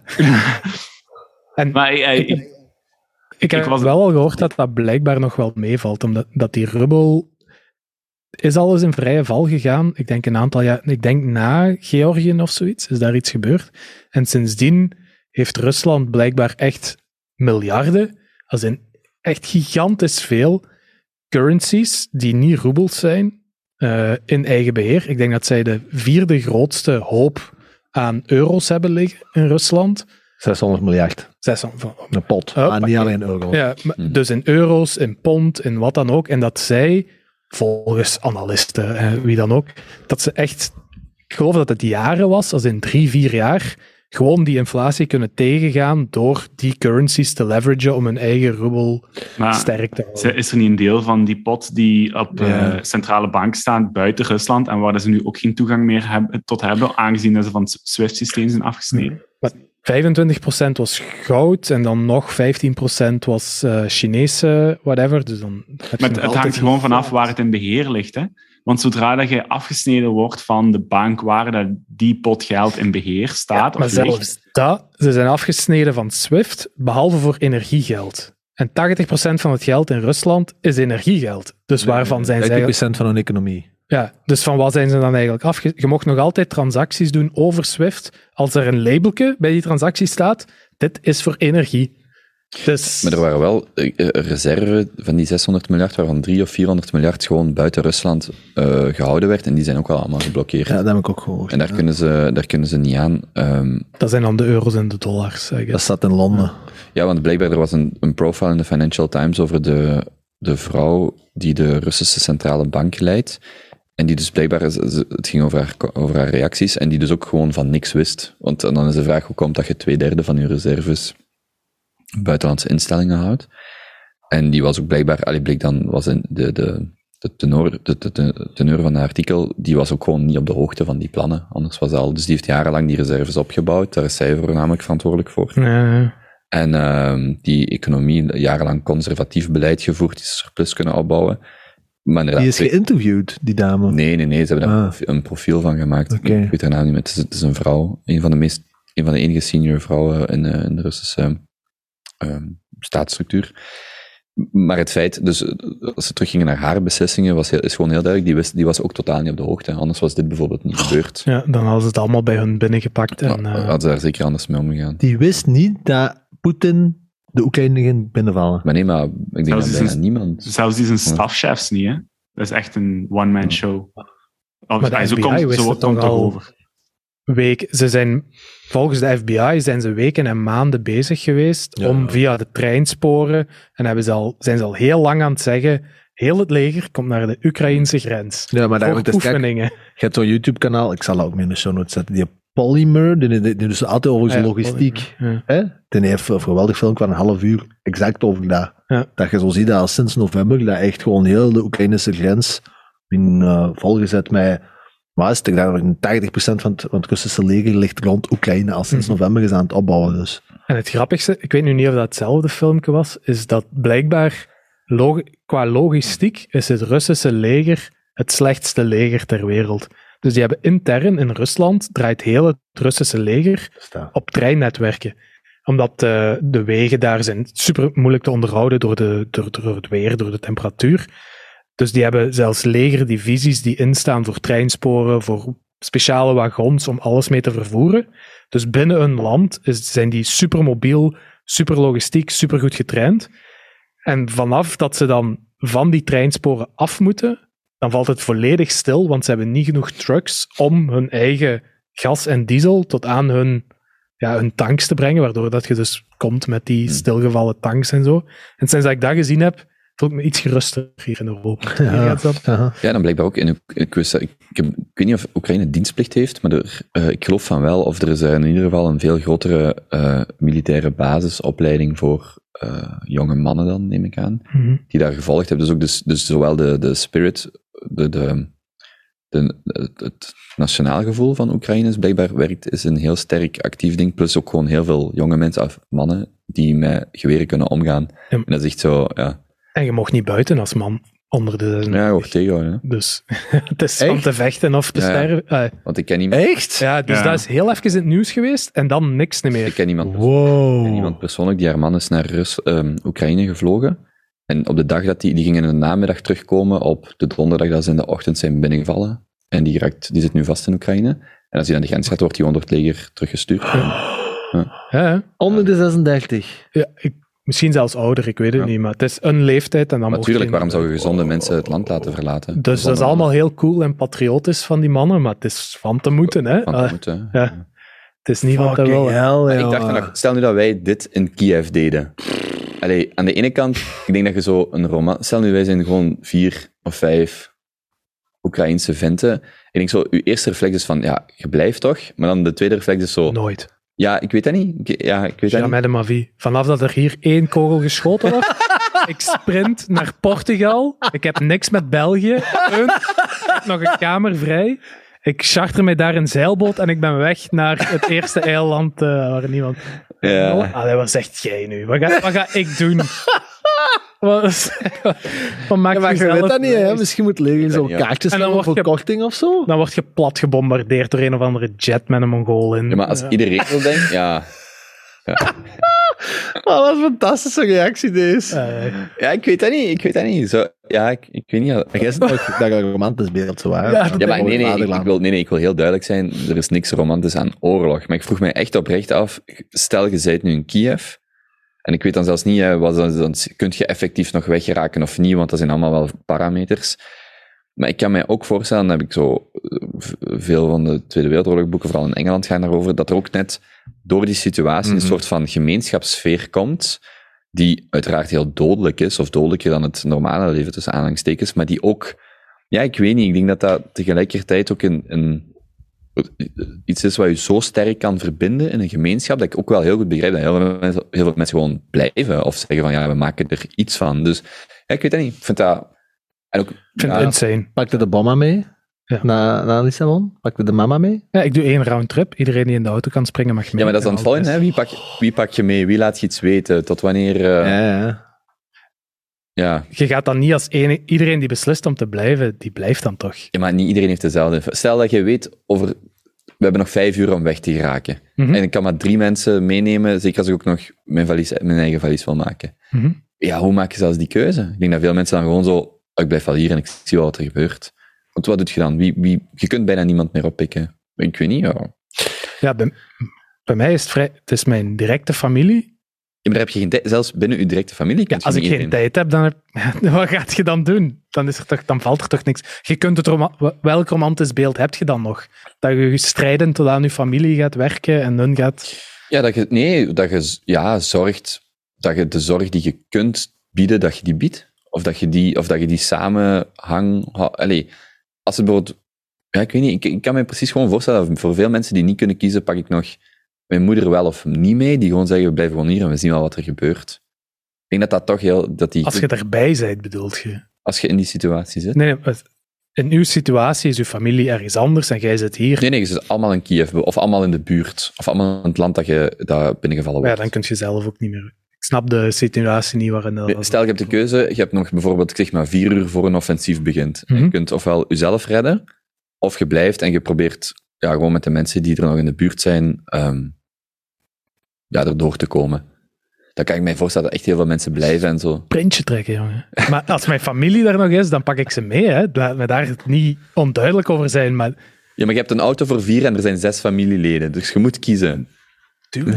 En maar uh, ik, ik, ik heb ik was... wel al gehoord dat dat blijkbaar nog wel meevalt, omdat dat die rubbel... Is alles in vrije val gegaan? Ik denk een aantal jaar, ik denk na Georgië of zoiets, is daar iets gebeurd. En sindsdien heeft Rusland blijkbaar echt miljarden, als in echt gigantisch veel currencies die niet roebels zijn, uh, in eigen beheer. Ik denk dat zij de vierde grootste hoop aan euro's hebben liggen in Rusland. zeshonderd miljard. zeshonderd Een pot, oh, maar niet alleen euro. Ja, maar, dus in euro's, in pond, in wat dan ook. En dat zij, volgens analisten, eh, wie dan ook, dat ze echt, ik geloof dat het jaren was, als in drie, vier jaar, gewoon die inflatie kunnen tegengaan door die currencies te leveragen om hun eigen roebel maar sterk te houden. Is er niet een deel van die pot die op de Ja. centrale bank staat buiten Rusland en waar ze nu ook geen toegang meer hebben, tot hebben, aangezien dat ze van het SWIFT-systeem zijn afgesneden? Maar vijfentwintig procent was goud en dan nog vijftien procent was uh, Chinese whatever. Dus dan heb je Maar het, nog het altijd hangt gewoon vanaf waar het in beheer ligt. Hè? Want zodra dat je afgesneden wordt van de bank waar dat die pot geld in beheer staat, Ja, maar of ligt, zelfs dat, ze zijn afgesneden van SWIFT, behalve voor energiegeld. En tachtig procent van het geld in Rusland is energiegeld. Dus waarvan zijn ze vijftig eigenlijk... procent van hun economie. Ja, dus van wat zijn ze dan eigenlijk afge... Je mocht nog altijd transacties doen over SWIFT als er een labeltje bij die transactie staat. Dit is voor energie. Dus... Maar er waren wel uh, reserve van die zeshonderd miljard, waarvan drie of vierhonderd miljard gewoon buiten Rusland uh, gehouden werd. En die zijn ook wel allemaal geblokkeerd. Ja, dat heb ik ook gehoord. En daar, ja. kunnen ze, daar kunnen ze niet aan. Um, Dat zijn dan de euro's en de dollars. I Dat guess. staat in Londen. ja, want blijkbaar er was een, een profile in de Financial Times over de, de vrouw die de Russische centrale bank leidt. En die dus blijkbaar, het ging over haar, over haar reacties, en die dus ook gewoon van niks wist. Want dan is de vraag, hoe komt dat je twee derde van je reserves buitenlandse instellingen houdt? En die was ook blijkbaar, allee, bleek dan, was in de, de, de, tenor, de, de, de teneur van het artikel, die was ook gewoon niet op de hoogte van die plannen. Anders was dat al, dus die heeft jarenlang die reserves opgebouwd, daar is zij voornamelijk verantwoordelijk voor. Nee. En uh, die economie, jarenlang conservatief beleid gevoerd, die surplus kunnen opbouwen. Maar Die is geïnterviewd, die dame. Nee, nee, nee, ze hebben daar Ah. een profiel- een profiel van gemaakt. Oké. Ik weet haar naam niet meer. Het is, het is een vrouw, een van de meest, een van de enige senior vrouwen in, uh, in de Russische uh, staatsstructuur. Maar het feit, dus als ze teruggingen naar haar beslissingen, was heel, is gewoon heel duidelijk, die, wist, die was ook totaal niet op de hoogte. Anders was dit bijvoorbeeld niet gebeurd. Ja, dan hadden ze het allemaal bij hun binnengepakt. En, Maar uh, hadden ze daar zeker anders mee omgegaan. Die wist niet dat Poetin de Oekraïne ging binnenvallen. Maar nee, maar ik denk Zelfs dat is bijna een- niemand... zelfs die zijn stafchefs niet, hè? Dat is echt een one-man show. Of, Maar de ah, zo F B I komt, wist zo het komt toch het al- over. week, ze zijn, volgens de F B I zijn ze weken en maanden bezig geweest Ja. om via de treinsporen, en hebben ze al, zijn ze al heel lang aan het zeggen, heel het leger komt naar de Oekraïnse grens. Ja, maar daar Voor moet je oefeningen. Je hebt zo'n YouTube-kanaal, ik zal dat ook mee in de show notes zetten, die Polymer, die, die, die dus altijd over zijn Ja, logistiek. Ja. Hè? Die heeft een geweldig film van een half uur exact over dat. Ja. Dat je zo ziet dat al sinds november, dat echt gewoon heel de Oekraïnse grens in uh, volgezet met, maar is het, ik denk dat tachtig procent van het, van het Russische leger ligt rond Oekraïne al sinds Mhm. november is aan het opbouwen. Dus. En het grappigste, ik weet nu niet of dat hetzelfde filmpje was, is dat blijkbaar log- qua logistiek is het Russische leger het slechtste leger ter wereld. Dus die hebben intern in Rusland, draait heel het Russische leger Staan. op treinnetwerken. Omdat uh, de wegen daar zijn super moeilijk te onderhouden door, de, door, door het weer, door de temperatuur. Dus die hebben zelfs legerdivisies die instaan voor treinsporen, voor speciale wagons om alles mee te vervoeren. Dus binnen een land is, zijn die super mobiel, super logistiek, super goed getraind. En vanaf dat ze dan van die treinsporen af moeten, dan valt het volledig stil, want ze hebben niet genoeg trucks om hun eigen gas en diesel tot aan hun, ja, hun tanks te brengen, waardoor dat je dus komt met die stilgevallen tanks en zo. En sinds dat ik dat gezien heb, voel ik me iets geruster hier in Europa. Hier Ja. gaat dat. Aha. Ja, dan blijkbaar ook in Oek- ik, wist, ik, ik, ik weet niet of Oekraïne dienstplicht heeft, maar er, uh, ik geloof van wel, of er is in ieder geval een veel grotere uh, militaire basisopleiding voor uh, jonge mannen dan, neem ik aan, Mhm. die daar gevolgd hebben. Dus ook dus, dus zowel de, de spirit, de, de, de, het, het nationaal gevoel van Oekraïne is blijkbaar werkt, is een heel sterk actief ding, plus ook gewoon heel veel jonge mensen, of mannen, die met geweren kunnen omgaan. Ja. En dat is echt zo, ja, En je mocht niet buiten als man onder de... ja, hoor tegenhouden, hè. Dus het is om Echt? te vechten of te Ja, ja. sterven. Ah, Want ik ken iemand, Echt? ja, dus Ja. dat is heel even in het nieuws geweest en dan niks meer. ik ken iemand Wow. En iemand persoonlijk, die haar man is naar Rus, um, Oekraïne gevlogen. En op de dag dat die, die gingen in de namiddag terugkomen, op de donderdag dat ze in de ochtend zijn binnengevallen. En die, raakt, die zit nu vast in Oekraïne. En als hij aan de grens gaat, wordt hij gewoon door het leger teruggestuurd. Ja, Onder de zesendertig. ja ik, misschien zelfs ouder, ik weet het Ja. niet. Maar het is een leeftijd en dan mocht Natuurlijk, je- waarom zou je gezonde mensen het land laten verlaten? Dus dat is Gezonde allemaal heel cool en patriotisch van die mannen, maar het is van te moeten, hè. van te Ah, moeten. ja. Het is niet wat dat wil. hè. hell, Maar ik dacht nog, stel nu dat wij dit in Kiev deden. Allee, aan de ene kant, ik denk dat je zo een roman... Stel nu, wij zijn gewoon vier of vijf Oekraïnse venten. Ik denk zo, uw eerste reflex is van, ja, je blijft toch? Maar dan de tweede reflex is zo, Nooit. ja, ik weet dat niet. Ik- Ja, ik weet dat niet. Jamais de ma vie. Vanaf dat er hier één kogel geschoten wordt, ik sprint naar Portugal. Ik heb niks met België. Een, ik heb nog een kamer vrij. Ik charter mij daar een zeilboot en ik ben weg naar het eerste eiland uh, waar niemand... Ja. Allee, wat zegt jij nu? Wat ga, wat ga ik doen? Wat, is- wat maakt Ja, maar je jezelf weet dat niet, hè? wijs? Misschien moet Leger zo niet, ja. kaartjes En dan hebben word voor je- korting of zo. Dan word je plat gebombardeerd door een of andere jet met een Mongool in. Ja, maar als Ja. iedereen wil denken, ja... Oh, wat een fantastische reactie deze. Eh, Ja, ik weet dat niet. Ik weet dat niet. Zo, ja, ik, ik weet niet. Ja, Maar jij zit nog dat romantisch beeld, zo waar. Ja, Ja, maar nee, nee, ik, ik wil, nee, nee, ik wil heel duidelijk zijn. Er is niks romantisch aan oorlog. Maar ik vroeg mij echt oprecht af, stel je bent nu in Kiev, en ik weet dan zelfs niet, hè, wat dan, dan kun je effectief nog weggeraken of niet, want dat zijn allemaal wel parameters. Maar ik kan mij ook voorstellen, dan heb ik zo v- veel van de Tweede Wereldoorlog boeken, vooral in Engeland gaan daarover, dat er ook net door die situatie Mhm. een soort van gemeenschapssfeer komt, die uiteraard heel dodelijk is, of dodelijker dan het normale leven tussen aanhalingstekens, maar die ook, ja, ik weet niet, ik denk dat dat tegelijkertijd ook een, een, iets is wat je zo sterk kan verbinden in een gemeenschap, dat ik ook wel heel goed begrijp dat heel veel mensen, heel veel mensen gewoon blijven, of zeggen van, ja, we maken er iets van. Dus, ja, ik weet dat niet. Ik vind dat... En ook, ik vind ja, het insane. Pakte de bomma mee Ja. naar, naar Lissabon? Pakte de mama mee? Ja, ik doe één roundtrip. Iedereen die in de auto kan springen mag mee. ja, maar dat is dan En het volgende, alles. hè. Wie pak, wie pak je mee? Wie laat je iets weten? Tot wanneer... eh, ja. Ja, ja. Ja. Je gaat dan niet als enige... Iedereen die beslist om te blijven, die blijft dan toch. Ja, maar niet iedereen heeft dezelfde... Stel dat je weet over... We hebben nog vijf uur om weg te geraken. Mhm. En ik kan maar drie mensen meenemen, zeker als ik ook nog mijn, valies, mijn eigen valies wil maken. Mhm. Ja, hoe maak je zelfs die keuze? Ik denk dat veel mensen dan gewoon zo... Oh, ik blijf wel hier en ik zie wel wat er gebeurt. Want wat doe je dan? Wie, wie, je kunt bijna niemand meer oppikken. Ik weet niet, ja. Ja, bij, bij mij is het vrij... Het is mijn directe familie. Ja, maar daar heb je geen tijd, zelfs binnen je directe familie. Ja, kunt je als ik niet geen iedereen- tijd heb, dan heb, wat gaat je dan doen? Dan, is er toch, dan valt er toch niks. Je kunt het roma- welk romantisch beeld heb je dan nog? Dat je strijden tot aan je familie gaat werken en hun gaat... Ja, dat je, nee, dat je ja, zorgt, dat je de zorg die je kunt bieden, dat je die biedt. Of dat je die, of dat je die samenhang... hou- Allee, als het bijvoorbeeld... Ja, ik weet niet, ik, ik kan me precies gewoon voorstellen dat voor veel mensen die niet kunnen kiezen, pak ik nog mijn moeder wel of niet mee, die gewoon zeggen, we blijven gewoon hier en we zien wel wat er gebeurt. Ik denk dat dat toch heel... Dat die, Als je erbij bent, bedoelt je? als je in die situatie zit. Nee, nee, het- in uw situatie is uw familie ergens anders en jij zit hier. Nee, nee, je zit allemaal in Kiev, of allemaal in de buurt, of allemaal in het land dat je dat binnengevallen Maar ja, wordt. dan kun je zelf ook niet meer... Ik snap de situatie niet waarin dat... Nee, Stel, je hebt de keuze, je hebt nog bijvoorbeeld, ik zeg maar, vier uur voor een offensief begint. Mhm. Je kunt ofwel jezelf redden, of je blijft en je probeert ja, gewoon met de mensen die er nog in de buurt zijn, um, ja, erdoor te komen. Dan kan ik mij voorstellen dat echt heel veel mensen blijven en zo. Printje trekken, jongen. Maar als mijn familie daar nog is, dan pak ik ze mee. Hè. Laat me daar niet onduidelijk over zijn, maar... Ja, maar je hebt een auto voor vier en er zijn zes familieleden, dus je moet kiezen. Dude.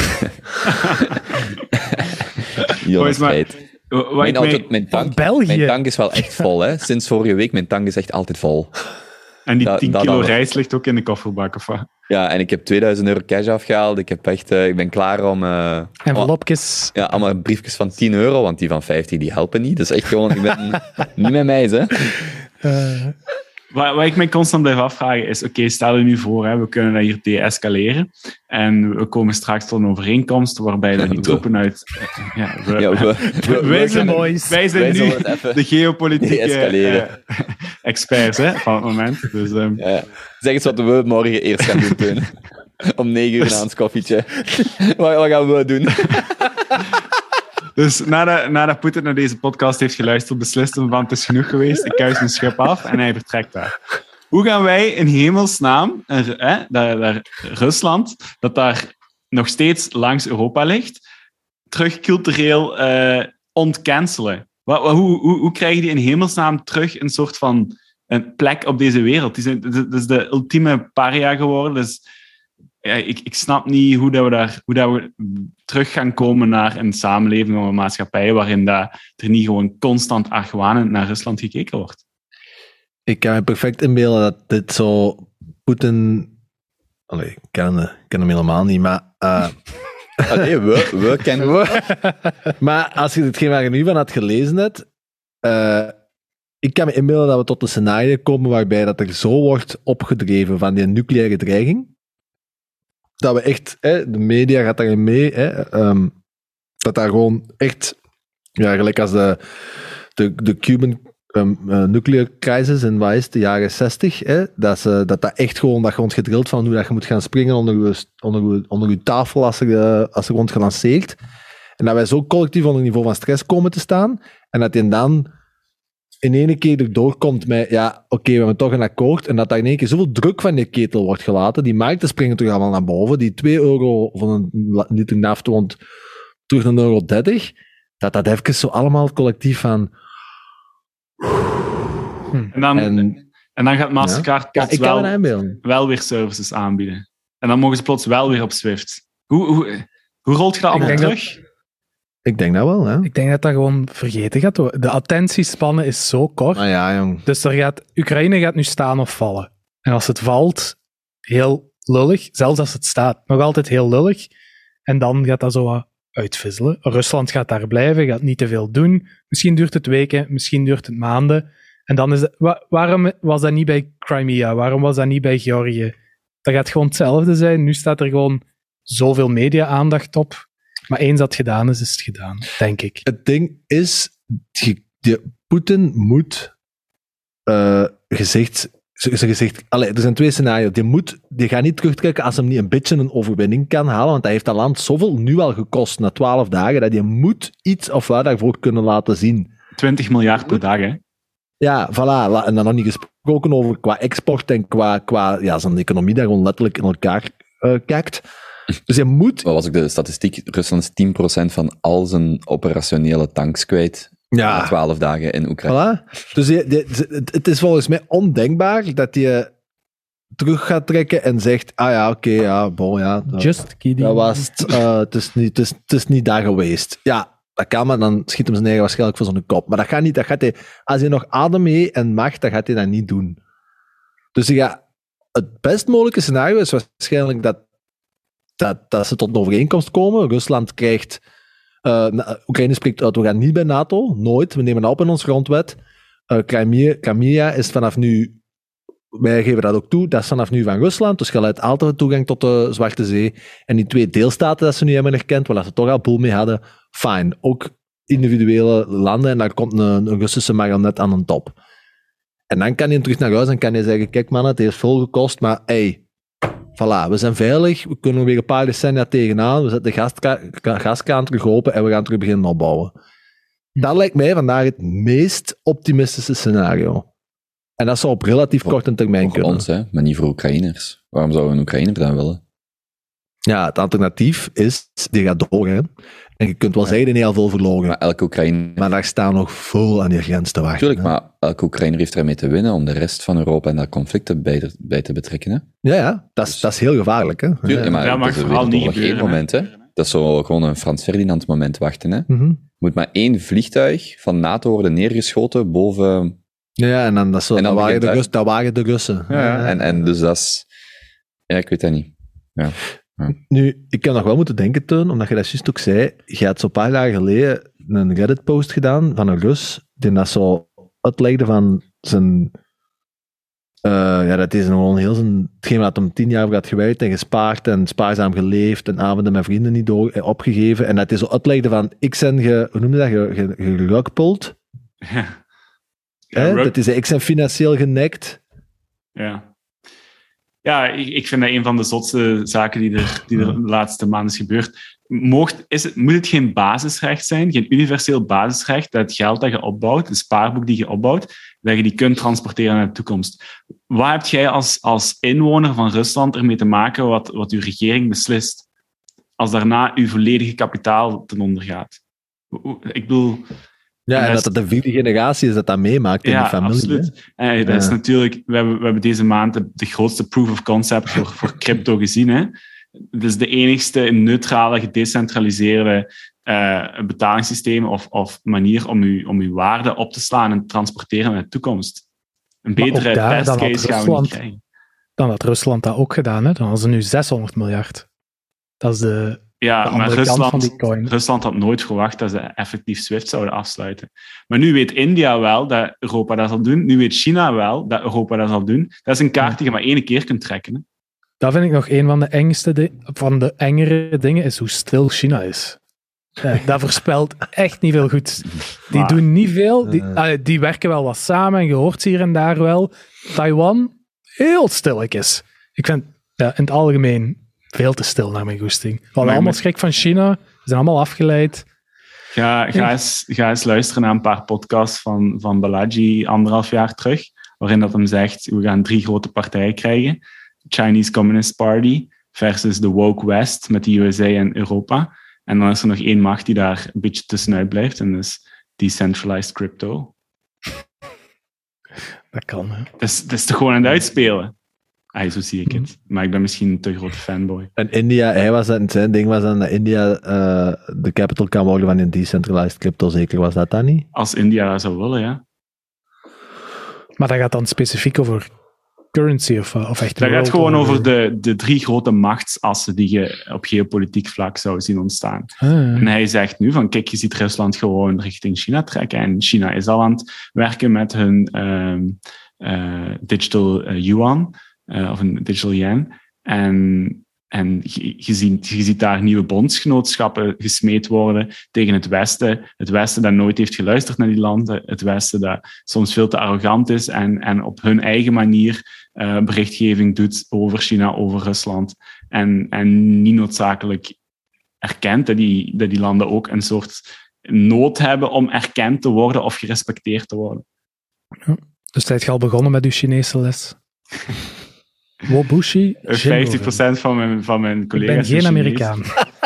Jonas maar- Feit. Wat Mijn, ik auto, mij- mijn, tank, België. mijn tank is wel echt vol, hè. Sinds vorige week, mijn tank is echt altijd vol. En die Dat- tien dat kilo dan. rijst ligt ook in de kofferbak, of wat? Ja, en ik heb tweeduizend euro cash afgehaald. Ik, heb echt, eh, ik ben klaar om... eh, Envelopjes. Ja, allemaal briefjes van tien euro, want die van vijftig die helpen niet. Dus echt gewoon, ik ben niet met mij, hè. eh, Wat, wat ik mij constant blijf afvragen is, oké, stel je nu voor, hè, we kunnen dat hier deescaleren en we komen straks tot een overeenkomst waarbij dat die We. troepen uit... Ja, we, Ja, we, we, wij we- zijn, boys. wij zijn wij nu zullen het even de geopolitieke deescaleren. eh, experts hè, van het moment. Dus, ehm, Ja, zeg eens wat we morgen eerst gaan doen, Teun. Om negen uur na ons koffietje. Wat, wat gaan we doen? dus nadat, nadat Poetin naar deze podcast heeft geluisterd, beslist hij van het is genoeg geweest, ik kuis mijn schip af en hij vertrekt daar. Hoe gaan wij in hemelsnaam, eh, eh, daar, daar, Rusland, dat daar nog steeds langs Europa ligt, terug cultureel eh ontcancelen? Wat, wat, hoe, hoe, hoe krijgen die in hemelsnaam terug een soort van een plek op deze wereld? Die zijn, dat is de ultieme paria geworden. Dus ja, ik, ik snap niet hoe, dat we daar, hoe dat we terug gaan komen naar een samenleving of een maatschappij waarin dat er niet gewoon constant argwanend naar Rusland gekeken wordt. Ik kan me perfect inbeelden dat dit zo Poetin... Allee, ik ken, ik ken hem helemaal niet, maar... Uh... Allee, we, we kennen we. Maar als je hetgeen waar je nu van had gelezen hebt... Uh, ik kan me inbeelden dat we tot een scenario komen waarbij dat er zo wordt opgedreven van die nucleaire dreiging, dat we echt... Hè, de media gaat daarin mee, hè, um, dat daar gewoon echt... Ja, gelijk als de, de, de Cuban... Um, uh, nuclear crisis in wat is het, de jaren zestig, hè, dat, ze, dat dat echt gewoon, dat gewoon gedrild van hoe dat je moet gaan springen onder je, onder je, onder je tafel als er, uh, als er wordt gelanceerd. En dat wij zo collectief onder het niveau van stress komen te staan, en dat je dan in één keer erdoor komt met, ja, oké, okay, we hebben toch een akkoord, en dat daar in één keer zoveel druk van die ketel wordt gelaten, die markten springen terug allemaal naar boven, die twee euro van een liter naft woont terug naar een euro dertig, dat dat even zo allemaal collectief van... En dan, en, en dan gaat Mastercard ja. plots ja, wel, wel weer services aanbieden. En dan mogen ze plots wel weer op Swift. Hoe, hoe, hoe rolt je dat allemaal terug? Dat, ik denk dat wel, hè. Ik denk dat dat gewoon vergeten gaat worden. De attentiespannen is zo kort. Ah, ja, jong. Dus er gaat, Oekraïne gaat nu staan of vallen. En als het valt, heel lullig. Zelfs als het staat, nog altijd heel lullig. En dan gaat dat zo wat uitvisselen. Rusland gaat daar blijven, gaat niet te veel doen. Misschien duurt het weken, misschien duurt het maanden. En dan is het, wa- waarom was dat niet bij Crimea? Waarom was dat niet bij Georgië? Dat gaat gewoon hetzelfde zijn. Nu staat er gewoon zoveel media-aandacht op. Maar eens dat het gedaan is, is het gedaan, denk ik. Het ding is, die, die Poetin moet uh, gezegd... Zijn gezegd allee, er zijn twee scenario's. Die, moet, die gaat niet terugtrekken als hij niet een beetje een overwinning kan halen, want hij heeft dat land zoveel nu al gekost na twaalf dagen, dat je moet iets of wat daarvoor kunnen laten zien. twintig miljard per dag, hè? Ja, voilà. En dan nog niet gesproken over qua export en qua, qua ja, zijn economie daar gewoon letterlijk in elkaar uh, kijkt. Dus je moet... Wat was ik de statistiek? Rusland is tien procent van al zijn operationele tanks kwijt. Ja. Na twaalf dagen in Oekraïne. Voilà. Dus je, je, het is volgens mij ondenkbaar dat je terug gaat trekken en zegt, ah ja, oké, okay, ja, bon, ja. Dat, Just kidding. Dat was het. Uh, het, is niet, het, is, het is niet daar geweest. Ja, dat kan, maar dan schiet hem zijn eigen waarschijnlijk voor zijn kop. Maar dat gaat niet, dat gaat hij, als hij nog adem heeft en mag, dan gaat hij dat niet doen. Dus ja, het best mogelijke scenario is waarschijnlijk dat, dat, dat ze tot een overeenkomst komen. Rusland krijgt... Uh, Oekraïne spreekt uit, we gaan niet bij NATO, nooit. We nemen dat op in ons grondwet. Uh, Crimea, Crimea is vanaf nu, wij geven dat ook toe, dat is vanaf nu van Rusland, dus je hebt altijd toegang tot de Zwarte Zee. En die twee deelstaten dat ze nu hebben erkend, waar ze toch al boel mee hadden, fine. Ook individuele landen, en daar komt een, een Russische marionet aan een top. En dan kan hij terug naar huis en kan hij zeggen, kijk man, het heeft veel gekost, maar hey, voilà, we zijn veilig, we kunnen weer een paar decennia tegenaan, we zetten de gaska- gaskraan terug open en we gaan terug beginnen opbouwen. Dat lijkt mij vandaag het meest optimistische scenario. En dat zou op relatief voor, korte termijn voor kunnen. ons, hè, maar niet voor Oekraïners. Waarom zouden we een Oekraïner dan willen? Ja, het alternatief is, die gaat door, hè. En je kunt wel ja. zeggen, die heeft heel veel verloren. Maar elke Oekraïner... Maar daar staan nog veel aan die grens te wachten. Tuurlijk, hè. maar elke Oekraïner heeft ermee te winnen om de rest van Europa en dat conflict bij, de, bij te betrekken. Hè? Ja, ja, dat is, dus, dat is heel gevaarlijk. Hè. Tuurlijk, maar ja, mag dat is vooral niet nog één moment. Hè? Dat is zo gewoon een Frans Ferdinand moment wachten. Hè? Mm-hmm. Moet maar één vliegtuig van NATO worden neergeschoten boven... Ja, en dan, dat, zo, en dan dat, waren, de uit... Rus, dat waren de Russen. Ja, ja. En, en dus dat is... Ja, ik weet dat niet. Ja. Ja. Nu, ik kan nog wel moeten denken, Teun, omdat je dat juist ook zei, je had zo'n paar dagen geleden een Reddit-post gedaan van een Rus, die dat zo uitlegde van zijn... Uh, ja, dat is gewoon heel zijn... Hetgeen wat hem tien jaar over had gewerkt en gespaard en spaarzaam geleefd en avonden met vrienden niet door, eh, opgegeven. En dat hij zo uitlegde van, ik ben ge... Hoe noem je dat? Ge, ge, gerugpult. Ja. Ja, rug... dat is, ik ben financieel genekt. Ja. Ja, ik, ik vind dat een van de zotste zaken die er, die er de laatste maanden is gebeurd. Moogt, is het, moet het geen basisrecht zijn, geen universeel basisrecht, dat het geld dat je opbouwt, de spaarboek die je opbouwt, dat je die kunt transporteren naar de toekomst. Wat heb jij als, als inwoner van Rusland ermee te maken wat, wat uw regering beslist, als daarna uw volledige kapitaal ten onder gaat? Ik bedoel... Ja, en dat het de vierde generatie is dat dat meemaakt in ja, de familie. Absoluut. En dat ja. is natuurlijk, we hebben, we hebben deze maand de, de grootste proof of concept voor, voor crypto gezien. Hè? het is de enigste neutrale, gedecentraliseerde uh, betalingssysteem of, of manier om uw, om uw waarde op te slaan en te transporteren naar de toekomst. Een betere testcase gaan we niet krijgen. Dan had Rusland dat ook gedaan, hè? Dan hadden ze nu zeshonderd miljard. Dat is de, ja, de maar andere Rusland, kant van die coin. Rusland had nooit verwacht dat ze effectief SWIFT zouden afsluiten. Maar nu weet India wel dat Europa dat zal doen. Nu weet China wel dat Europa dat zal doen. Dat is een kaart die je maar één keer kunt trekken. Hè? Dat vind ik nog een van de engste di- van de engere dingen, is hoe stil China is. Ja, dat voorspelt echt niet veel goed. Die Maar, doen niet veel. Die, uh, uh, die werken wel wat samen en je hoort ze hier en daar wel. Taiwan, heel stilletjes. Ik vind ja, in het algemeen veel te stil naar mijn goesting. We hadden allemaal schrik van China. Ze zijn allemaal afgeleid. Ga, ga, eens, ga eens luisteren naar een paar podcasts van, van Balaji anderhalf jaar terug, waarin dat hem zegt, we gaan drie grote partijen krijgen. Chinese Communist Party versus de Woke West met de U S A en Europa. En dan is er nog één macht die daar een beetje tussenuit blijft, en dat is decentralized crypto. Dat kan, hè. Dat is, dat is toch gewoon aan het uitspelen? Ah, zo zie ik het. Maar ik ben misschien een te grote fanboy. En India, hij was dat, zijn ding was dan dat India uh, de capital kan worden van een decentralized crypto, zeker was dat dan niet? Als India dat zou willen, ja. Maar dat gaat dan specifiek over currency of, of echt... Dat gaat world gewoon order? over de, de drie grote machtsassen die je op geopolitiek vlak zou zien ontstaan. Ah, En hij zegt nu van, kijk, je ziet Rusland gewoon richting China trekken. En China is al aan het werken met hun um, uh, digital uh, yuan, uh, of een digital yen. En, en je, je, ziet, je ziet daar nieuwe bondsgenootschappen gesmeed worden tegen het Westen. Het Westen dat nooit heeft geluisterd naar die landen. Het Westen dat soms veel te arrogant is en, en op hun eigen manier uh, berichtgeving doet over China, over Rusland. En, en niet noodzakelijk erkent dat die, dat die landen ook een soort nood hebben om erkend te worden of gerespecteerd te worden. Ja. Dus zijt je al begonnen met uw Chinese les? Wobushi? vijftig procent van mijn, van mijn Ik collega's ben geen is Amerikaan.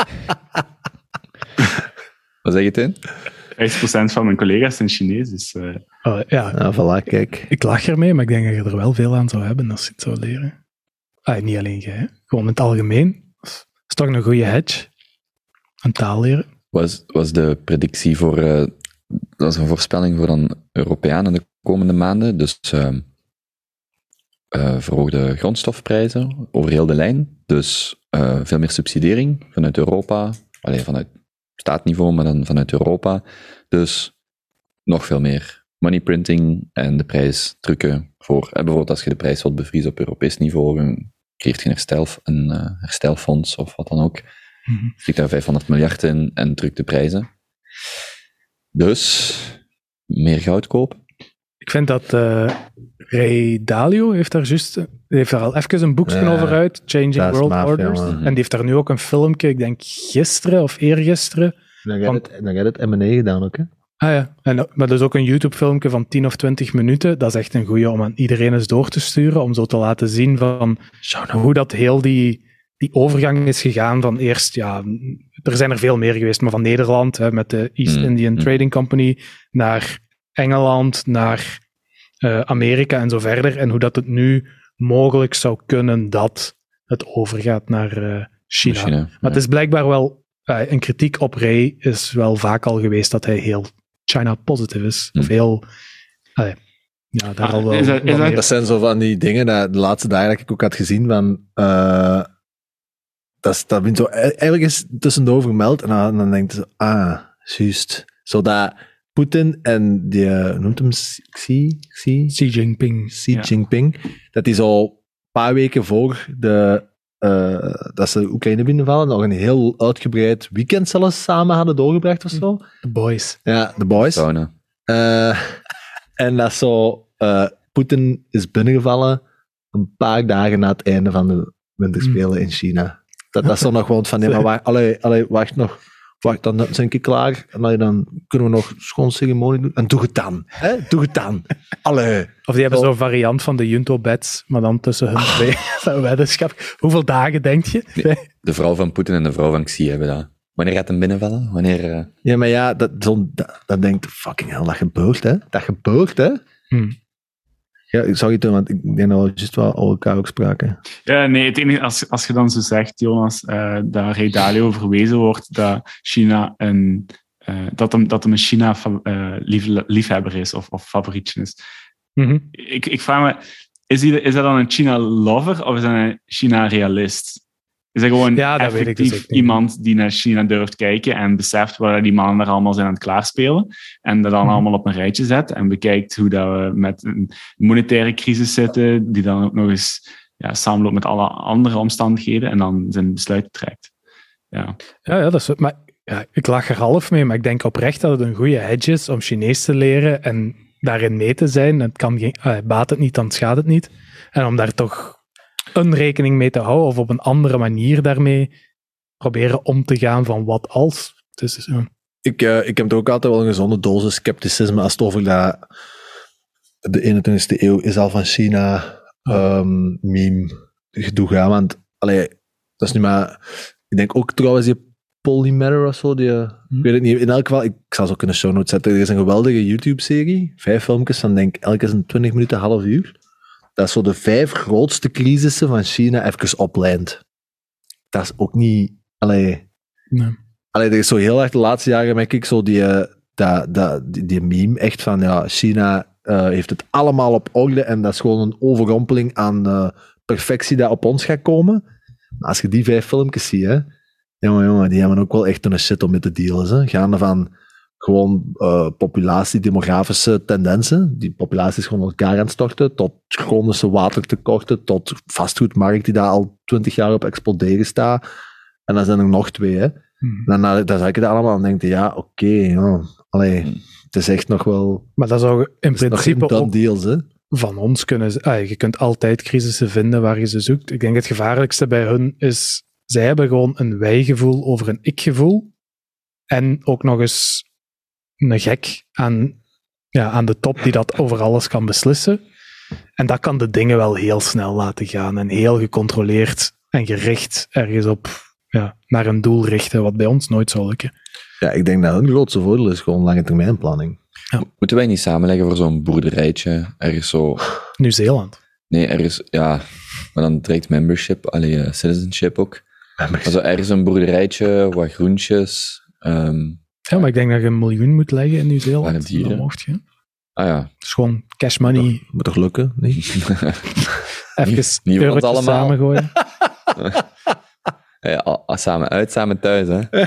Wat zeg je het in? vijftig procent van mijn collega's zijn Chinees. Dus, uh, Oh, ja, Ja, voilà, kijk. ik lach ermee, maar ik denk dat je er wel veel aan zou hebben als je het zou leren. Ah, niet alleen jij, hè. Gewoon in het algemeen. Dat is toch een goede hedge. Een taal leren. Was, was de predictie voor... Uh, dat was een voorspelling voor dan Europeanen de komende maanden. Dus uh, uh, verhoogde grondstofprijzen over heel de lijn. Dus uh, veel meer subsidiering vanuit Europa. Alleen vanuit staatniveau, maar dan vanuit Europa. Dus nog veel meer moneyprinting en de prijs drukken voor... Uh, bijvoorbeeld als je de prijs wilt bevriezen op Europees niveau, dan creëert je een, herstel, een uh, herstelfonds of wat dan ook. Mm-hmm. Stik daar vijfhonderd miljard in en druk de prijzen. Dus, meer goud kopen. Ik vind dat uh, Ray Dalio heeft daar juist... heeft daar al even een boekje Ja, over uit, Changing dat is World maf, Orders. jongen. En die heeft daar nu ook een filmpje, ik denk gisteren of eergisteren. Dan ga Want- je het, dan ga je het M en A gedaan ook, hè? Ah ja, en, maar dus ook een YouTube-filmpje van tien of twintig minuten. Dat is echt een goeie om aan iedereen eens door te sturen, om zo te laten zien van hoe dat heel die, die overgang is gegaan van eerst, ja, er zijn er veel meer geweest, maar van Nederland, hè, met de East Mm, Indian mm. Trading Company, naar Engeland, naar uh, Amerika en zo verder. En hoe dat het nu mogelijk zou kunnen dat het overgaat naar uh, China. China, Maar ja. het is blijkbaar wel, uh, een kritiek op Ray is wel vaak al geweest dat hij heel China positive is. Of Hm. heel, uh, ja, daar Ah, al wel. is dat- is wel dat- meer- Dat zijn zo van die dingen, dat de laatste dagen dat ik ook had gezien van... Uh, dat, is, dat vind ik zo eigenlijk is tussendoor vermeld en dan, dan denk je zo, ah, juist. Zodat Poetin en die, uh, noemt hem Xi, Xi, Xi Jinping. Xi Ja. Jinping, dat die zo een paar weken voor de, uh, dat ze Oekraïne binnenvallen, nog een heel uitgebreid weekend zelfs samen hadden doorgebracht of zo. The Boys. Ja, de boys. Sauna. Uh, en dat zo, uh, Poetin is binnengevallen een paar dagen na het einde van de winterspelen in China. Dat, dat is dan nog gewoon van, nee, maar wacht, allee, allee, wacht nog, wacht, dan zijn ik klaar, en allee, dan kunnen we nog schoon ceremonie doen, en doe het dan, hè, doe het dan. Allee. Of die hebben Oh. zo'n variant van de Junto-beds, maar dan tussen hun twee. Zo'n weddenschap. Hoeveel dagen denk je? Nee. De vrouw van Poetin en de vrouw van Xi hebben dat. Wanneer gaat hem binnenvallen? Wanneer... Uh... Ja, maar ja, dat, zo, dat, dat denkt, fucking hell, dat gebeurt, hè. Dat gebeurt, hè. Hm. Ja, ik zag het doen, want ik denk dat we juist wel al elkaar ook spraken. Ja, nee, het enige, als, als je dan zo zegt, Jonas, uh, dat Ray Dalio verwezen wordt dat China een, uh, dat hem, dat hem een China uh, lief, liefhebber is of, of favorietje is. Mm-hmm. Ik, ik vraag me, is, die, is dat dan een China-lover of is dat een China-realist? Is dat gewoon ja, dat effectief dus iemand die naar China durft kijken en beseft waar die mannen daar allemaal zijn aan het klaarspelen en dat dan mm-hmm. allemaal op een rijtje zet en bekijkt hoe dat we met een monetaire crisis zitten, die dan ook nog eens ja, samenloopt met alle andere omstandigheden en dan zijn besluit trekt. Ja, ja, ja, dat is, maar ja, ik lach er half mee, maar ik denk oprecht dat het een goede hedge is om Chinees te leren en daarin mee te zijn. Het kan geen, uh, baat het niet, dan schaadt het niet. En om daar toch een rekening mee te houden of op een andere manier daarmee proberen om te gaan van wat als. Dus, uh. ik, uh, ik heb er ook altijd wel een gezonde dosis scepticisme als het over dat de eenentwintigste eeuw is al van China um, meme gedoe gaan. Want allee, dat is nu maar... Ik denk ook trouwens die Polymatter of zo, die, hm. ik weet het niet. In elk geval, ik zal ze ook in de show notes zetten. Er is een geweldige YouTube-serie, vijf filmpjes van denk elke is een twintig minuten, half uur. Dat is zo de vijf grootste crisissen van China even oplijnt. Dat is ook niet... Allee, nee. allee, er is zo heel erg de laatste jaren, merk ik, zo die, uh, dat, dat, die, die meme echt van, ja, China uh, heeft het allemaal op orde en dat is gewoon een overrompeling aan uh, perfectie dat op ons gaat komen. Maar als je die vijf filmpjes ziet, hè, jongen, jongen, die hebben ook wel echt een shit om mee te dealen. Hè. Gaande van gewoon uh, populatie, demografische tendensen. Die populatie is gewoon elkaar aan het storten, tot chronische watertekorten, tot vastgoedmarkt die daar al twintig jaar op exploderen staat. En dan zijn er nog twee, hè. Hmm. Dan, dan, dan zag ik dat allemaal en denk je, ja, oké, okay, ja, allee, hmm. het is echt nog wel... Maar dat zou in principe ook deals, hè. Van ons kunnen... Ah, je kunt altijd crisissen vinden waar je ze zoekt. Ik denk het gevaarlijkste bij hun is, zij hebben gewoon een wij-gevoel over een ik-gevoel. En ook nog eens een gek aan, ja, aan de top die dat over alles kan beslissen. En dat kan de dingen wel heel snel laten gaan en heel gecontroleerd en gericht ergens op, ja, naar een doel richten, wat bij ons nooit zal lukken. Ja, ik denk dat hun grootste voordeel is gewoon lange termijn planning. Ja. Moeten wij niet samenleggen voor zo'n boerderijtje, ergens zo... Nieuw-Zeeland? Nee, ergens, ja, maar dan direct membership, allee, uh, citizenship ook. Maar zo ergens een boerderijtje, wat groentjes... Um, ja, maar ik denk dat je een miljoen moet leggen in Nieuw-Zeeland. Dan mocht je. Ah ja. Het is gewoon cash money. Moet, moet toch lukken? Nee? Even niet eurotjes allemaal samengooien. Ja, samen uit, samen thuis, hè.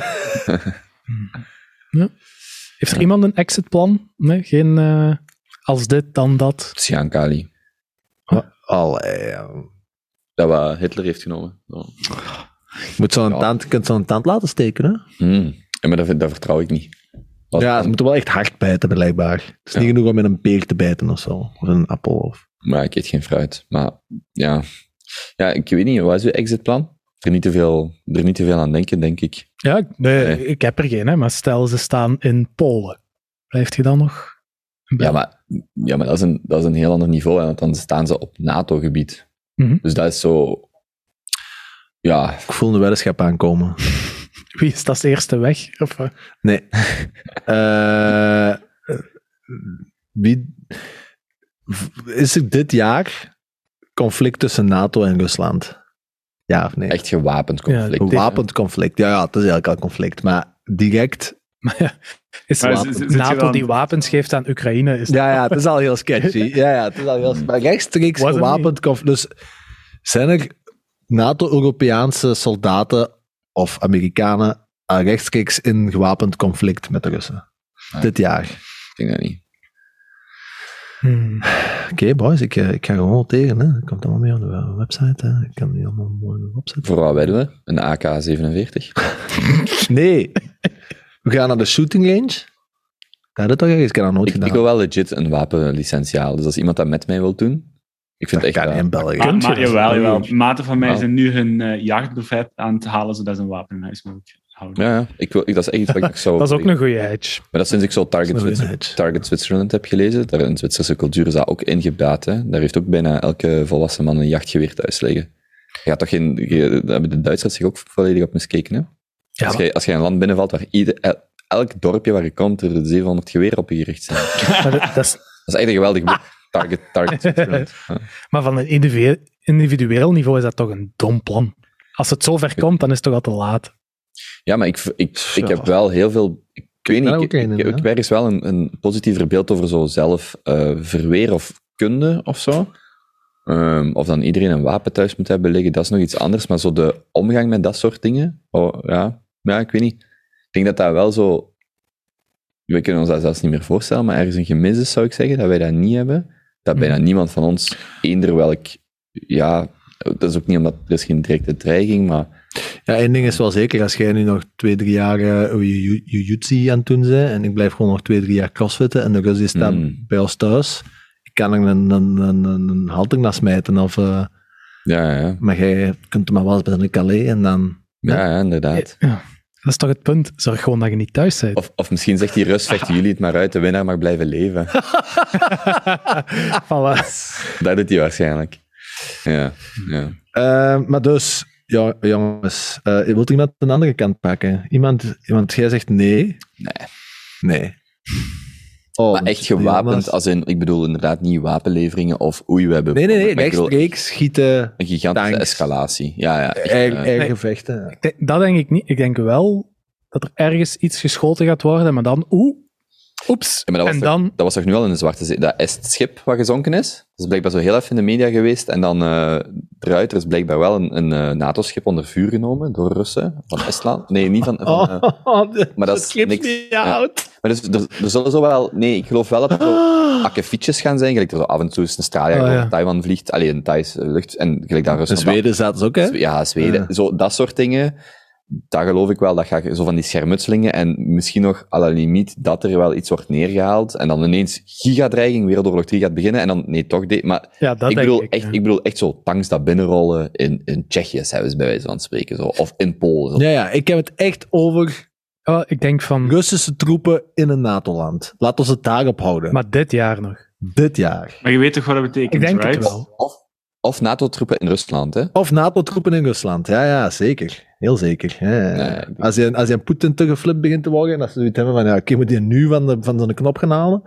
Ja. Heeft er iemand een exitplan? Nee, geen uh, als dit, dan dat? Siankali. Oh. Allee, ja. Dat wat Hitler heeft genomen. Oh. Je moet zo'n ja. tand, kunt zo'n tand laten steken, hè? Mm. Ja, maar dat, dat vertrouw ik niet. Als ja, ze moeten wel echt hard bijten, blijkbaar. Het is ja. niet genoeg om met een peer te bijten of zo. Of een appel. Of... Maar ik eet geen fruit. Maar ja, ja ik weet niet, wat is uw exitplan? Er niet te veel, er niet te veel aan denken, denk ik. Ja, nee, nee. Ik heb er geen, hè, maar stel ze staan in Polen. Blijft je dan nog? Ja, maar, ja, maar dat, is een, dat is een heel ander niveau, hè, want dan staan ze op NATO-gebied. Mm-hmm. Dus dat is zo... Ja. Ik voel een weddenschap aankomen. Wie is dat eerste weg? Of, uh? Nee. uh, wie... Is er dit jaar conflict tussen NATO en Rusland? Ja of nee? Echt gewapend conflict. Ja, gewapend conflict. Ja, ja, het is eigenlijk al conflict. Maar direct... Maar ja, is maar wapen, z- z- NATO dan... die wapens geeft aan Oekraïne? Is ja, ja, het is al heel sketchy. Ja, ja, het is al heel... Maar rechtstreeks gewapend conflict. Dus zijn er NATO-Europese soldaten of Amerikanen rechtstreeks in gewapend conflict met de Russen? Ah, dit jaar. Ik denk dat niet. Hmm. Oké, okay, boys, ik, ik ga gewoon tegen. Hè. Dat komt allemaal mee op de website. Hè. Ik kan die allemaal mooi opzetten. Voor wat wedden we? Een A K zevenenveertig? Nee. We gaan naar de shooting range. Ja, dat toch ergens? Ik heb dat nooit ik, gedaan. Ik wil wel legit een wapenlicentie halen. Dus als iemand dat met mij wil doen... Ik vind dat het echt... kan in België. Ma- ma- jawel, jawel. Maten van mij wow. zijn nu hun uh, jachtbrevet aan het halen, zodat ze een wapen in huis mogen houden. Ja, ik wil, ik, dat is echt iets wat ik zo... Dat is ook een goede hedge. Maar dat sinds ik zo Target, Zwitser, Target Switzerland heb gelezen, daar in Zwitserse cultuur is dat ook ingebaat. Hè. Daar heeft ook bijna elke volwassen man een jachtgeweer thuis liggen. Je gaat toch geen... Je, daar hebben de Duitsers zich ook volledig op miskeken, hè? Ja, als, jij, als jij een land binnenvalt waar ieder, elk dorpje waar je komt, er zevenhonderd geweren op je gericht zijn. dat, dat, is... dat is echt een geweldig boek. Target, target Switzerland. Ja. Maar van een individu- individueel niveau is dat toch een dom plan. Als het zo ver komt, dan is het toch al te laat. Ja, maar ik, ik, ik heb wel heel veel... Ik, ik weet ben niet, ook ik, een, ik, ik hè? heb ergens wel een, een positiever beeld over zo zelf uh, verweer of kunde of zo. Um, of dan iedereen een wapen thuis moet hebben liggen, dat is nog iets anders. Maar zo de omgang met dat soort dingen, oh, ja, ja, ik weet niet. Ik denk dat dat wel zo... We kunnen ons dat zelfs niet meer voorstellen, maar ergens een gemis is, zou ik zeggen, dat wij dat niet hebben. Dat bijna niemand van ons, eender welk... Ja, dat is ook niet omdat er is geen directe dreiging, maar... Ja, één ding is wel zeker, als jij nu nog twee, drie jaar uh, je jiu-jitsu aan het doen bent, en ik blijf gewoon nog twee, drie jaar crossfitten, en de rest die staat Mm. bij ons thuis, ik kan er een, een, een, een halter naar smijten, of... Uh, Ja, ja. maar jij kunt er maar wel eens bij een calais, en dan... Ja, ja, inderdaad. Ja, dat is toch het punt. Zorg gewoon dat je niet thuis bent. Of, of misschien zegt die Rus, vechten jullie het maar uit, de winnaar mag blijven leven. Voilà. Dat doet hij waarschijnlijk. Ja, ja. Uh, maar dus, ja, jongens, uh, wilt iemand een andere kant pakken? Iemand, iemand jij zegt nee? Nee. Nee. Oh, Maar echt gewapend, als in, ik bedoel inderdaad niet wapenleveringen of oei, we hebben... Nee, nee, nee, maar ik bedoel, rechtstreeks schieten, een gigantische tanks. escalatie. Ja, ja. Echt, eigen, eh, eigen nee. gevechten. Ik denk- Dat denk ik niet. Ik denk wel dat er ergens iets geschoten gaat worden, maar dan, oeh, oeps. Ja, maar dat was, en toch, dan, dat was toch nu al in de Zwarte Zee? Dat is het schip wat gezonken is. Dat is blijkbaar zo heel even in de media geweest. En dan uh, eruit, er is blijkbaar wel een, een uh, NATO-schip onder vuur genomen door Russen van Estland. Nee, niet van... van uh, Oh, maar dat is knipt niks. niet Ja. uit. Maar dus, er, er zullen zo wel... Nee, ik geloof wel dat er zo akkefietjes gaan zijn. Gelijk er zo af en toe eens een straaljager Oh, ja. over Taiwan vliegt. Allee, een Thaise lucht. En gelijk daar In Rusland... Zweden zaten ze ook, hè? Ja, Zweden. Ja. Zo, dat soort dingen. Dat geloof ik wel. Dat gaat zo van die schermutselingen. En misschien nog à la limiet dat er wel iets wordt neergehaald. En dan ineens gigadreiging, Wereldoorlog drie gaat beginnen. En dan, nee, toch... De, maar ja, dat ik, denk bedoel ik. echt, ja. ik bedoel echt zo tanks dat binnenrollen in, in Tsjechië, zelfs bij wijze van spreken. Zo. Of in Polen. Zo. Ja, ja, ik heb het echt over Oh, ik denk van, Russische troepen in een NATO-land. Laat ons het daarop houden. maar dit jaar nog. Dit jaar. Maar je weet toch wat dat betekent, Ik denk right? het wel. Of, of NATO-troepen in Rusland, hè. Of NATO-troepen in Rusland. Ja, ja, zeker. Heel zeker. Ja, ja. Nee, ik denk- Als je, als je een Poetin te geflipt begint te worden, en als ze zoiets hebben van, ja, oké, moet je nu van, de, van zijn knop gaan halen?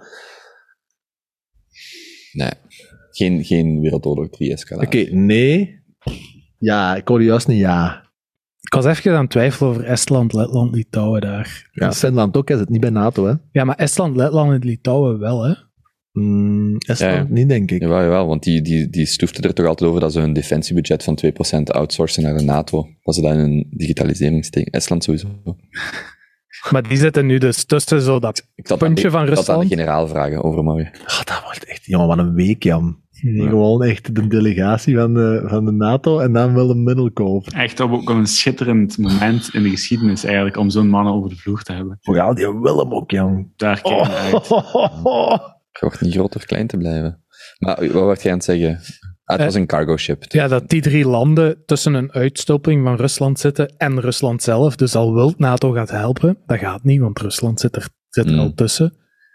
Nee. Geen, geen Wereldoorlog drie escalatie. Oké, nee. Ja, ik hoorde juist niet ja. Ik was even aan het twijfelen over Estland, Letland, Litouwen daar. Ja, Dus- Finland ook, hij zit niet bij NATO, hè. ja, maar Estland, Letland en Litouwen wel, hè. Mm, Estland Ja, ja. niet, denk ik. Jawel, jawel, want die, die, die stoefden er toch altijd over dat ze hun defensiebudget van twee procent outsourcen naar de NATO. Dat ze dat in een digitalisering steken. Estland sowieso. Maar die zitten nu dus tussen zo dat Ik zal puntje aan, van ik zal het aan de Rusland. generaal vragen overmorgen. Oh, dat wordt echt, jongen, wat een week, Jan. Ja. Gewoon echt de delegatie van de, van de NATO en dan wel een middelkoop. Echt ook een schitterend moment in de geschiedenis eigenlijk, om zo'n mannen over de vloer te hebben. Vooral die Willem ook, jong. Daar kijk ik naar uit. Je hoort niet groot of klein te blijven. Maar wat word jij aan het zeggen? Ah, het was een cargo ship. Ja, dat die drie landen tussen een uitstoping van Rusland zitten en Rusland zelf. Dus al wil NATO gaat helpen, dat gaat niet, want Rusland zit er, zit er Mm. al tussen.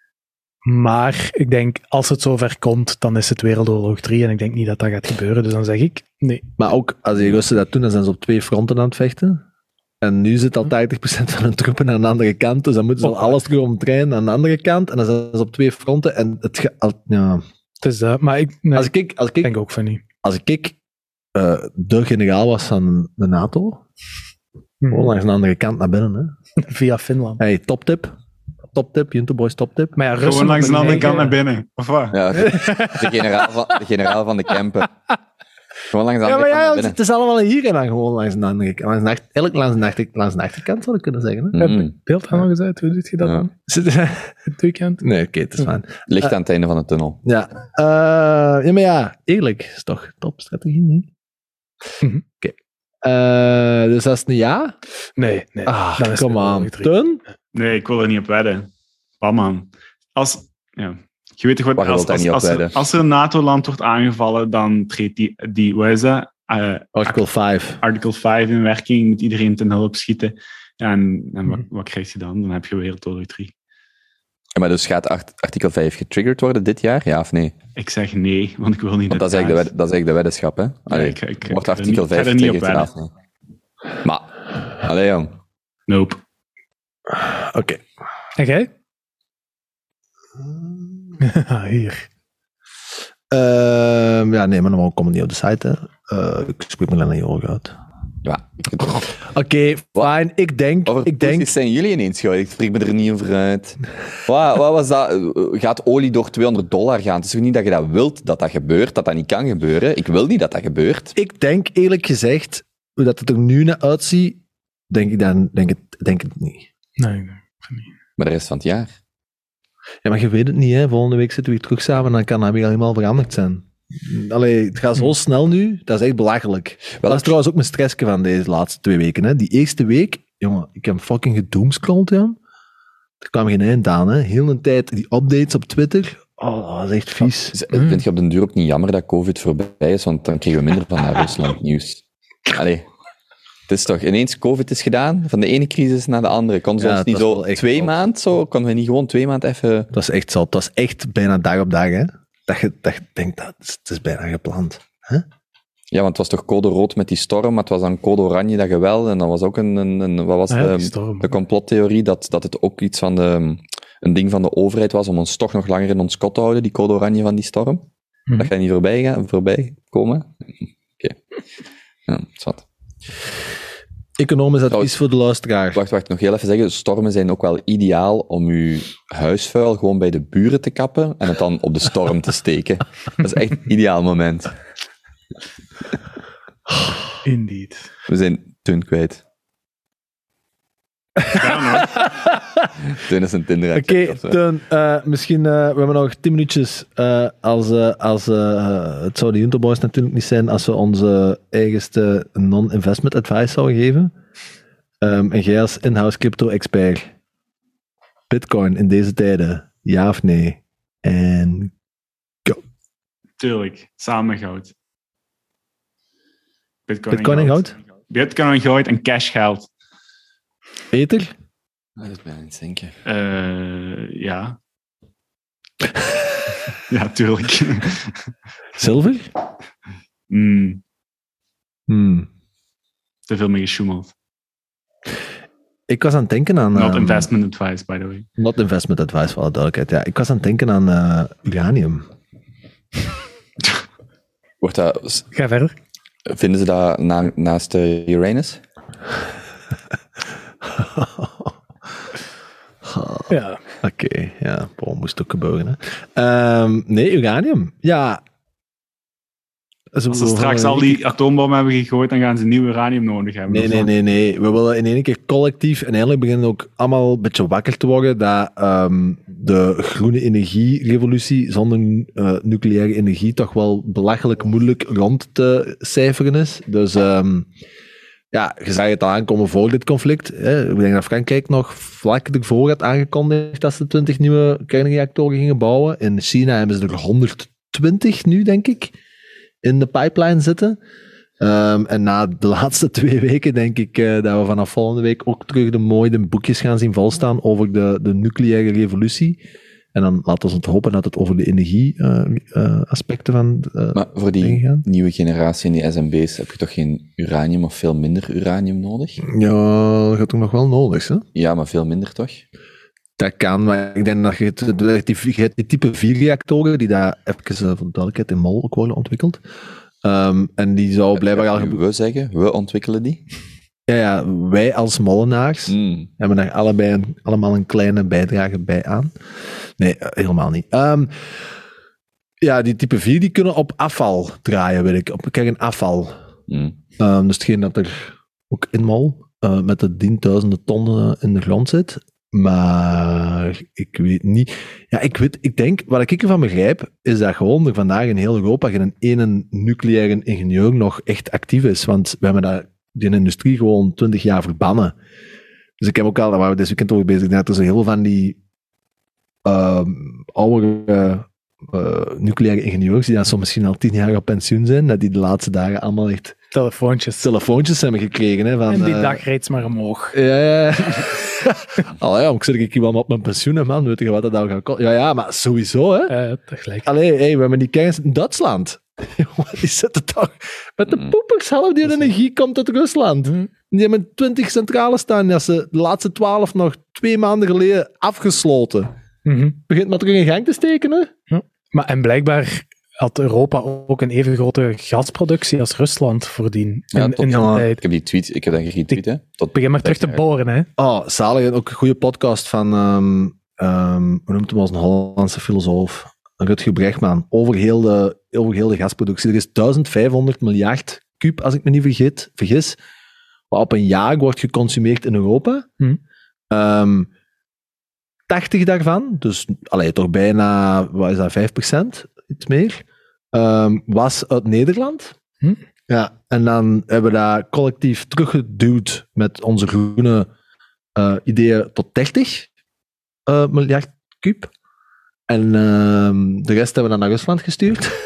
Maar ik denk, als het zover komt, dan is het Wereldoorlog drie. En ik denk niet dat dat gaat gebeuren. Dus dan zeg ik, nee. Maar ook, als die Russen dat doen, dan zijn ze op twee fronten aan het vechten. En nu zit al tachtig procent van hun troepen aan de andere kant, dus dan moeten ze al Oh. alles terug omtrainen aan de andere kant. En dan zijn ze op twee fronten. En het ga- al- ja. Het is dat. Maar ik, nee, Als ik, als ik ik, denk ook van niet. als ik uh, de generaal was van de NATO, Hm. gewoon langs de andere kant naar binnen. Hè. Via Finland. Hey, top tip. Top tip, Junto Boys top tip. Maar ja, Russen Gewoon langs op de hun andere kant naar eigen- binnen, of wat? Ja, de, de generaal van, de generaal van de Kempen. Gewoon langs de Ja, andere maar kant ja, naar het binnen. is allemaal hier en dan gewoon langs de andere kant. Langs de achter- Eigenlijk langs de, achter, langs de achterkant zou ik kunnen zeggen. Hè. Mm. Beeld aan nog eens uit, hoe doet je dat Ja. dan? Zit- Het weekend? Nee, oké, het is fijn. Licht aan het einde van de tunnel. Ja, uh, ja, maar ja, eerlijk, is toch topstrategie, niet? Mhm. Oké. Uh, dus dat is een ja? Nee, nee. Ah, dan is kom het aan. Wereldoorlog drie. Tun? Nee, ik wil er niet op wedden. Bam, man. Als, ja. Je weet toch wat, Maar je als, wilt daar als, niet op als, er, wedden. als er een NATO-land wordt aangevallen, dan treedt die, die wat is dat? Uh, Article vijf. Article vijf in werking, moet iedereen ten hulp schieten. Ja, en en wat, wat krijg je dan? Dan heb je Wereldoorlog drie. Ja, maar dus gaat art- artikel vijf getriggerd worden dit jaar, ja of nee? Ik zeg nee, want ik wil niet Want dat is het eigenlijk de, wed- dat is eigenlijk de weddenschap, hè? Allee, ik- ik- wordt ik ga er artikel niet- vijf ik ga er niet op getriggerd, ja of nee? Maar, allee jong. Nope. En jij? Hier. Uh, ja, nee, maar normaal komen die op de site. Hè. Uh, ik spreek me alleen naar je uit. Ja. Oké, okay, fine. Ik denk... Over ik denk... zijn jullie ineens gauw. Ik spreek me er niet over uit. wat, wat was dat? Gaat olie door tweehonderd dollar gaan? Het is toch niet dat je dat wilt, dat dat gebeurt, dat dat niet kan gebeuren? Ik wil niet dat dat gebeurt. Ik denk eerlijk gezegd, hoe dat het er nu naar uitziet, denk ik dan denk het, denk het niet. Nee, nee, niet. Maar de rest van het jaar? Ja, maar je weet het niet, hè. Volgende week zitten we weer terug samen en dan kan dat weer helemaal veranderd zijn. Allee, het gaat zo snel nu, dat is echt belachelijk. Wel, dat is trouwens ook mijn stressje van deze laatste twee weken. Hè. Die eerste week, jongen, ik heb fucking gedoomscrolld, ja. Er kwam geen eind aan, hè. Heel een tijd, die updates op Twitter, oh, dat is echt vies. Ja, vind je op den duur ook niet jammer dat COVID voorbij is, want dan kregen we minder van naar Rusland nieuws. Allee, het is toch, ineens COVID is gedaan, van de ene crisis naar de andere. Kon ze ja, ons niet zo twee maanden zo, konden we niet gewoon twee maanden even... Dat is echt zat, dat is echt bijna dag op dag, hè. Dat je, dat je denkt, dat is, het is bijna gepland. Huh? Ja, want het was toch code rood met die storm, maar het was dan code oranje dat geweld. En dat was ook een, een, een wat was ja, de, de complottheorie, dat, dat het ook iets van de, een ding van de overheid was om ons toch nog langer in ons kot te houden, die code oranje van die storm. Mm. Dat gaat niet voorbij, gaan, voorbij komen. Oké. Okay. Ja, zat. Economisch advies voor de luisteraar. Wacht, wacht, nog heel even zeggen. Stormen zijn ook wel ideaal om je huisvuil gewoon bij de buren te kappen en het dan op de storm te steken. Dat is echt een ideaal moment. Indeed. We zijn Teun kwijt. Ja, Teun is een Tinder. Oké, okay, Teun, uh, misschien, uh, we hebben nog tien minuutjes. Uh, als uh, als uh, het zou de Junto Boys natuurlijk niet zijn als we onze eigenste non-investment advice zouden geven. Um, en jij als in-house crypto-expert. Bitcoin in deze tijden, ja of nee? En go. Tuurlijk, samen goud. Bitcoin, Bitcoin en goud? goud? Bitcoin en goud en cashgeld. Peter? Dat is bijna niet denken. Uh, ja. Ja, tuurlijk. Zilver? Mm. Hmm. Te veel mee gesjoemeld. Ik was aan het denken aan... Not um, investment advice, by the way. Not investment advice, voor alle duidelijkheid. Ja, ik was aan het denken aan uh, uranium. Wordt dat... Ga verder. Vinden ze dat na, naast uh, Uranus? Ja. Oké, okay, ja. Paul moest ook gebeuren. Hè. Um, nee, uranium. Ja. Als ze straks al die atoombommen hebben gegooid, dan gaan ze nieuw uranium nodig hebben. Nee, nee, nee, nee. We willen in één keer collectief en eindelijk beginnen ook allemaal een beetje wakker te worden dat um, de groene energierevolutie zonder uh, nucleaire energie toch wel belachelijk moeilijk rond te cijferen is. Dus um, ja, je zag het al aankomen voor dit conflict. Hè. Ik denk dat Frankrijk nog vlak ervoor had aangekondigd dat ze twintig nieuwe kernreactoren gingen bouwen. In China hebben ze er honderdtwintig nu, denk ik, in de pipeline zitten. Um, en na de laatste twee weken denk ik uh, dat we vanaf volgende week ook terug de mooie boekjes gaan zien volstaan over de, de nucleaire revolutie. En dan laten we ons hopen dat het over de energie-aspecten uh, uh, van uh, Maar voor die nieuwe generatie in die S M B's heb je toch geen uranium of veel minder uranium nodig? Ja, dat gaat toch nog wel nodig, hè? Ja, maar veel minder toch? Dat kan, maar ik denk dat je het, die, die type vier reactoren, die daar, even voor de duidelijkheid, in Mol ook worden ontwikkeld. Um, en die zou blijkbaar al... We zeggen, we ontwikkelen die? Ja, ja, wij als molenaars mm. hebben daar allebei een, allemaal een kleine bijdrage bij aan. Nee, helemaal niet. Um, ja, die type vier, die kunnen op afval draaien, weet ik. Op kernafval. Mm. Um, dus hetgeen dat er ook in Mol uh, met de tienduizenden tonnen in de grond zit. Maar ik weet niet. Ja, ik weet, ik denk, wat ik ervan begrijp, is dat gewoon er vandaag in heel Europa geen ene nucleaire ingenieur nog echt actief is. Want we hebben dat, die industrie gewoon twintig jaar verbannen. Dus ik heb ook al, daar waren we dit weekend over bezig, dat er zo heel veel van die uh, oude uh, uh, nucleaire ingenieurs, die dan zo misschien al tien jaar op pensioen zijn, dat die de laatste dagen allemaal echt telefoontjes, telefoontjes hebben gekregen. Hè, van, en die uh, dag reeds maar omhoog. Ja, ja. Allee, ja, ik zeg ik wel op mijn pensioen, man. Weet je wat dat nou gaat kosten? Ja, ja, maar sowieso, hè. Uh, tegelijk. Allee, hey, we hebben die kennis in Duitsland. Die zitten toch met de poepers half die energie komt uit Rusland. Mm. Die hebben twintig centrales staan, dat ze de laatste twaalf nog twee maanden geleden afgesloten. Mm-hmm. Begint maar terug in gang te steken, hè? Ja. Maar en blijkbaar had Europa ook een even grote gasproductie als Rusland voordien. Ja, in, tot, in die ja, tijd. Ik heb die tweet, ik heb dat geretweet, hè. Tot Begin maar terug te boren, hè. Oh, zalig. Ook een goede podcast van, um, um, hoe noemt hem als een Hollandse filosoof? Rutger Bregman. Over heel, de, over heel de gasproductie. Er is duizendvijfhonderd miljard kuub, als ik me niet vergeet, vergis, wat op een jaar wordt geconsumeerd in Europa. Hm. Um, tachtig daarvan, dus allee, toch bijna, wat is dat, vijf procent, iets meer, um, was uit Nederland. Hm. Ja, en dan hebben we dat collectief teruggeduwd met onze groene uh, ideeën tot dertig uh, miljard kuub. En um, de rest hebben we dan naar Rusland gestuurd.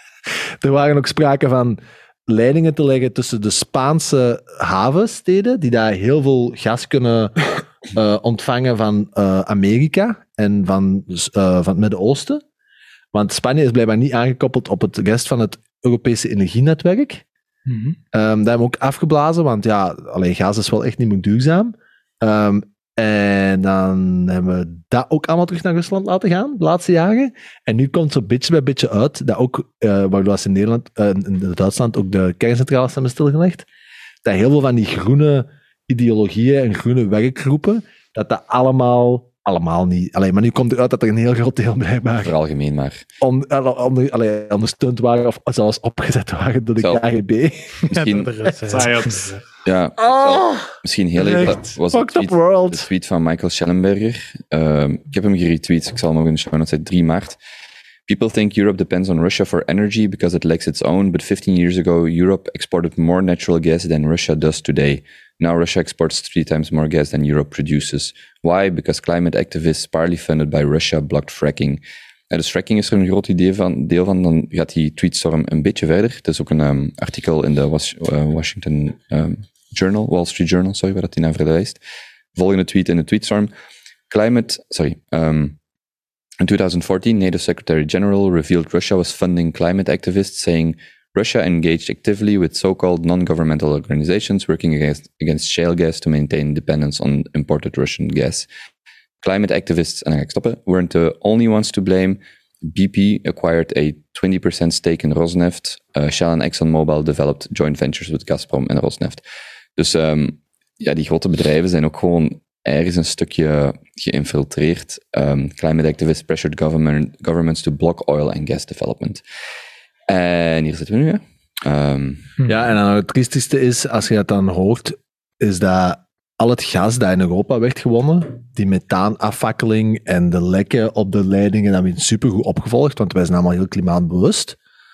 Er waren ook sprake van leidingen te leggen tussen de Spaanse havensteden, die daar heel veel gas kunnen uh, ontvangen van uh, Amerika en van, uh, van het Midden-Oosten. Want Spanje is blijkbaar niet aangekoppeld op het rest van het Europese energienetwerk. Mm-hmm. Um, dat hebben we ook afgeblazen, want ja, alleen gas is wel echt niet meer duurzaam. Um, en dan hebben we dat ook allemaal terug naar Rusland laten gaan, de laatste jaren. En nu komt zo beetje bij beetje uit, dat ook, uh, waardoor ze in, Nederland, uh, in Duitsland ook de kerncentrales hebben stilgelegd, dat heel veel van die groene ideologieën en groene werkgroepen, dat dat allemaal, allemaal niet... Allee, maar nu komt eruit dat er een heel groot deel blijkbaar Voor algemeen maar. on, onder, allee, ondersteund waren of zelfs opgezet waren door de Zelf. K G B. Misschien, Ja, dat er is, hè. Science. ja, Oh, misschien heel even... echt Dat was de fucked up tweet, world. de tweet van Michael Schellenberger. Um, ik heb hem geretweet, ik zal hem ook in de show notes, drie maart. People think Europe depends on Russia for energy because it lacks its own, but fifteen years ago Europe exported more natural gas than Russia does today. Now Russia exports three times more gas than Europe produces. Why? Because climate activists, partly funded by Russia, blocked fracking. Ja, dus fracking is er een groot idee van, deel van. Dan gaat die tweetstorm een beetje verder. Het is ook een um, artikel in de Was, uh, Washington um, Journal, Wall Street Journal, sorry, waar dat die naar verwijst. Volgende tweet in de tweetstorm. Climate, sorry, um, in twenty fourteen, NATO Secretary General revealed Russia was funding climate activists, saying Russia engaged actively with so-called non-governmental organizations working against, against shale gas to maintain dependence on imported Russian gas. Climate activists, en dan ga ik stoppen, weren't the only ones to blame. B P acquired a twenty percent stake in Rosneft. Uh, Shell en ExxonMobil developed joint ventures with Gazprom en Rosneft. Dus um, ja, die grote bedrijven zijn ook gewoon ergens een stukje geïnfiltreerd. Um, climate activists pressured government, governments to block oil and gas development. En hier zitten we nu, hè. Um, Ja, en dan het triestigste is, als je dat dan hoort, is dat al het gas dat in Europa werd gewonnen, die methaanafvakkeling en de lekken op de leidingen, dat werd supergoed opgevolgd, want wij zijn allemaal heel klimaatbewust.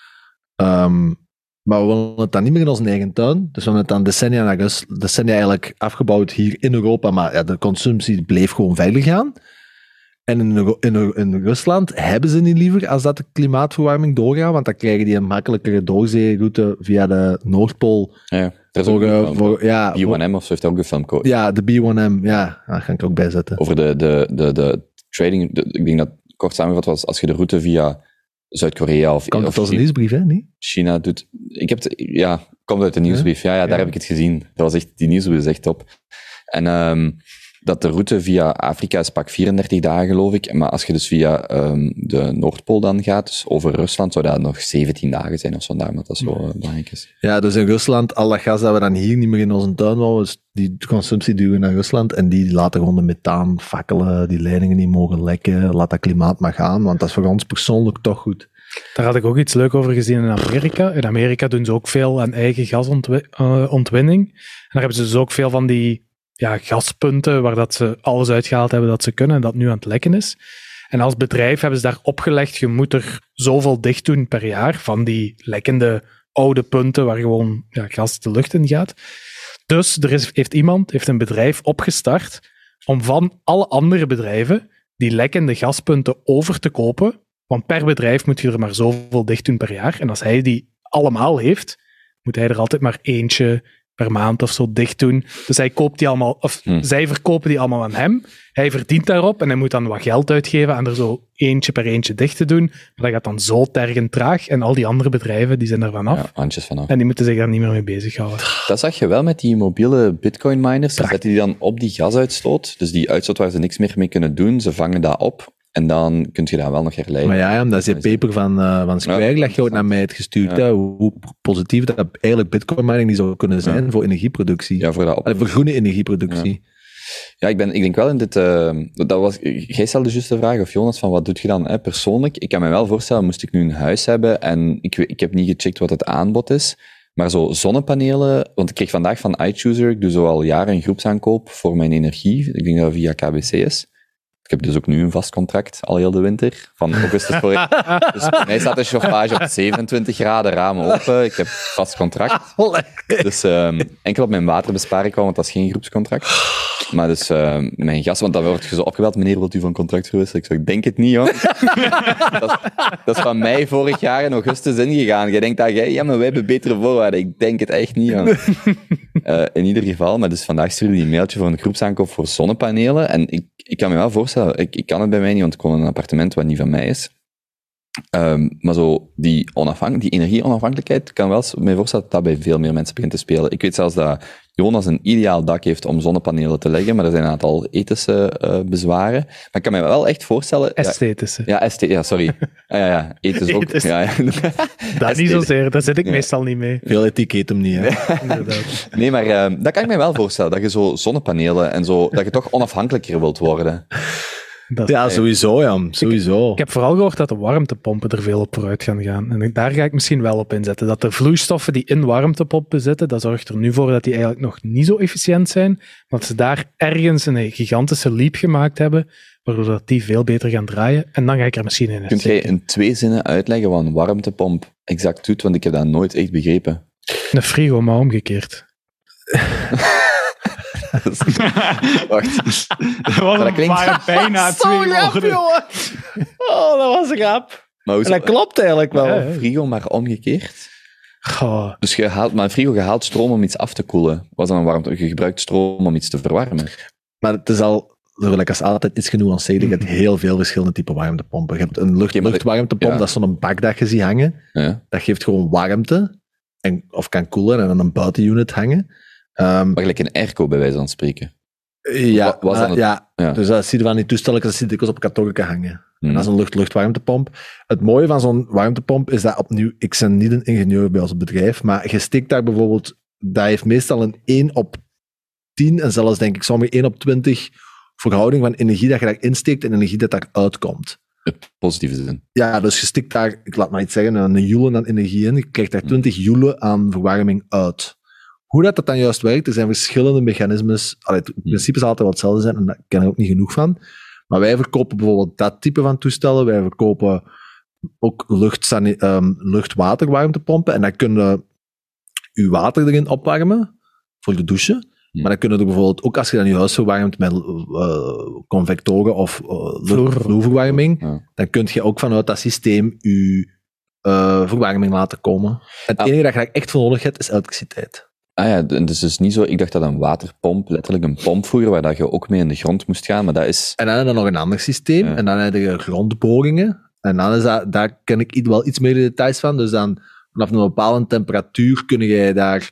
Um, maar we willen het dan niet meer in onze eigen tuin. Dus we hebben het dan decennia, na Rus- decennia eigenlijk afgebouwd hier in Europa, maar ja, de consumptie bleef gewoon verder gaan. En in, Euro- in, in Rusland hebben ze niet liever als dat de klimaatverwarming doorgaat, want dan krijgen die een makkelijkere doorzeeroute via de Noordpool. ja, er is ook Voor, een uh, film. voor, ja, B one M of zo heeft daar ook een film gekozen. ja, de B one M, ja, daar ga ik ook bij zetten. Over de, de, de, de trading. De, ik denk dat kort samengevat was, als je de route via Zuid-Korea of, Komt of het als een China, nieuwsbrief, hè? Niet? China doet. Ik heb het, ja, komt uit de nieuwsbrief. Ja, ja, daar Ja. heb ik het gezien. Dat was echt, die nieuwsbrief is echt top. En um, dat de route via Afrika is pak vierendertig dagen, geloof ik. Maar als je dus via um, de Noordpool dan gaat, dus over Rusland, zou dat nog zeventien dagen zijn of zo, daarom dat dat zo uh, belangrijk is. Ja, dus in Rusland, al dat gas dat we dan hier niet meer in onze tuin wouden, dus die consumptie duwen naar Rusland en die laten gewoon de methaan fakkelen, die leidingen niet mogen lekken, laat dat klimaat maar gaan, want dat is voor ons persoonlijk toch goed. Daar had ik ook iets leuk over gezien in Amerika. In Amerika doen ze ook veel aan eigen gasontwinning. En daar hebben ze dus ook veel van die ja, gaspunten waar dat ze alles uitgehaald hebben dat ze kunnen en dat nu aan het lekken is. En als bedrijf hebben ze daar opgelegd, je moet er zoveel dicht doen per jaar van die lekkende oude punten waar gewoon ja, gas de lucht in gaat. Dus er is, heeft iemand, heeft een bedrijf opgestart om van alle andere bedrijven die lekkende gaspunten over te kopen. Want per bedrijf moet je er maar zoveel dicht doen per jaar. En als hij die allemaal heeft, moet hij er altijd maar eentje per maand of zo dicht doen. Dus hij koopt die allemaal, of Hm. zij verkopen die allemaal aan hem. Hij verdient daarop en hij moet dan wat geld uitgeven aan er zo eentje per eentje dicht te doen. Maar dat gaat dan zo tergend traag. En al die andere bedrijven, die zijn er vanaf. Ja, handjes vanaf. En die moeten zich daar niet meer mee bezighouden. Dat zag je wel met die mobiele bitcoin miners. Ze zetten die dan op die gasuitstoot. Dus die uitstoot waar ze niks meer mee kunnen doen, ze vangen dat op. En dan kun je dat wel nog herleiden. Maar ja, ja, dat is die paper van, uh, van Square, ja, dat je ook naar mij hebt gestuurd. Ja. Hè, hoe, hoe positief dat eigenlijk bitcoin mining die zou kunnen zijn ja. voor energieproductie. Ja, voor, dat op... Allee, voor groene energieproductie. Ja. Ja, ik, ben, ik denk wel in dit... Uh, dat was, jij stelde juist de vraag, of Jonas, van wat doe je dan hè, persoonlijk? Ik kan me wel voorstellen, moest ik nu een huis hebben en ik, ik heb niet gecheckt wat het aanbod is, maar zo zonnepanelen, want ik kreeg vandaag van iChooser, ik doe zo al jaren een groepsaankoop voor mijn energie, ik denk dat dat via K B C is. Ik heb dus ook nu een vast contract, al heel de winter, van augustus voor ik. Dus bij mij staat de chauffage op zevenentwintig graden, ramen open, ik heb vast contract. Dus um, enkel op mijn water bespaar ik wel, want dat is geen groepscontract. Maar dus uh, mijn gas, want dan wordt je zo opgebeld, meneer, wilt u van contract verwisselen? Ik zeg, ik denk het niet, hoor. dat, is, dat is van mei vorig jaar in augustus ingegaan. Jij denkt dat jij, ja, maar wij hebben betere voorwaarden. Ik denk het echt niet, hoor. Uh, in ieder geval, maar dus vandaag stuurde hij een mailtje voor een groepsaankoop voor zonnepanelen. En ik, ik kan me wel voorstellen, ik, ik kan het bij mij niet, want ik woon in een appartement wat niet van mij is. Um, maar zo, die, onafhank- die energie-onafhankelijkheid, kan wel me voorstellen dat dat bij veel meer mensen begint te spelen. Ik weet zelfs dat Jonas een ideaal dak heeft om zonnepanelen te leggen, maar er zijn een aantal ethische uh, bezwaren. Maar ik kan me wel echt voorstellen... Esthetische. Ja, esthete, ja sorry. Ah, ja, ja, ethisch ook. Ethisch. Ja, ja. Dat niet zozeer, daar zit ik ja. meestal niet mee. Veel ethiek heet hem niet, hè. Inderdaad. Nee, maar uh, dat kan ik me wel voorstellen, dat je zo zonnepanelen en zo, dat je toch onafhankelijker wilt worden. Dat ja, sowieso, ja. Sowieso. Ik, ik heb vooral gehoord dat de warmtepompen er veel op vooruit gaan gaan. En daar ga ik misschien wel op inzetten. Dat de vloeistoffen die in warmtepompen zitten, dat zorgt er nu voor dat die eigenlijk nog niet zo efficiënt zijn. Maar dat ze daar ergens een gigantische leap gemaakt hebben, waardoor dat die veel beter gaan draaien. En dan ga ik er misschien in. Kunt jij in twee zinnen uitleggen wat een warmtepomp exact doet? Want ik heb dat nooit echt begrepen. Een frigo, maar omgekeerd. Wacht. Dat was dat klinkt... waren bijna Zo twee grap, woorden. jongen. Oh, dat was een grap. Maar En dat klopt eigenlijk wel. Ja, ja. frigo, maar omgekeerd? Goh. Dus je haalt, maar een frigo, je haalt stroom om iets af te koelen. Was dan een warmte? Je gebruikt stroom om iets te verwarmen. Maar het is al, zoals als altijd, iets genuanceerd. Je hebt heel veel verschillende typen warmtepompen. Je hebt een lucht, Oké, maar luchtwarmtepomp, ja. dat is zo'n bak dat je ziet hangen. Ja. Dat geeft gewoon warmte, en, of kan koelen en dan een buitenunit hangen. Um, Maar gelijk een airco, bij wijze van spreken. ja, wa- was maar- dan het- ja, ja. dus dat zie je van die toestellen, dat zit dikwijls op een karton hangen. Hmm. Dat is een lucht-luchtwarmtepomp. Het mooie van zo'n warmtepomp is dat opnieuw, ik ben niet een ingenieur bij ons bedrijf, maar je stikt daar bijvoorbeeld, dat heeft meestal een één op tien en zelfs denk ik sommige één op twintig verhouding van energie dat je daar insteekt en energie dat daaruit komt. Het positieve zin. Ja, dus je stikt daar, ik laat maar iets zeggen, een joule aan energie in, je krijgt daar twintig joule aan verwarming uit. Hoe dat, dat dan juist werkt, er zijn verschillende mechanismes. Allee, het principe zal altijd wel hetzelfde zijn, en daar ken ik ook niet genoeg van. Maar wij verkopen bijvoorbeeld dat type van toestellen. Wij verkopen ook lucht, um, lucht-waterwarmtepompen. En dan kun je je water erin opwarmen voor de douche. Hmm. Maar dan kun je er bijvoorbeeld ook, als je dan je huis verwarmt met uh, convectoren of uh, Vloer. vloerverwarming, Ja. dan kun je ook vanuit dat systeem je uh, verwarming laten komen. Het Ah. enige dat je daar echt voor nodig hebt, is elektriciteit. Ah ja, dus het is niet zo... Ik dacht dat een waterpomp letterlijk een pomp voerde, waar dat je ook mee in de grond moest gaan, maar dat is... En dan heb je nog een ander systeem. Ja. En dan heb je grondboringen. En dan is dat, daar ken ik iets- wel iets meer de details van. Dus dan, vanaf een bepaalde temperatuur kun je daar...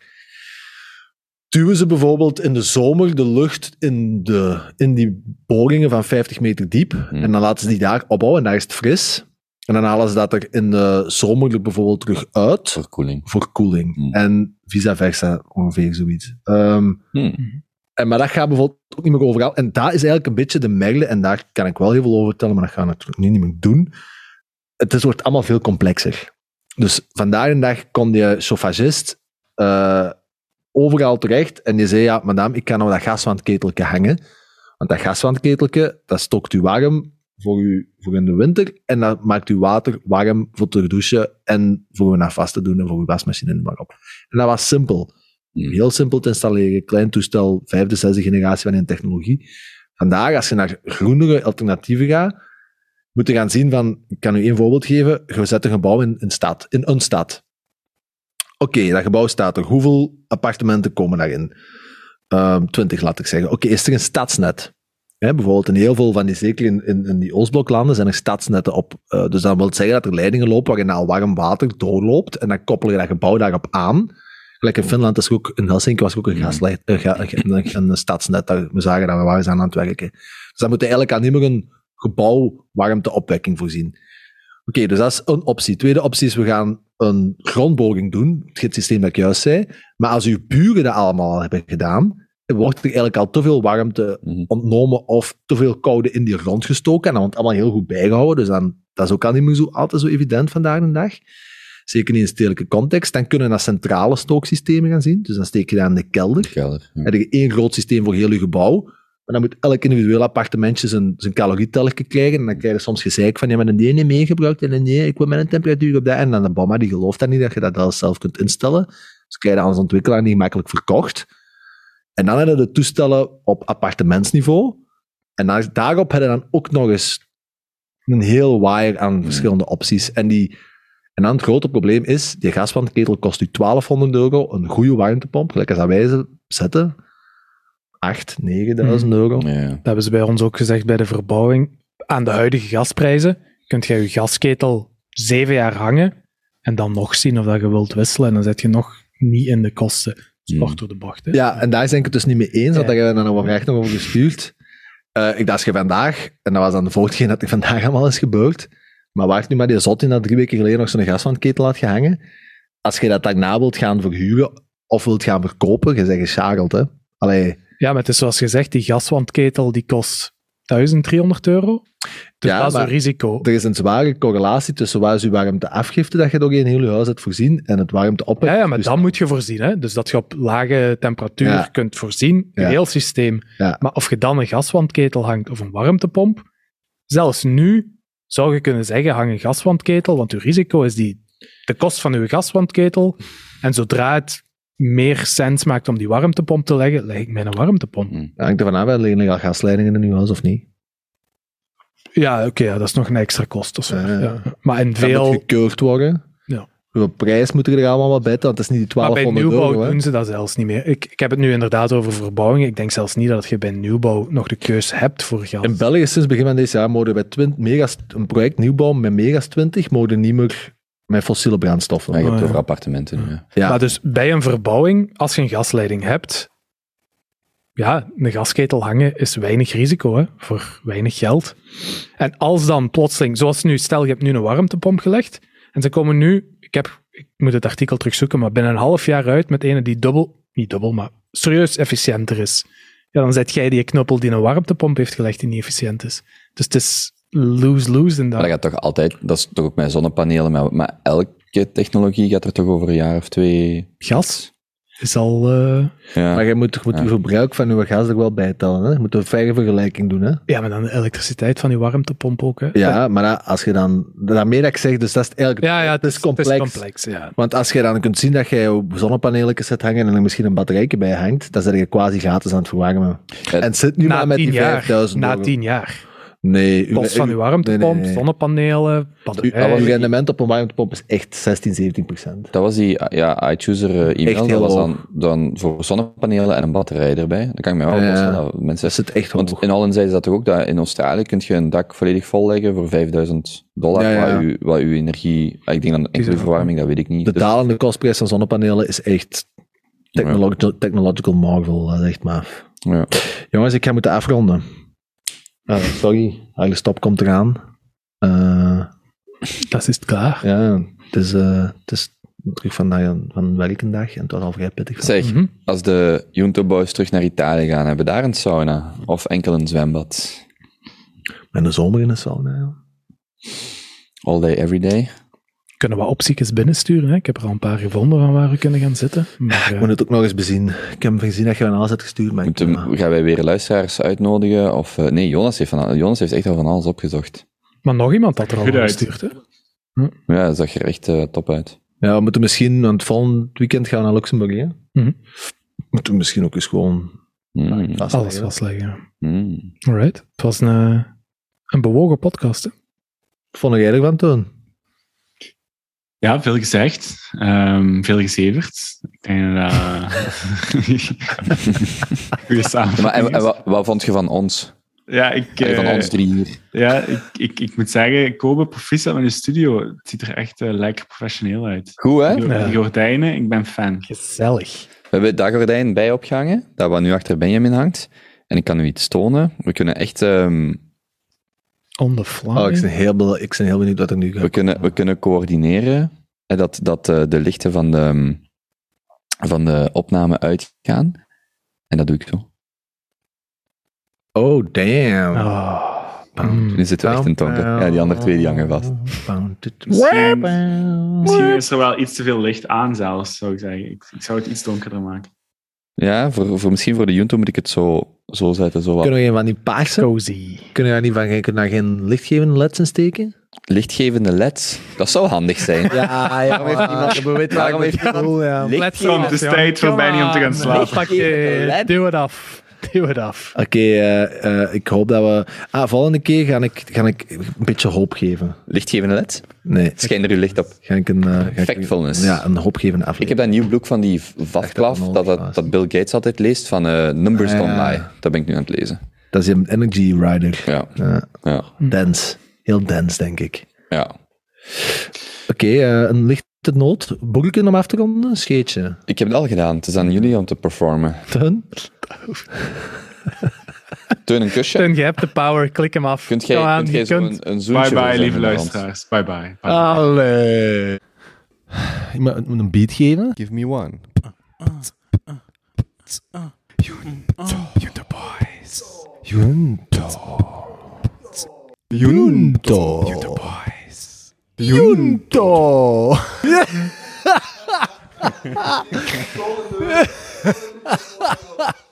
Duwen ze bijvoorbeeld in de zomer de lucht in, de, in die boringen van vijftig meter diep. Hmm. En dan laten ze die daar opbouwen en daar is het fris. En dan halen ze dat er in de zomer er bijvoorbeeld terug uit Verkoeling. voor koeling. Hmm. En vice versa, ongeveer zoiets. Ehm, Hmm. en, maar dat gaat bijvoorbeeld ook niet meer overal. En dat is eigenlijk een beetje de merle, en daar kan ik wel heel veel over vertellen, maar dat gaan we natuurlijk nu niet meer doen. Het is, wordt allemaal veel complexer. Dus vandaag de dag kon die chauffagist uh, overal terecht en die zei, ja, madame, ik kan nou dat gaswandketeltje hangen. Want dat gaswandketeltje, dat stokt u warm voor, u, voor in de winter en dat maakt u water warm voor te douchen en voor uw afwas te doen en voor uw wasmachine en maar op. En dat was simpel. Heel simpel te installeren, klein toestel, vijfde, zesde generatie van een technologie. Vandaag, als je naar groenere alternatieven gaat, moet je gaan zien van, ik kan u één voorbeeld geven, je zet een gebouw in een stad, in een stad. Oké, okay, dat gebouw staat er. Hoeveel appartementen komen daarin? Um, twintig, laat ik zeggen. Oké, okay, is er een stadsnet? Hè, bijvoorbeeld in heel veel van die, zeker in, in, in die Oostbloklanden, zijn er stadsnetten op. Uh, dus dat wil zeggen dat er leidingen lopen waarin al warm water doorloopt en dan koppel je dat gebouw daarop aan. Gelijk in Finland, is ook, in Helsinki was ook een, gaslicht, een, een, een, een stadsnet. Daar, we zagen dat we waren aan aan het werken. Dus dan moet je eigenlijk aan niet meer een gebouw warmteopwekking voorzien. Oké, okay, dus dat is een optie. Tweede optie is, we gaan een grondborging doen, het systeem dat ik juist zei. Maar als uw buren dat allemaal hebben gedaan, wordt er eigenlijk al te veel warmte mm-hmm. ontnomen of te veel koude in die grond gestoken. En dan wordt het allemaal heel goed bijgehouden. Dus dan, dat is ook al niet meer zo, altijd zo evident vandaag de dag. Zeker niet in stedelijke context. Dan kunnen we naar centrale stooksystemen gaan zien. Dus dan steek je dat in de kelder. kelder ja. Dan heb je één groot systeem voor heel je gebouw. Maar dan moet elk individueel appartementje zijn, zijn calorietellertje krijgen. En dan krijg je soms gezeik van, ja, maar de nee meegebruikt en nee, ik wil met een temperatuur op dat. En dan de bomma, die gelooft dat niet, dat je dat zelf kunt instellen. Dus krijg je dat als ontwikkelaar niet makkelijk verkocht. En dan hebben we de toestellen op appartementsniveau. En dan, daarop hebben we dan ook nog eens een heel waaier aan verschillende opties. En, die, en dan het grote probleem is, die gaswandketel kost u twaalfhonderd euro, een goede warmtepomp, gelijk als dat wij ze zetten, acht, negenduizend euro. Ja. Dat hebben ze bij ons ook gezegd bij de verbouwing. Aan de huidige gasprijzen kunt je je gasketel zeven jaar hangen en dan nog zien of dat je wilt wisselen. En dan zit je nog niet in de kosten. Sport door de bocht. Hè? Ja, en daar zijn ik het dus niet mee eens, want daar hebben we dan nog recht nog over gestuurd. Uh, ik dacht je vandaag, en dat was dan de volgende dat er vandaag allemaal is gebeurd, maar waar nu maar die zot in dat drie weken geleden nog zo'n gaswandketel had gehangen, als je dat daarna wilt gaan verhuren of wilt gaan verkopen, je zegt geschakeld, hè. Allee. Ja, maar het is zoals gezegd, die gaswandketel die kost duizend driehonderd euro. Dus ja, dat is een risico. Er is een zware correlatie tussen waar is je warmteafgifte dat je door in heel je huis hebt voorzien en het warmteopwekking. Ja, ja, maar dan moet je voorzien. Hè? Dus dat je op lage temperatuur ja. kunt voorzien, je ja. heel systeem. Ja. Maar of je dan een gaswandketel hangt of een warmtepomp, zelfs nu zou je kunnen zeggen, hang een gaswandketel, want je risico is die, de kost van je gaswandketel. En zodra het meer sens maakt om die warmtepomp te leggen, leg ik mij een warmtepomp. Ja, hangt ervan af, liggen er al gasleidingen in uw huis of niet? Ja, oké, okay, ja, dat is nog een extra kost. Of zo. Ja, ja. Maar in veel... Dat moet gekeurd worden. Ja. Hoeveel prijs moet er allemaal wat bij, want het is niet die twaalfhonderd euro. Maar bij nieuwbouw doen ze dat zelfs niet meer. Ik, ik heb het nu inderdaad over verbouwing. Ik denk zelfs niet dat je bij nieuwbouw nog de keus hebt voor gas. In België sinds begin van deze jaar mogen bij twintig, megas, een project nieuwbouw met megas twintig mogen niet meer met fossiele brandstoffen. Ja, je hebt oh, ja. over appartementen nu. Ja. Ja. Maar dus bij een verbouwing, als je een gasleiding hebt, ja, een gasketel hangen is weinig risico, hè, voor weinig geld. En als dan plotseling, zoals nu, stel je hebt nu een warmtepomp gelegd, en ze komen nu, ik, heb, ik moet het artikel terugzoeken, maar binnen een half jaar uit met een die dubbel, niet dubbel, maar serieus efficiënter is. Ja, dan zet jij die knuppel die een warmtepomp heeft gelegd die niet efficiënt is. Dus het is lose-lose in dat. Maar dat gaat toch altijd, dat is toch ook met zonnepanelen, maar, maar elke technologie gaat er toch over een jaar of twee... Gas is al... Uh... Ja. Maar je moet, je moet ja. je verbruik van je gas er wel bij tellen. Hè? Je moet een faire vergelijking doen. Hè? Ja, maar dan de elektriciteit van je warmtepomp ook. Hè? Ja, maar dat, als je dan... Daarmee dat ik zeg, dus dat is eigenlijk... Ja, ja, het, het is complex. Het is complex ja. Want als je dan kunt zien dat je je zonnepanelen zet hangen en er misschien een batterijtje bij hangt, dan zet je quasi gratis aan het verwarmen. Ja, en zit nu maar met die vijfduizend Na euro. tien jaar. Nee. Kost van uw warmtepomp, nee, nee. zonnepanelen, batterij. Uw rendement op een warmtepomp is echt zestien, zeventien procent. Dat was die ja, iChooser e-mail, dat was dan, dan voor zonnepanelen en een batterij erbij. Dat kan ik me wel voorstellen. Ja, dat mensen, dat zit echt want hoog. in Holland zeiden ze dat toch ook, dat in Australië kun je een dak volledig volleggen voor vijfduizend dollar, ja, ja. Wat, uw, wat uw energie... Ik denk dan enkele verwarming, dat weet ik niet. De dus, dalende kostprijs van zonnepanelen is echt technological, ja. technological marvel, dat is echt maar. Ja. Jongens, ik ga moeten afronden. Uh, sorry, de stop komt eraan. Uh, dat is klaar. Ja, het is, uh, het is terug vandaag van werkendag en het was al vrij pittig. Van. Zeg, mm-hmm. als de Junto Boys terug naar Italië gaan, hebben we daar een sauna? Of enkel een zwembad? In de zomer in een sauna, ja. All day, every day? Kunnen we opties binnensturen? Hè? Ik heb er al een paar gevonden van waar we kunnen gaan zitten. Maar, ik moet het ook nog eens bezien. Ik heb gezien dat je een aanzet hebt gestuurd. Maar Moeten, ik, uh, gaan wij weer luisteraars uitnodigen? Of, uh, nee, Jonas heeft, van, Jonas heeft echt al van alles opgezocht. Maar nog iemand had er al gestuurd, hè? Hm. Ja, dat zag er echt uh, top uit. Ja, we moeten misschien, want het volgende weekend gaan we naar Luxemburg, hè? Mm-hmm. Moeten we misschien ook eens gewoon mm. vastleggen. Alles vastleggen. Mm. Alright. Het was een, een bewogen podcast, hè? Wat vond jij ervan, Toon? Ja, veel gezegd. Um, veel gezeverd. Ik denk dat... Goeie samenvatting. Maar en, en wat, wat vond je van ons? Ja, ik... Uh, van ons drie hier. Ja, ik, ik, ik moet zeggen, Kobe, proficiat met je studio. Het ziet er echt uh, lekker professioneel uit. Goed, hè? Die, ja. die gordijnen, ik ben fan. Gezellig. We hebben dat gordijn bij opgehangen, dat wat nu achter Benjamin hangt. En ik kan u iets tonen. We kunnen echt... Um, On the fly. Oh, ik ben heel, bel- ik ben heel benieuwd wat er nu We gaat. kunnen, we kunnen coördineren hè, dat, dat uh, de lichten van de, um, van de opname uitgaan. En dat doe ik zo. Oh, damn. Oh. Mm. Nu zitten we echt in tonker. Ja, die andere twee die hangen vast. Misschien, misschien is er wel iets te veel licht aan zelfs, zou ik zeggen. Ik, ik zou het iets donkerder maken. Ja, voor, voor, misschien voor de Junto moet ik het zo, zo zetten. Zo wat. Kunnen we geen van die paarse? Cozy. Kunnen we daar niet van kunnen daar geen lichtgevende leds in steken? Lichtgevende leds, dat zou handig zijn. Ja, ja. Waarom heeft iemand- we weten waarom waar ik heeft het bedoel, ja. Let's Kom, het is tijd voor Benny om te gaan slapen. Pak je, doe het af. Doe het af. Oké, okay, uh, uh, ik hoop dat we... Ah, volgende keer ga ik, ga ik een beetje hoop geven. Lichtgevende leds? Nee. Schijn er uw licht op. Ga ik een... Uh, ga ik, Factfulness. ja, een hoopgevende aflevering. Ik heb dat nieuw boek van die Vaclav, dat, dat, dat Bill Gates altijd leest, van uh, Numbers Ah, Don't ja. Lie. Dat ben ik nu aan het lezen. Dat is een Energy Rider. Ja. Uh, Ja. Dense. Heel dense, denk ik. Ja. Oké, okay, uh, een lichte noot. Boekje om af te ronden? Scheetje. Ik heb het al gedaan. Het is aan jullie om te performen. Teun? Teun, een kusje. Teun, je hebt de power. Klik hem af. Kunt jij, Kom aan, kunt jij je zo kunt- een, een zoentje Bye bye, voor lieve zeggen naar ons? luisteraars. Bye bye. bye, bye. Allee. Ik moet moet een beat geven. Give me one. Junto. Junto. Junto. Junto.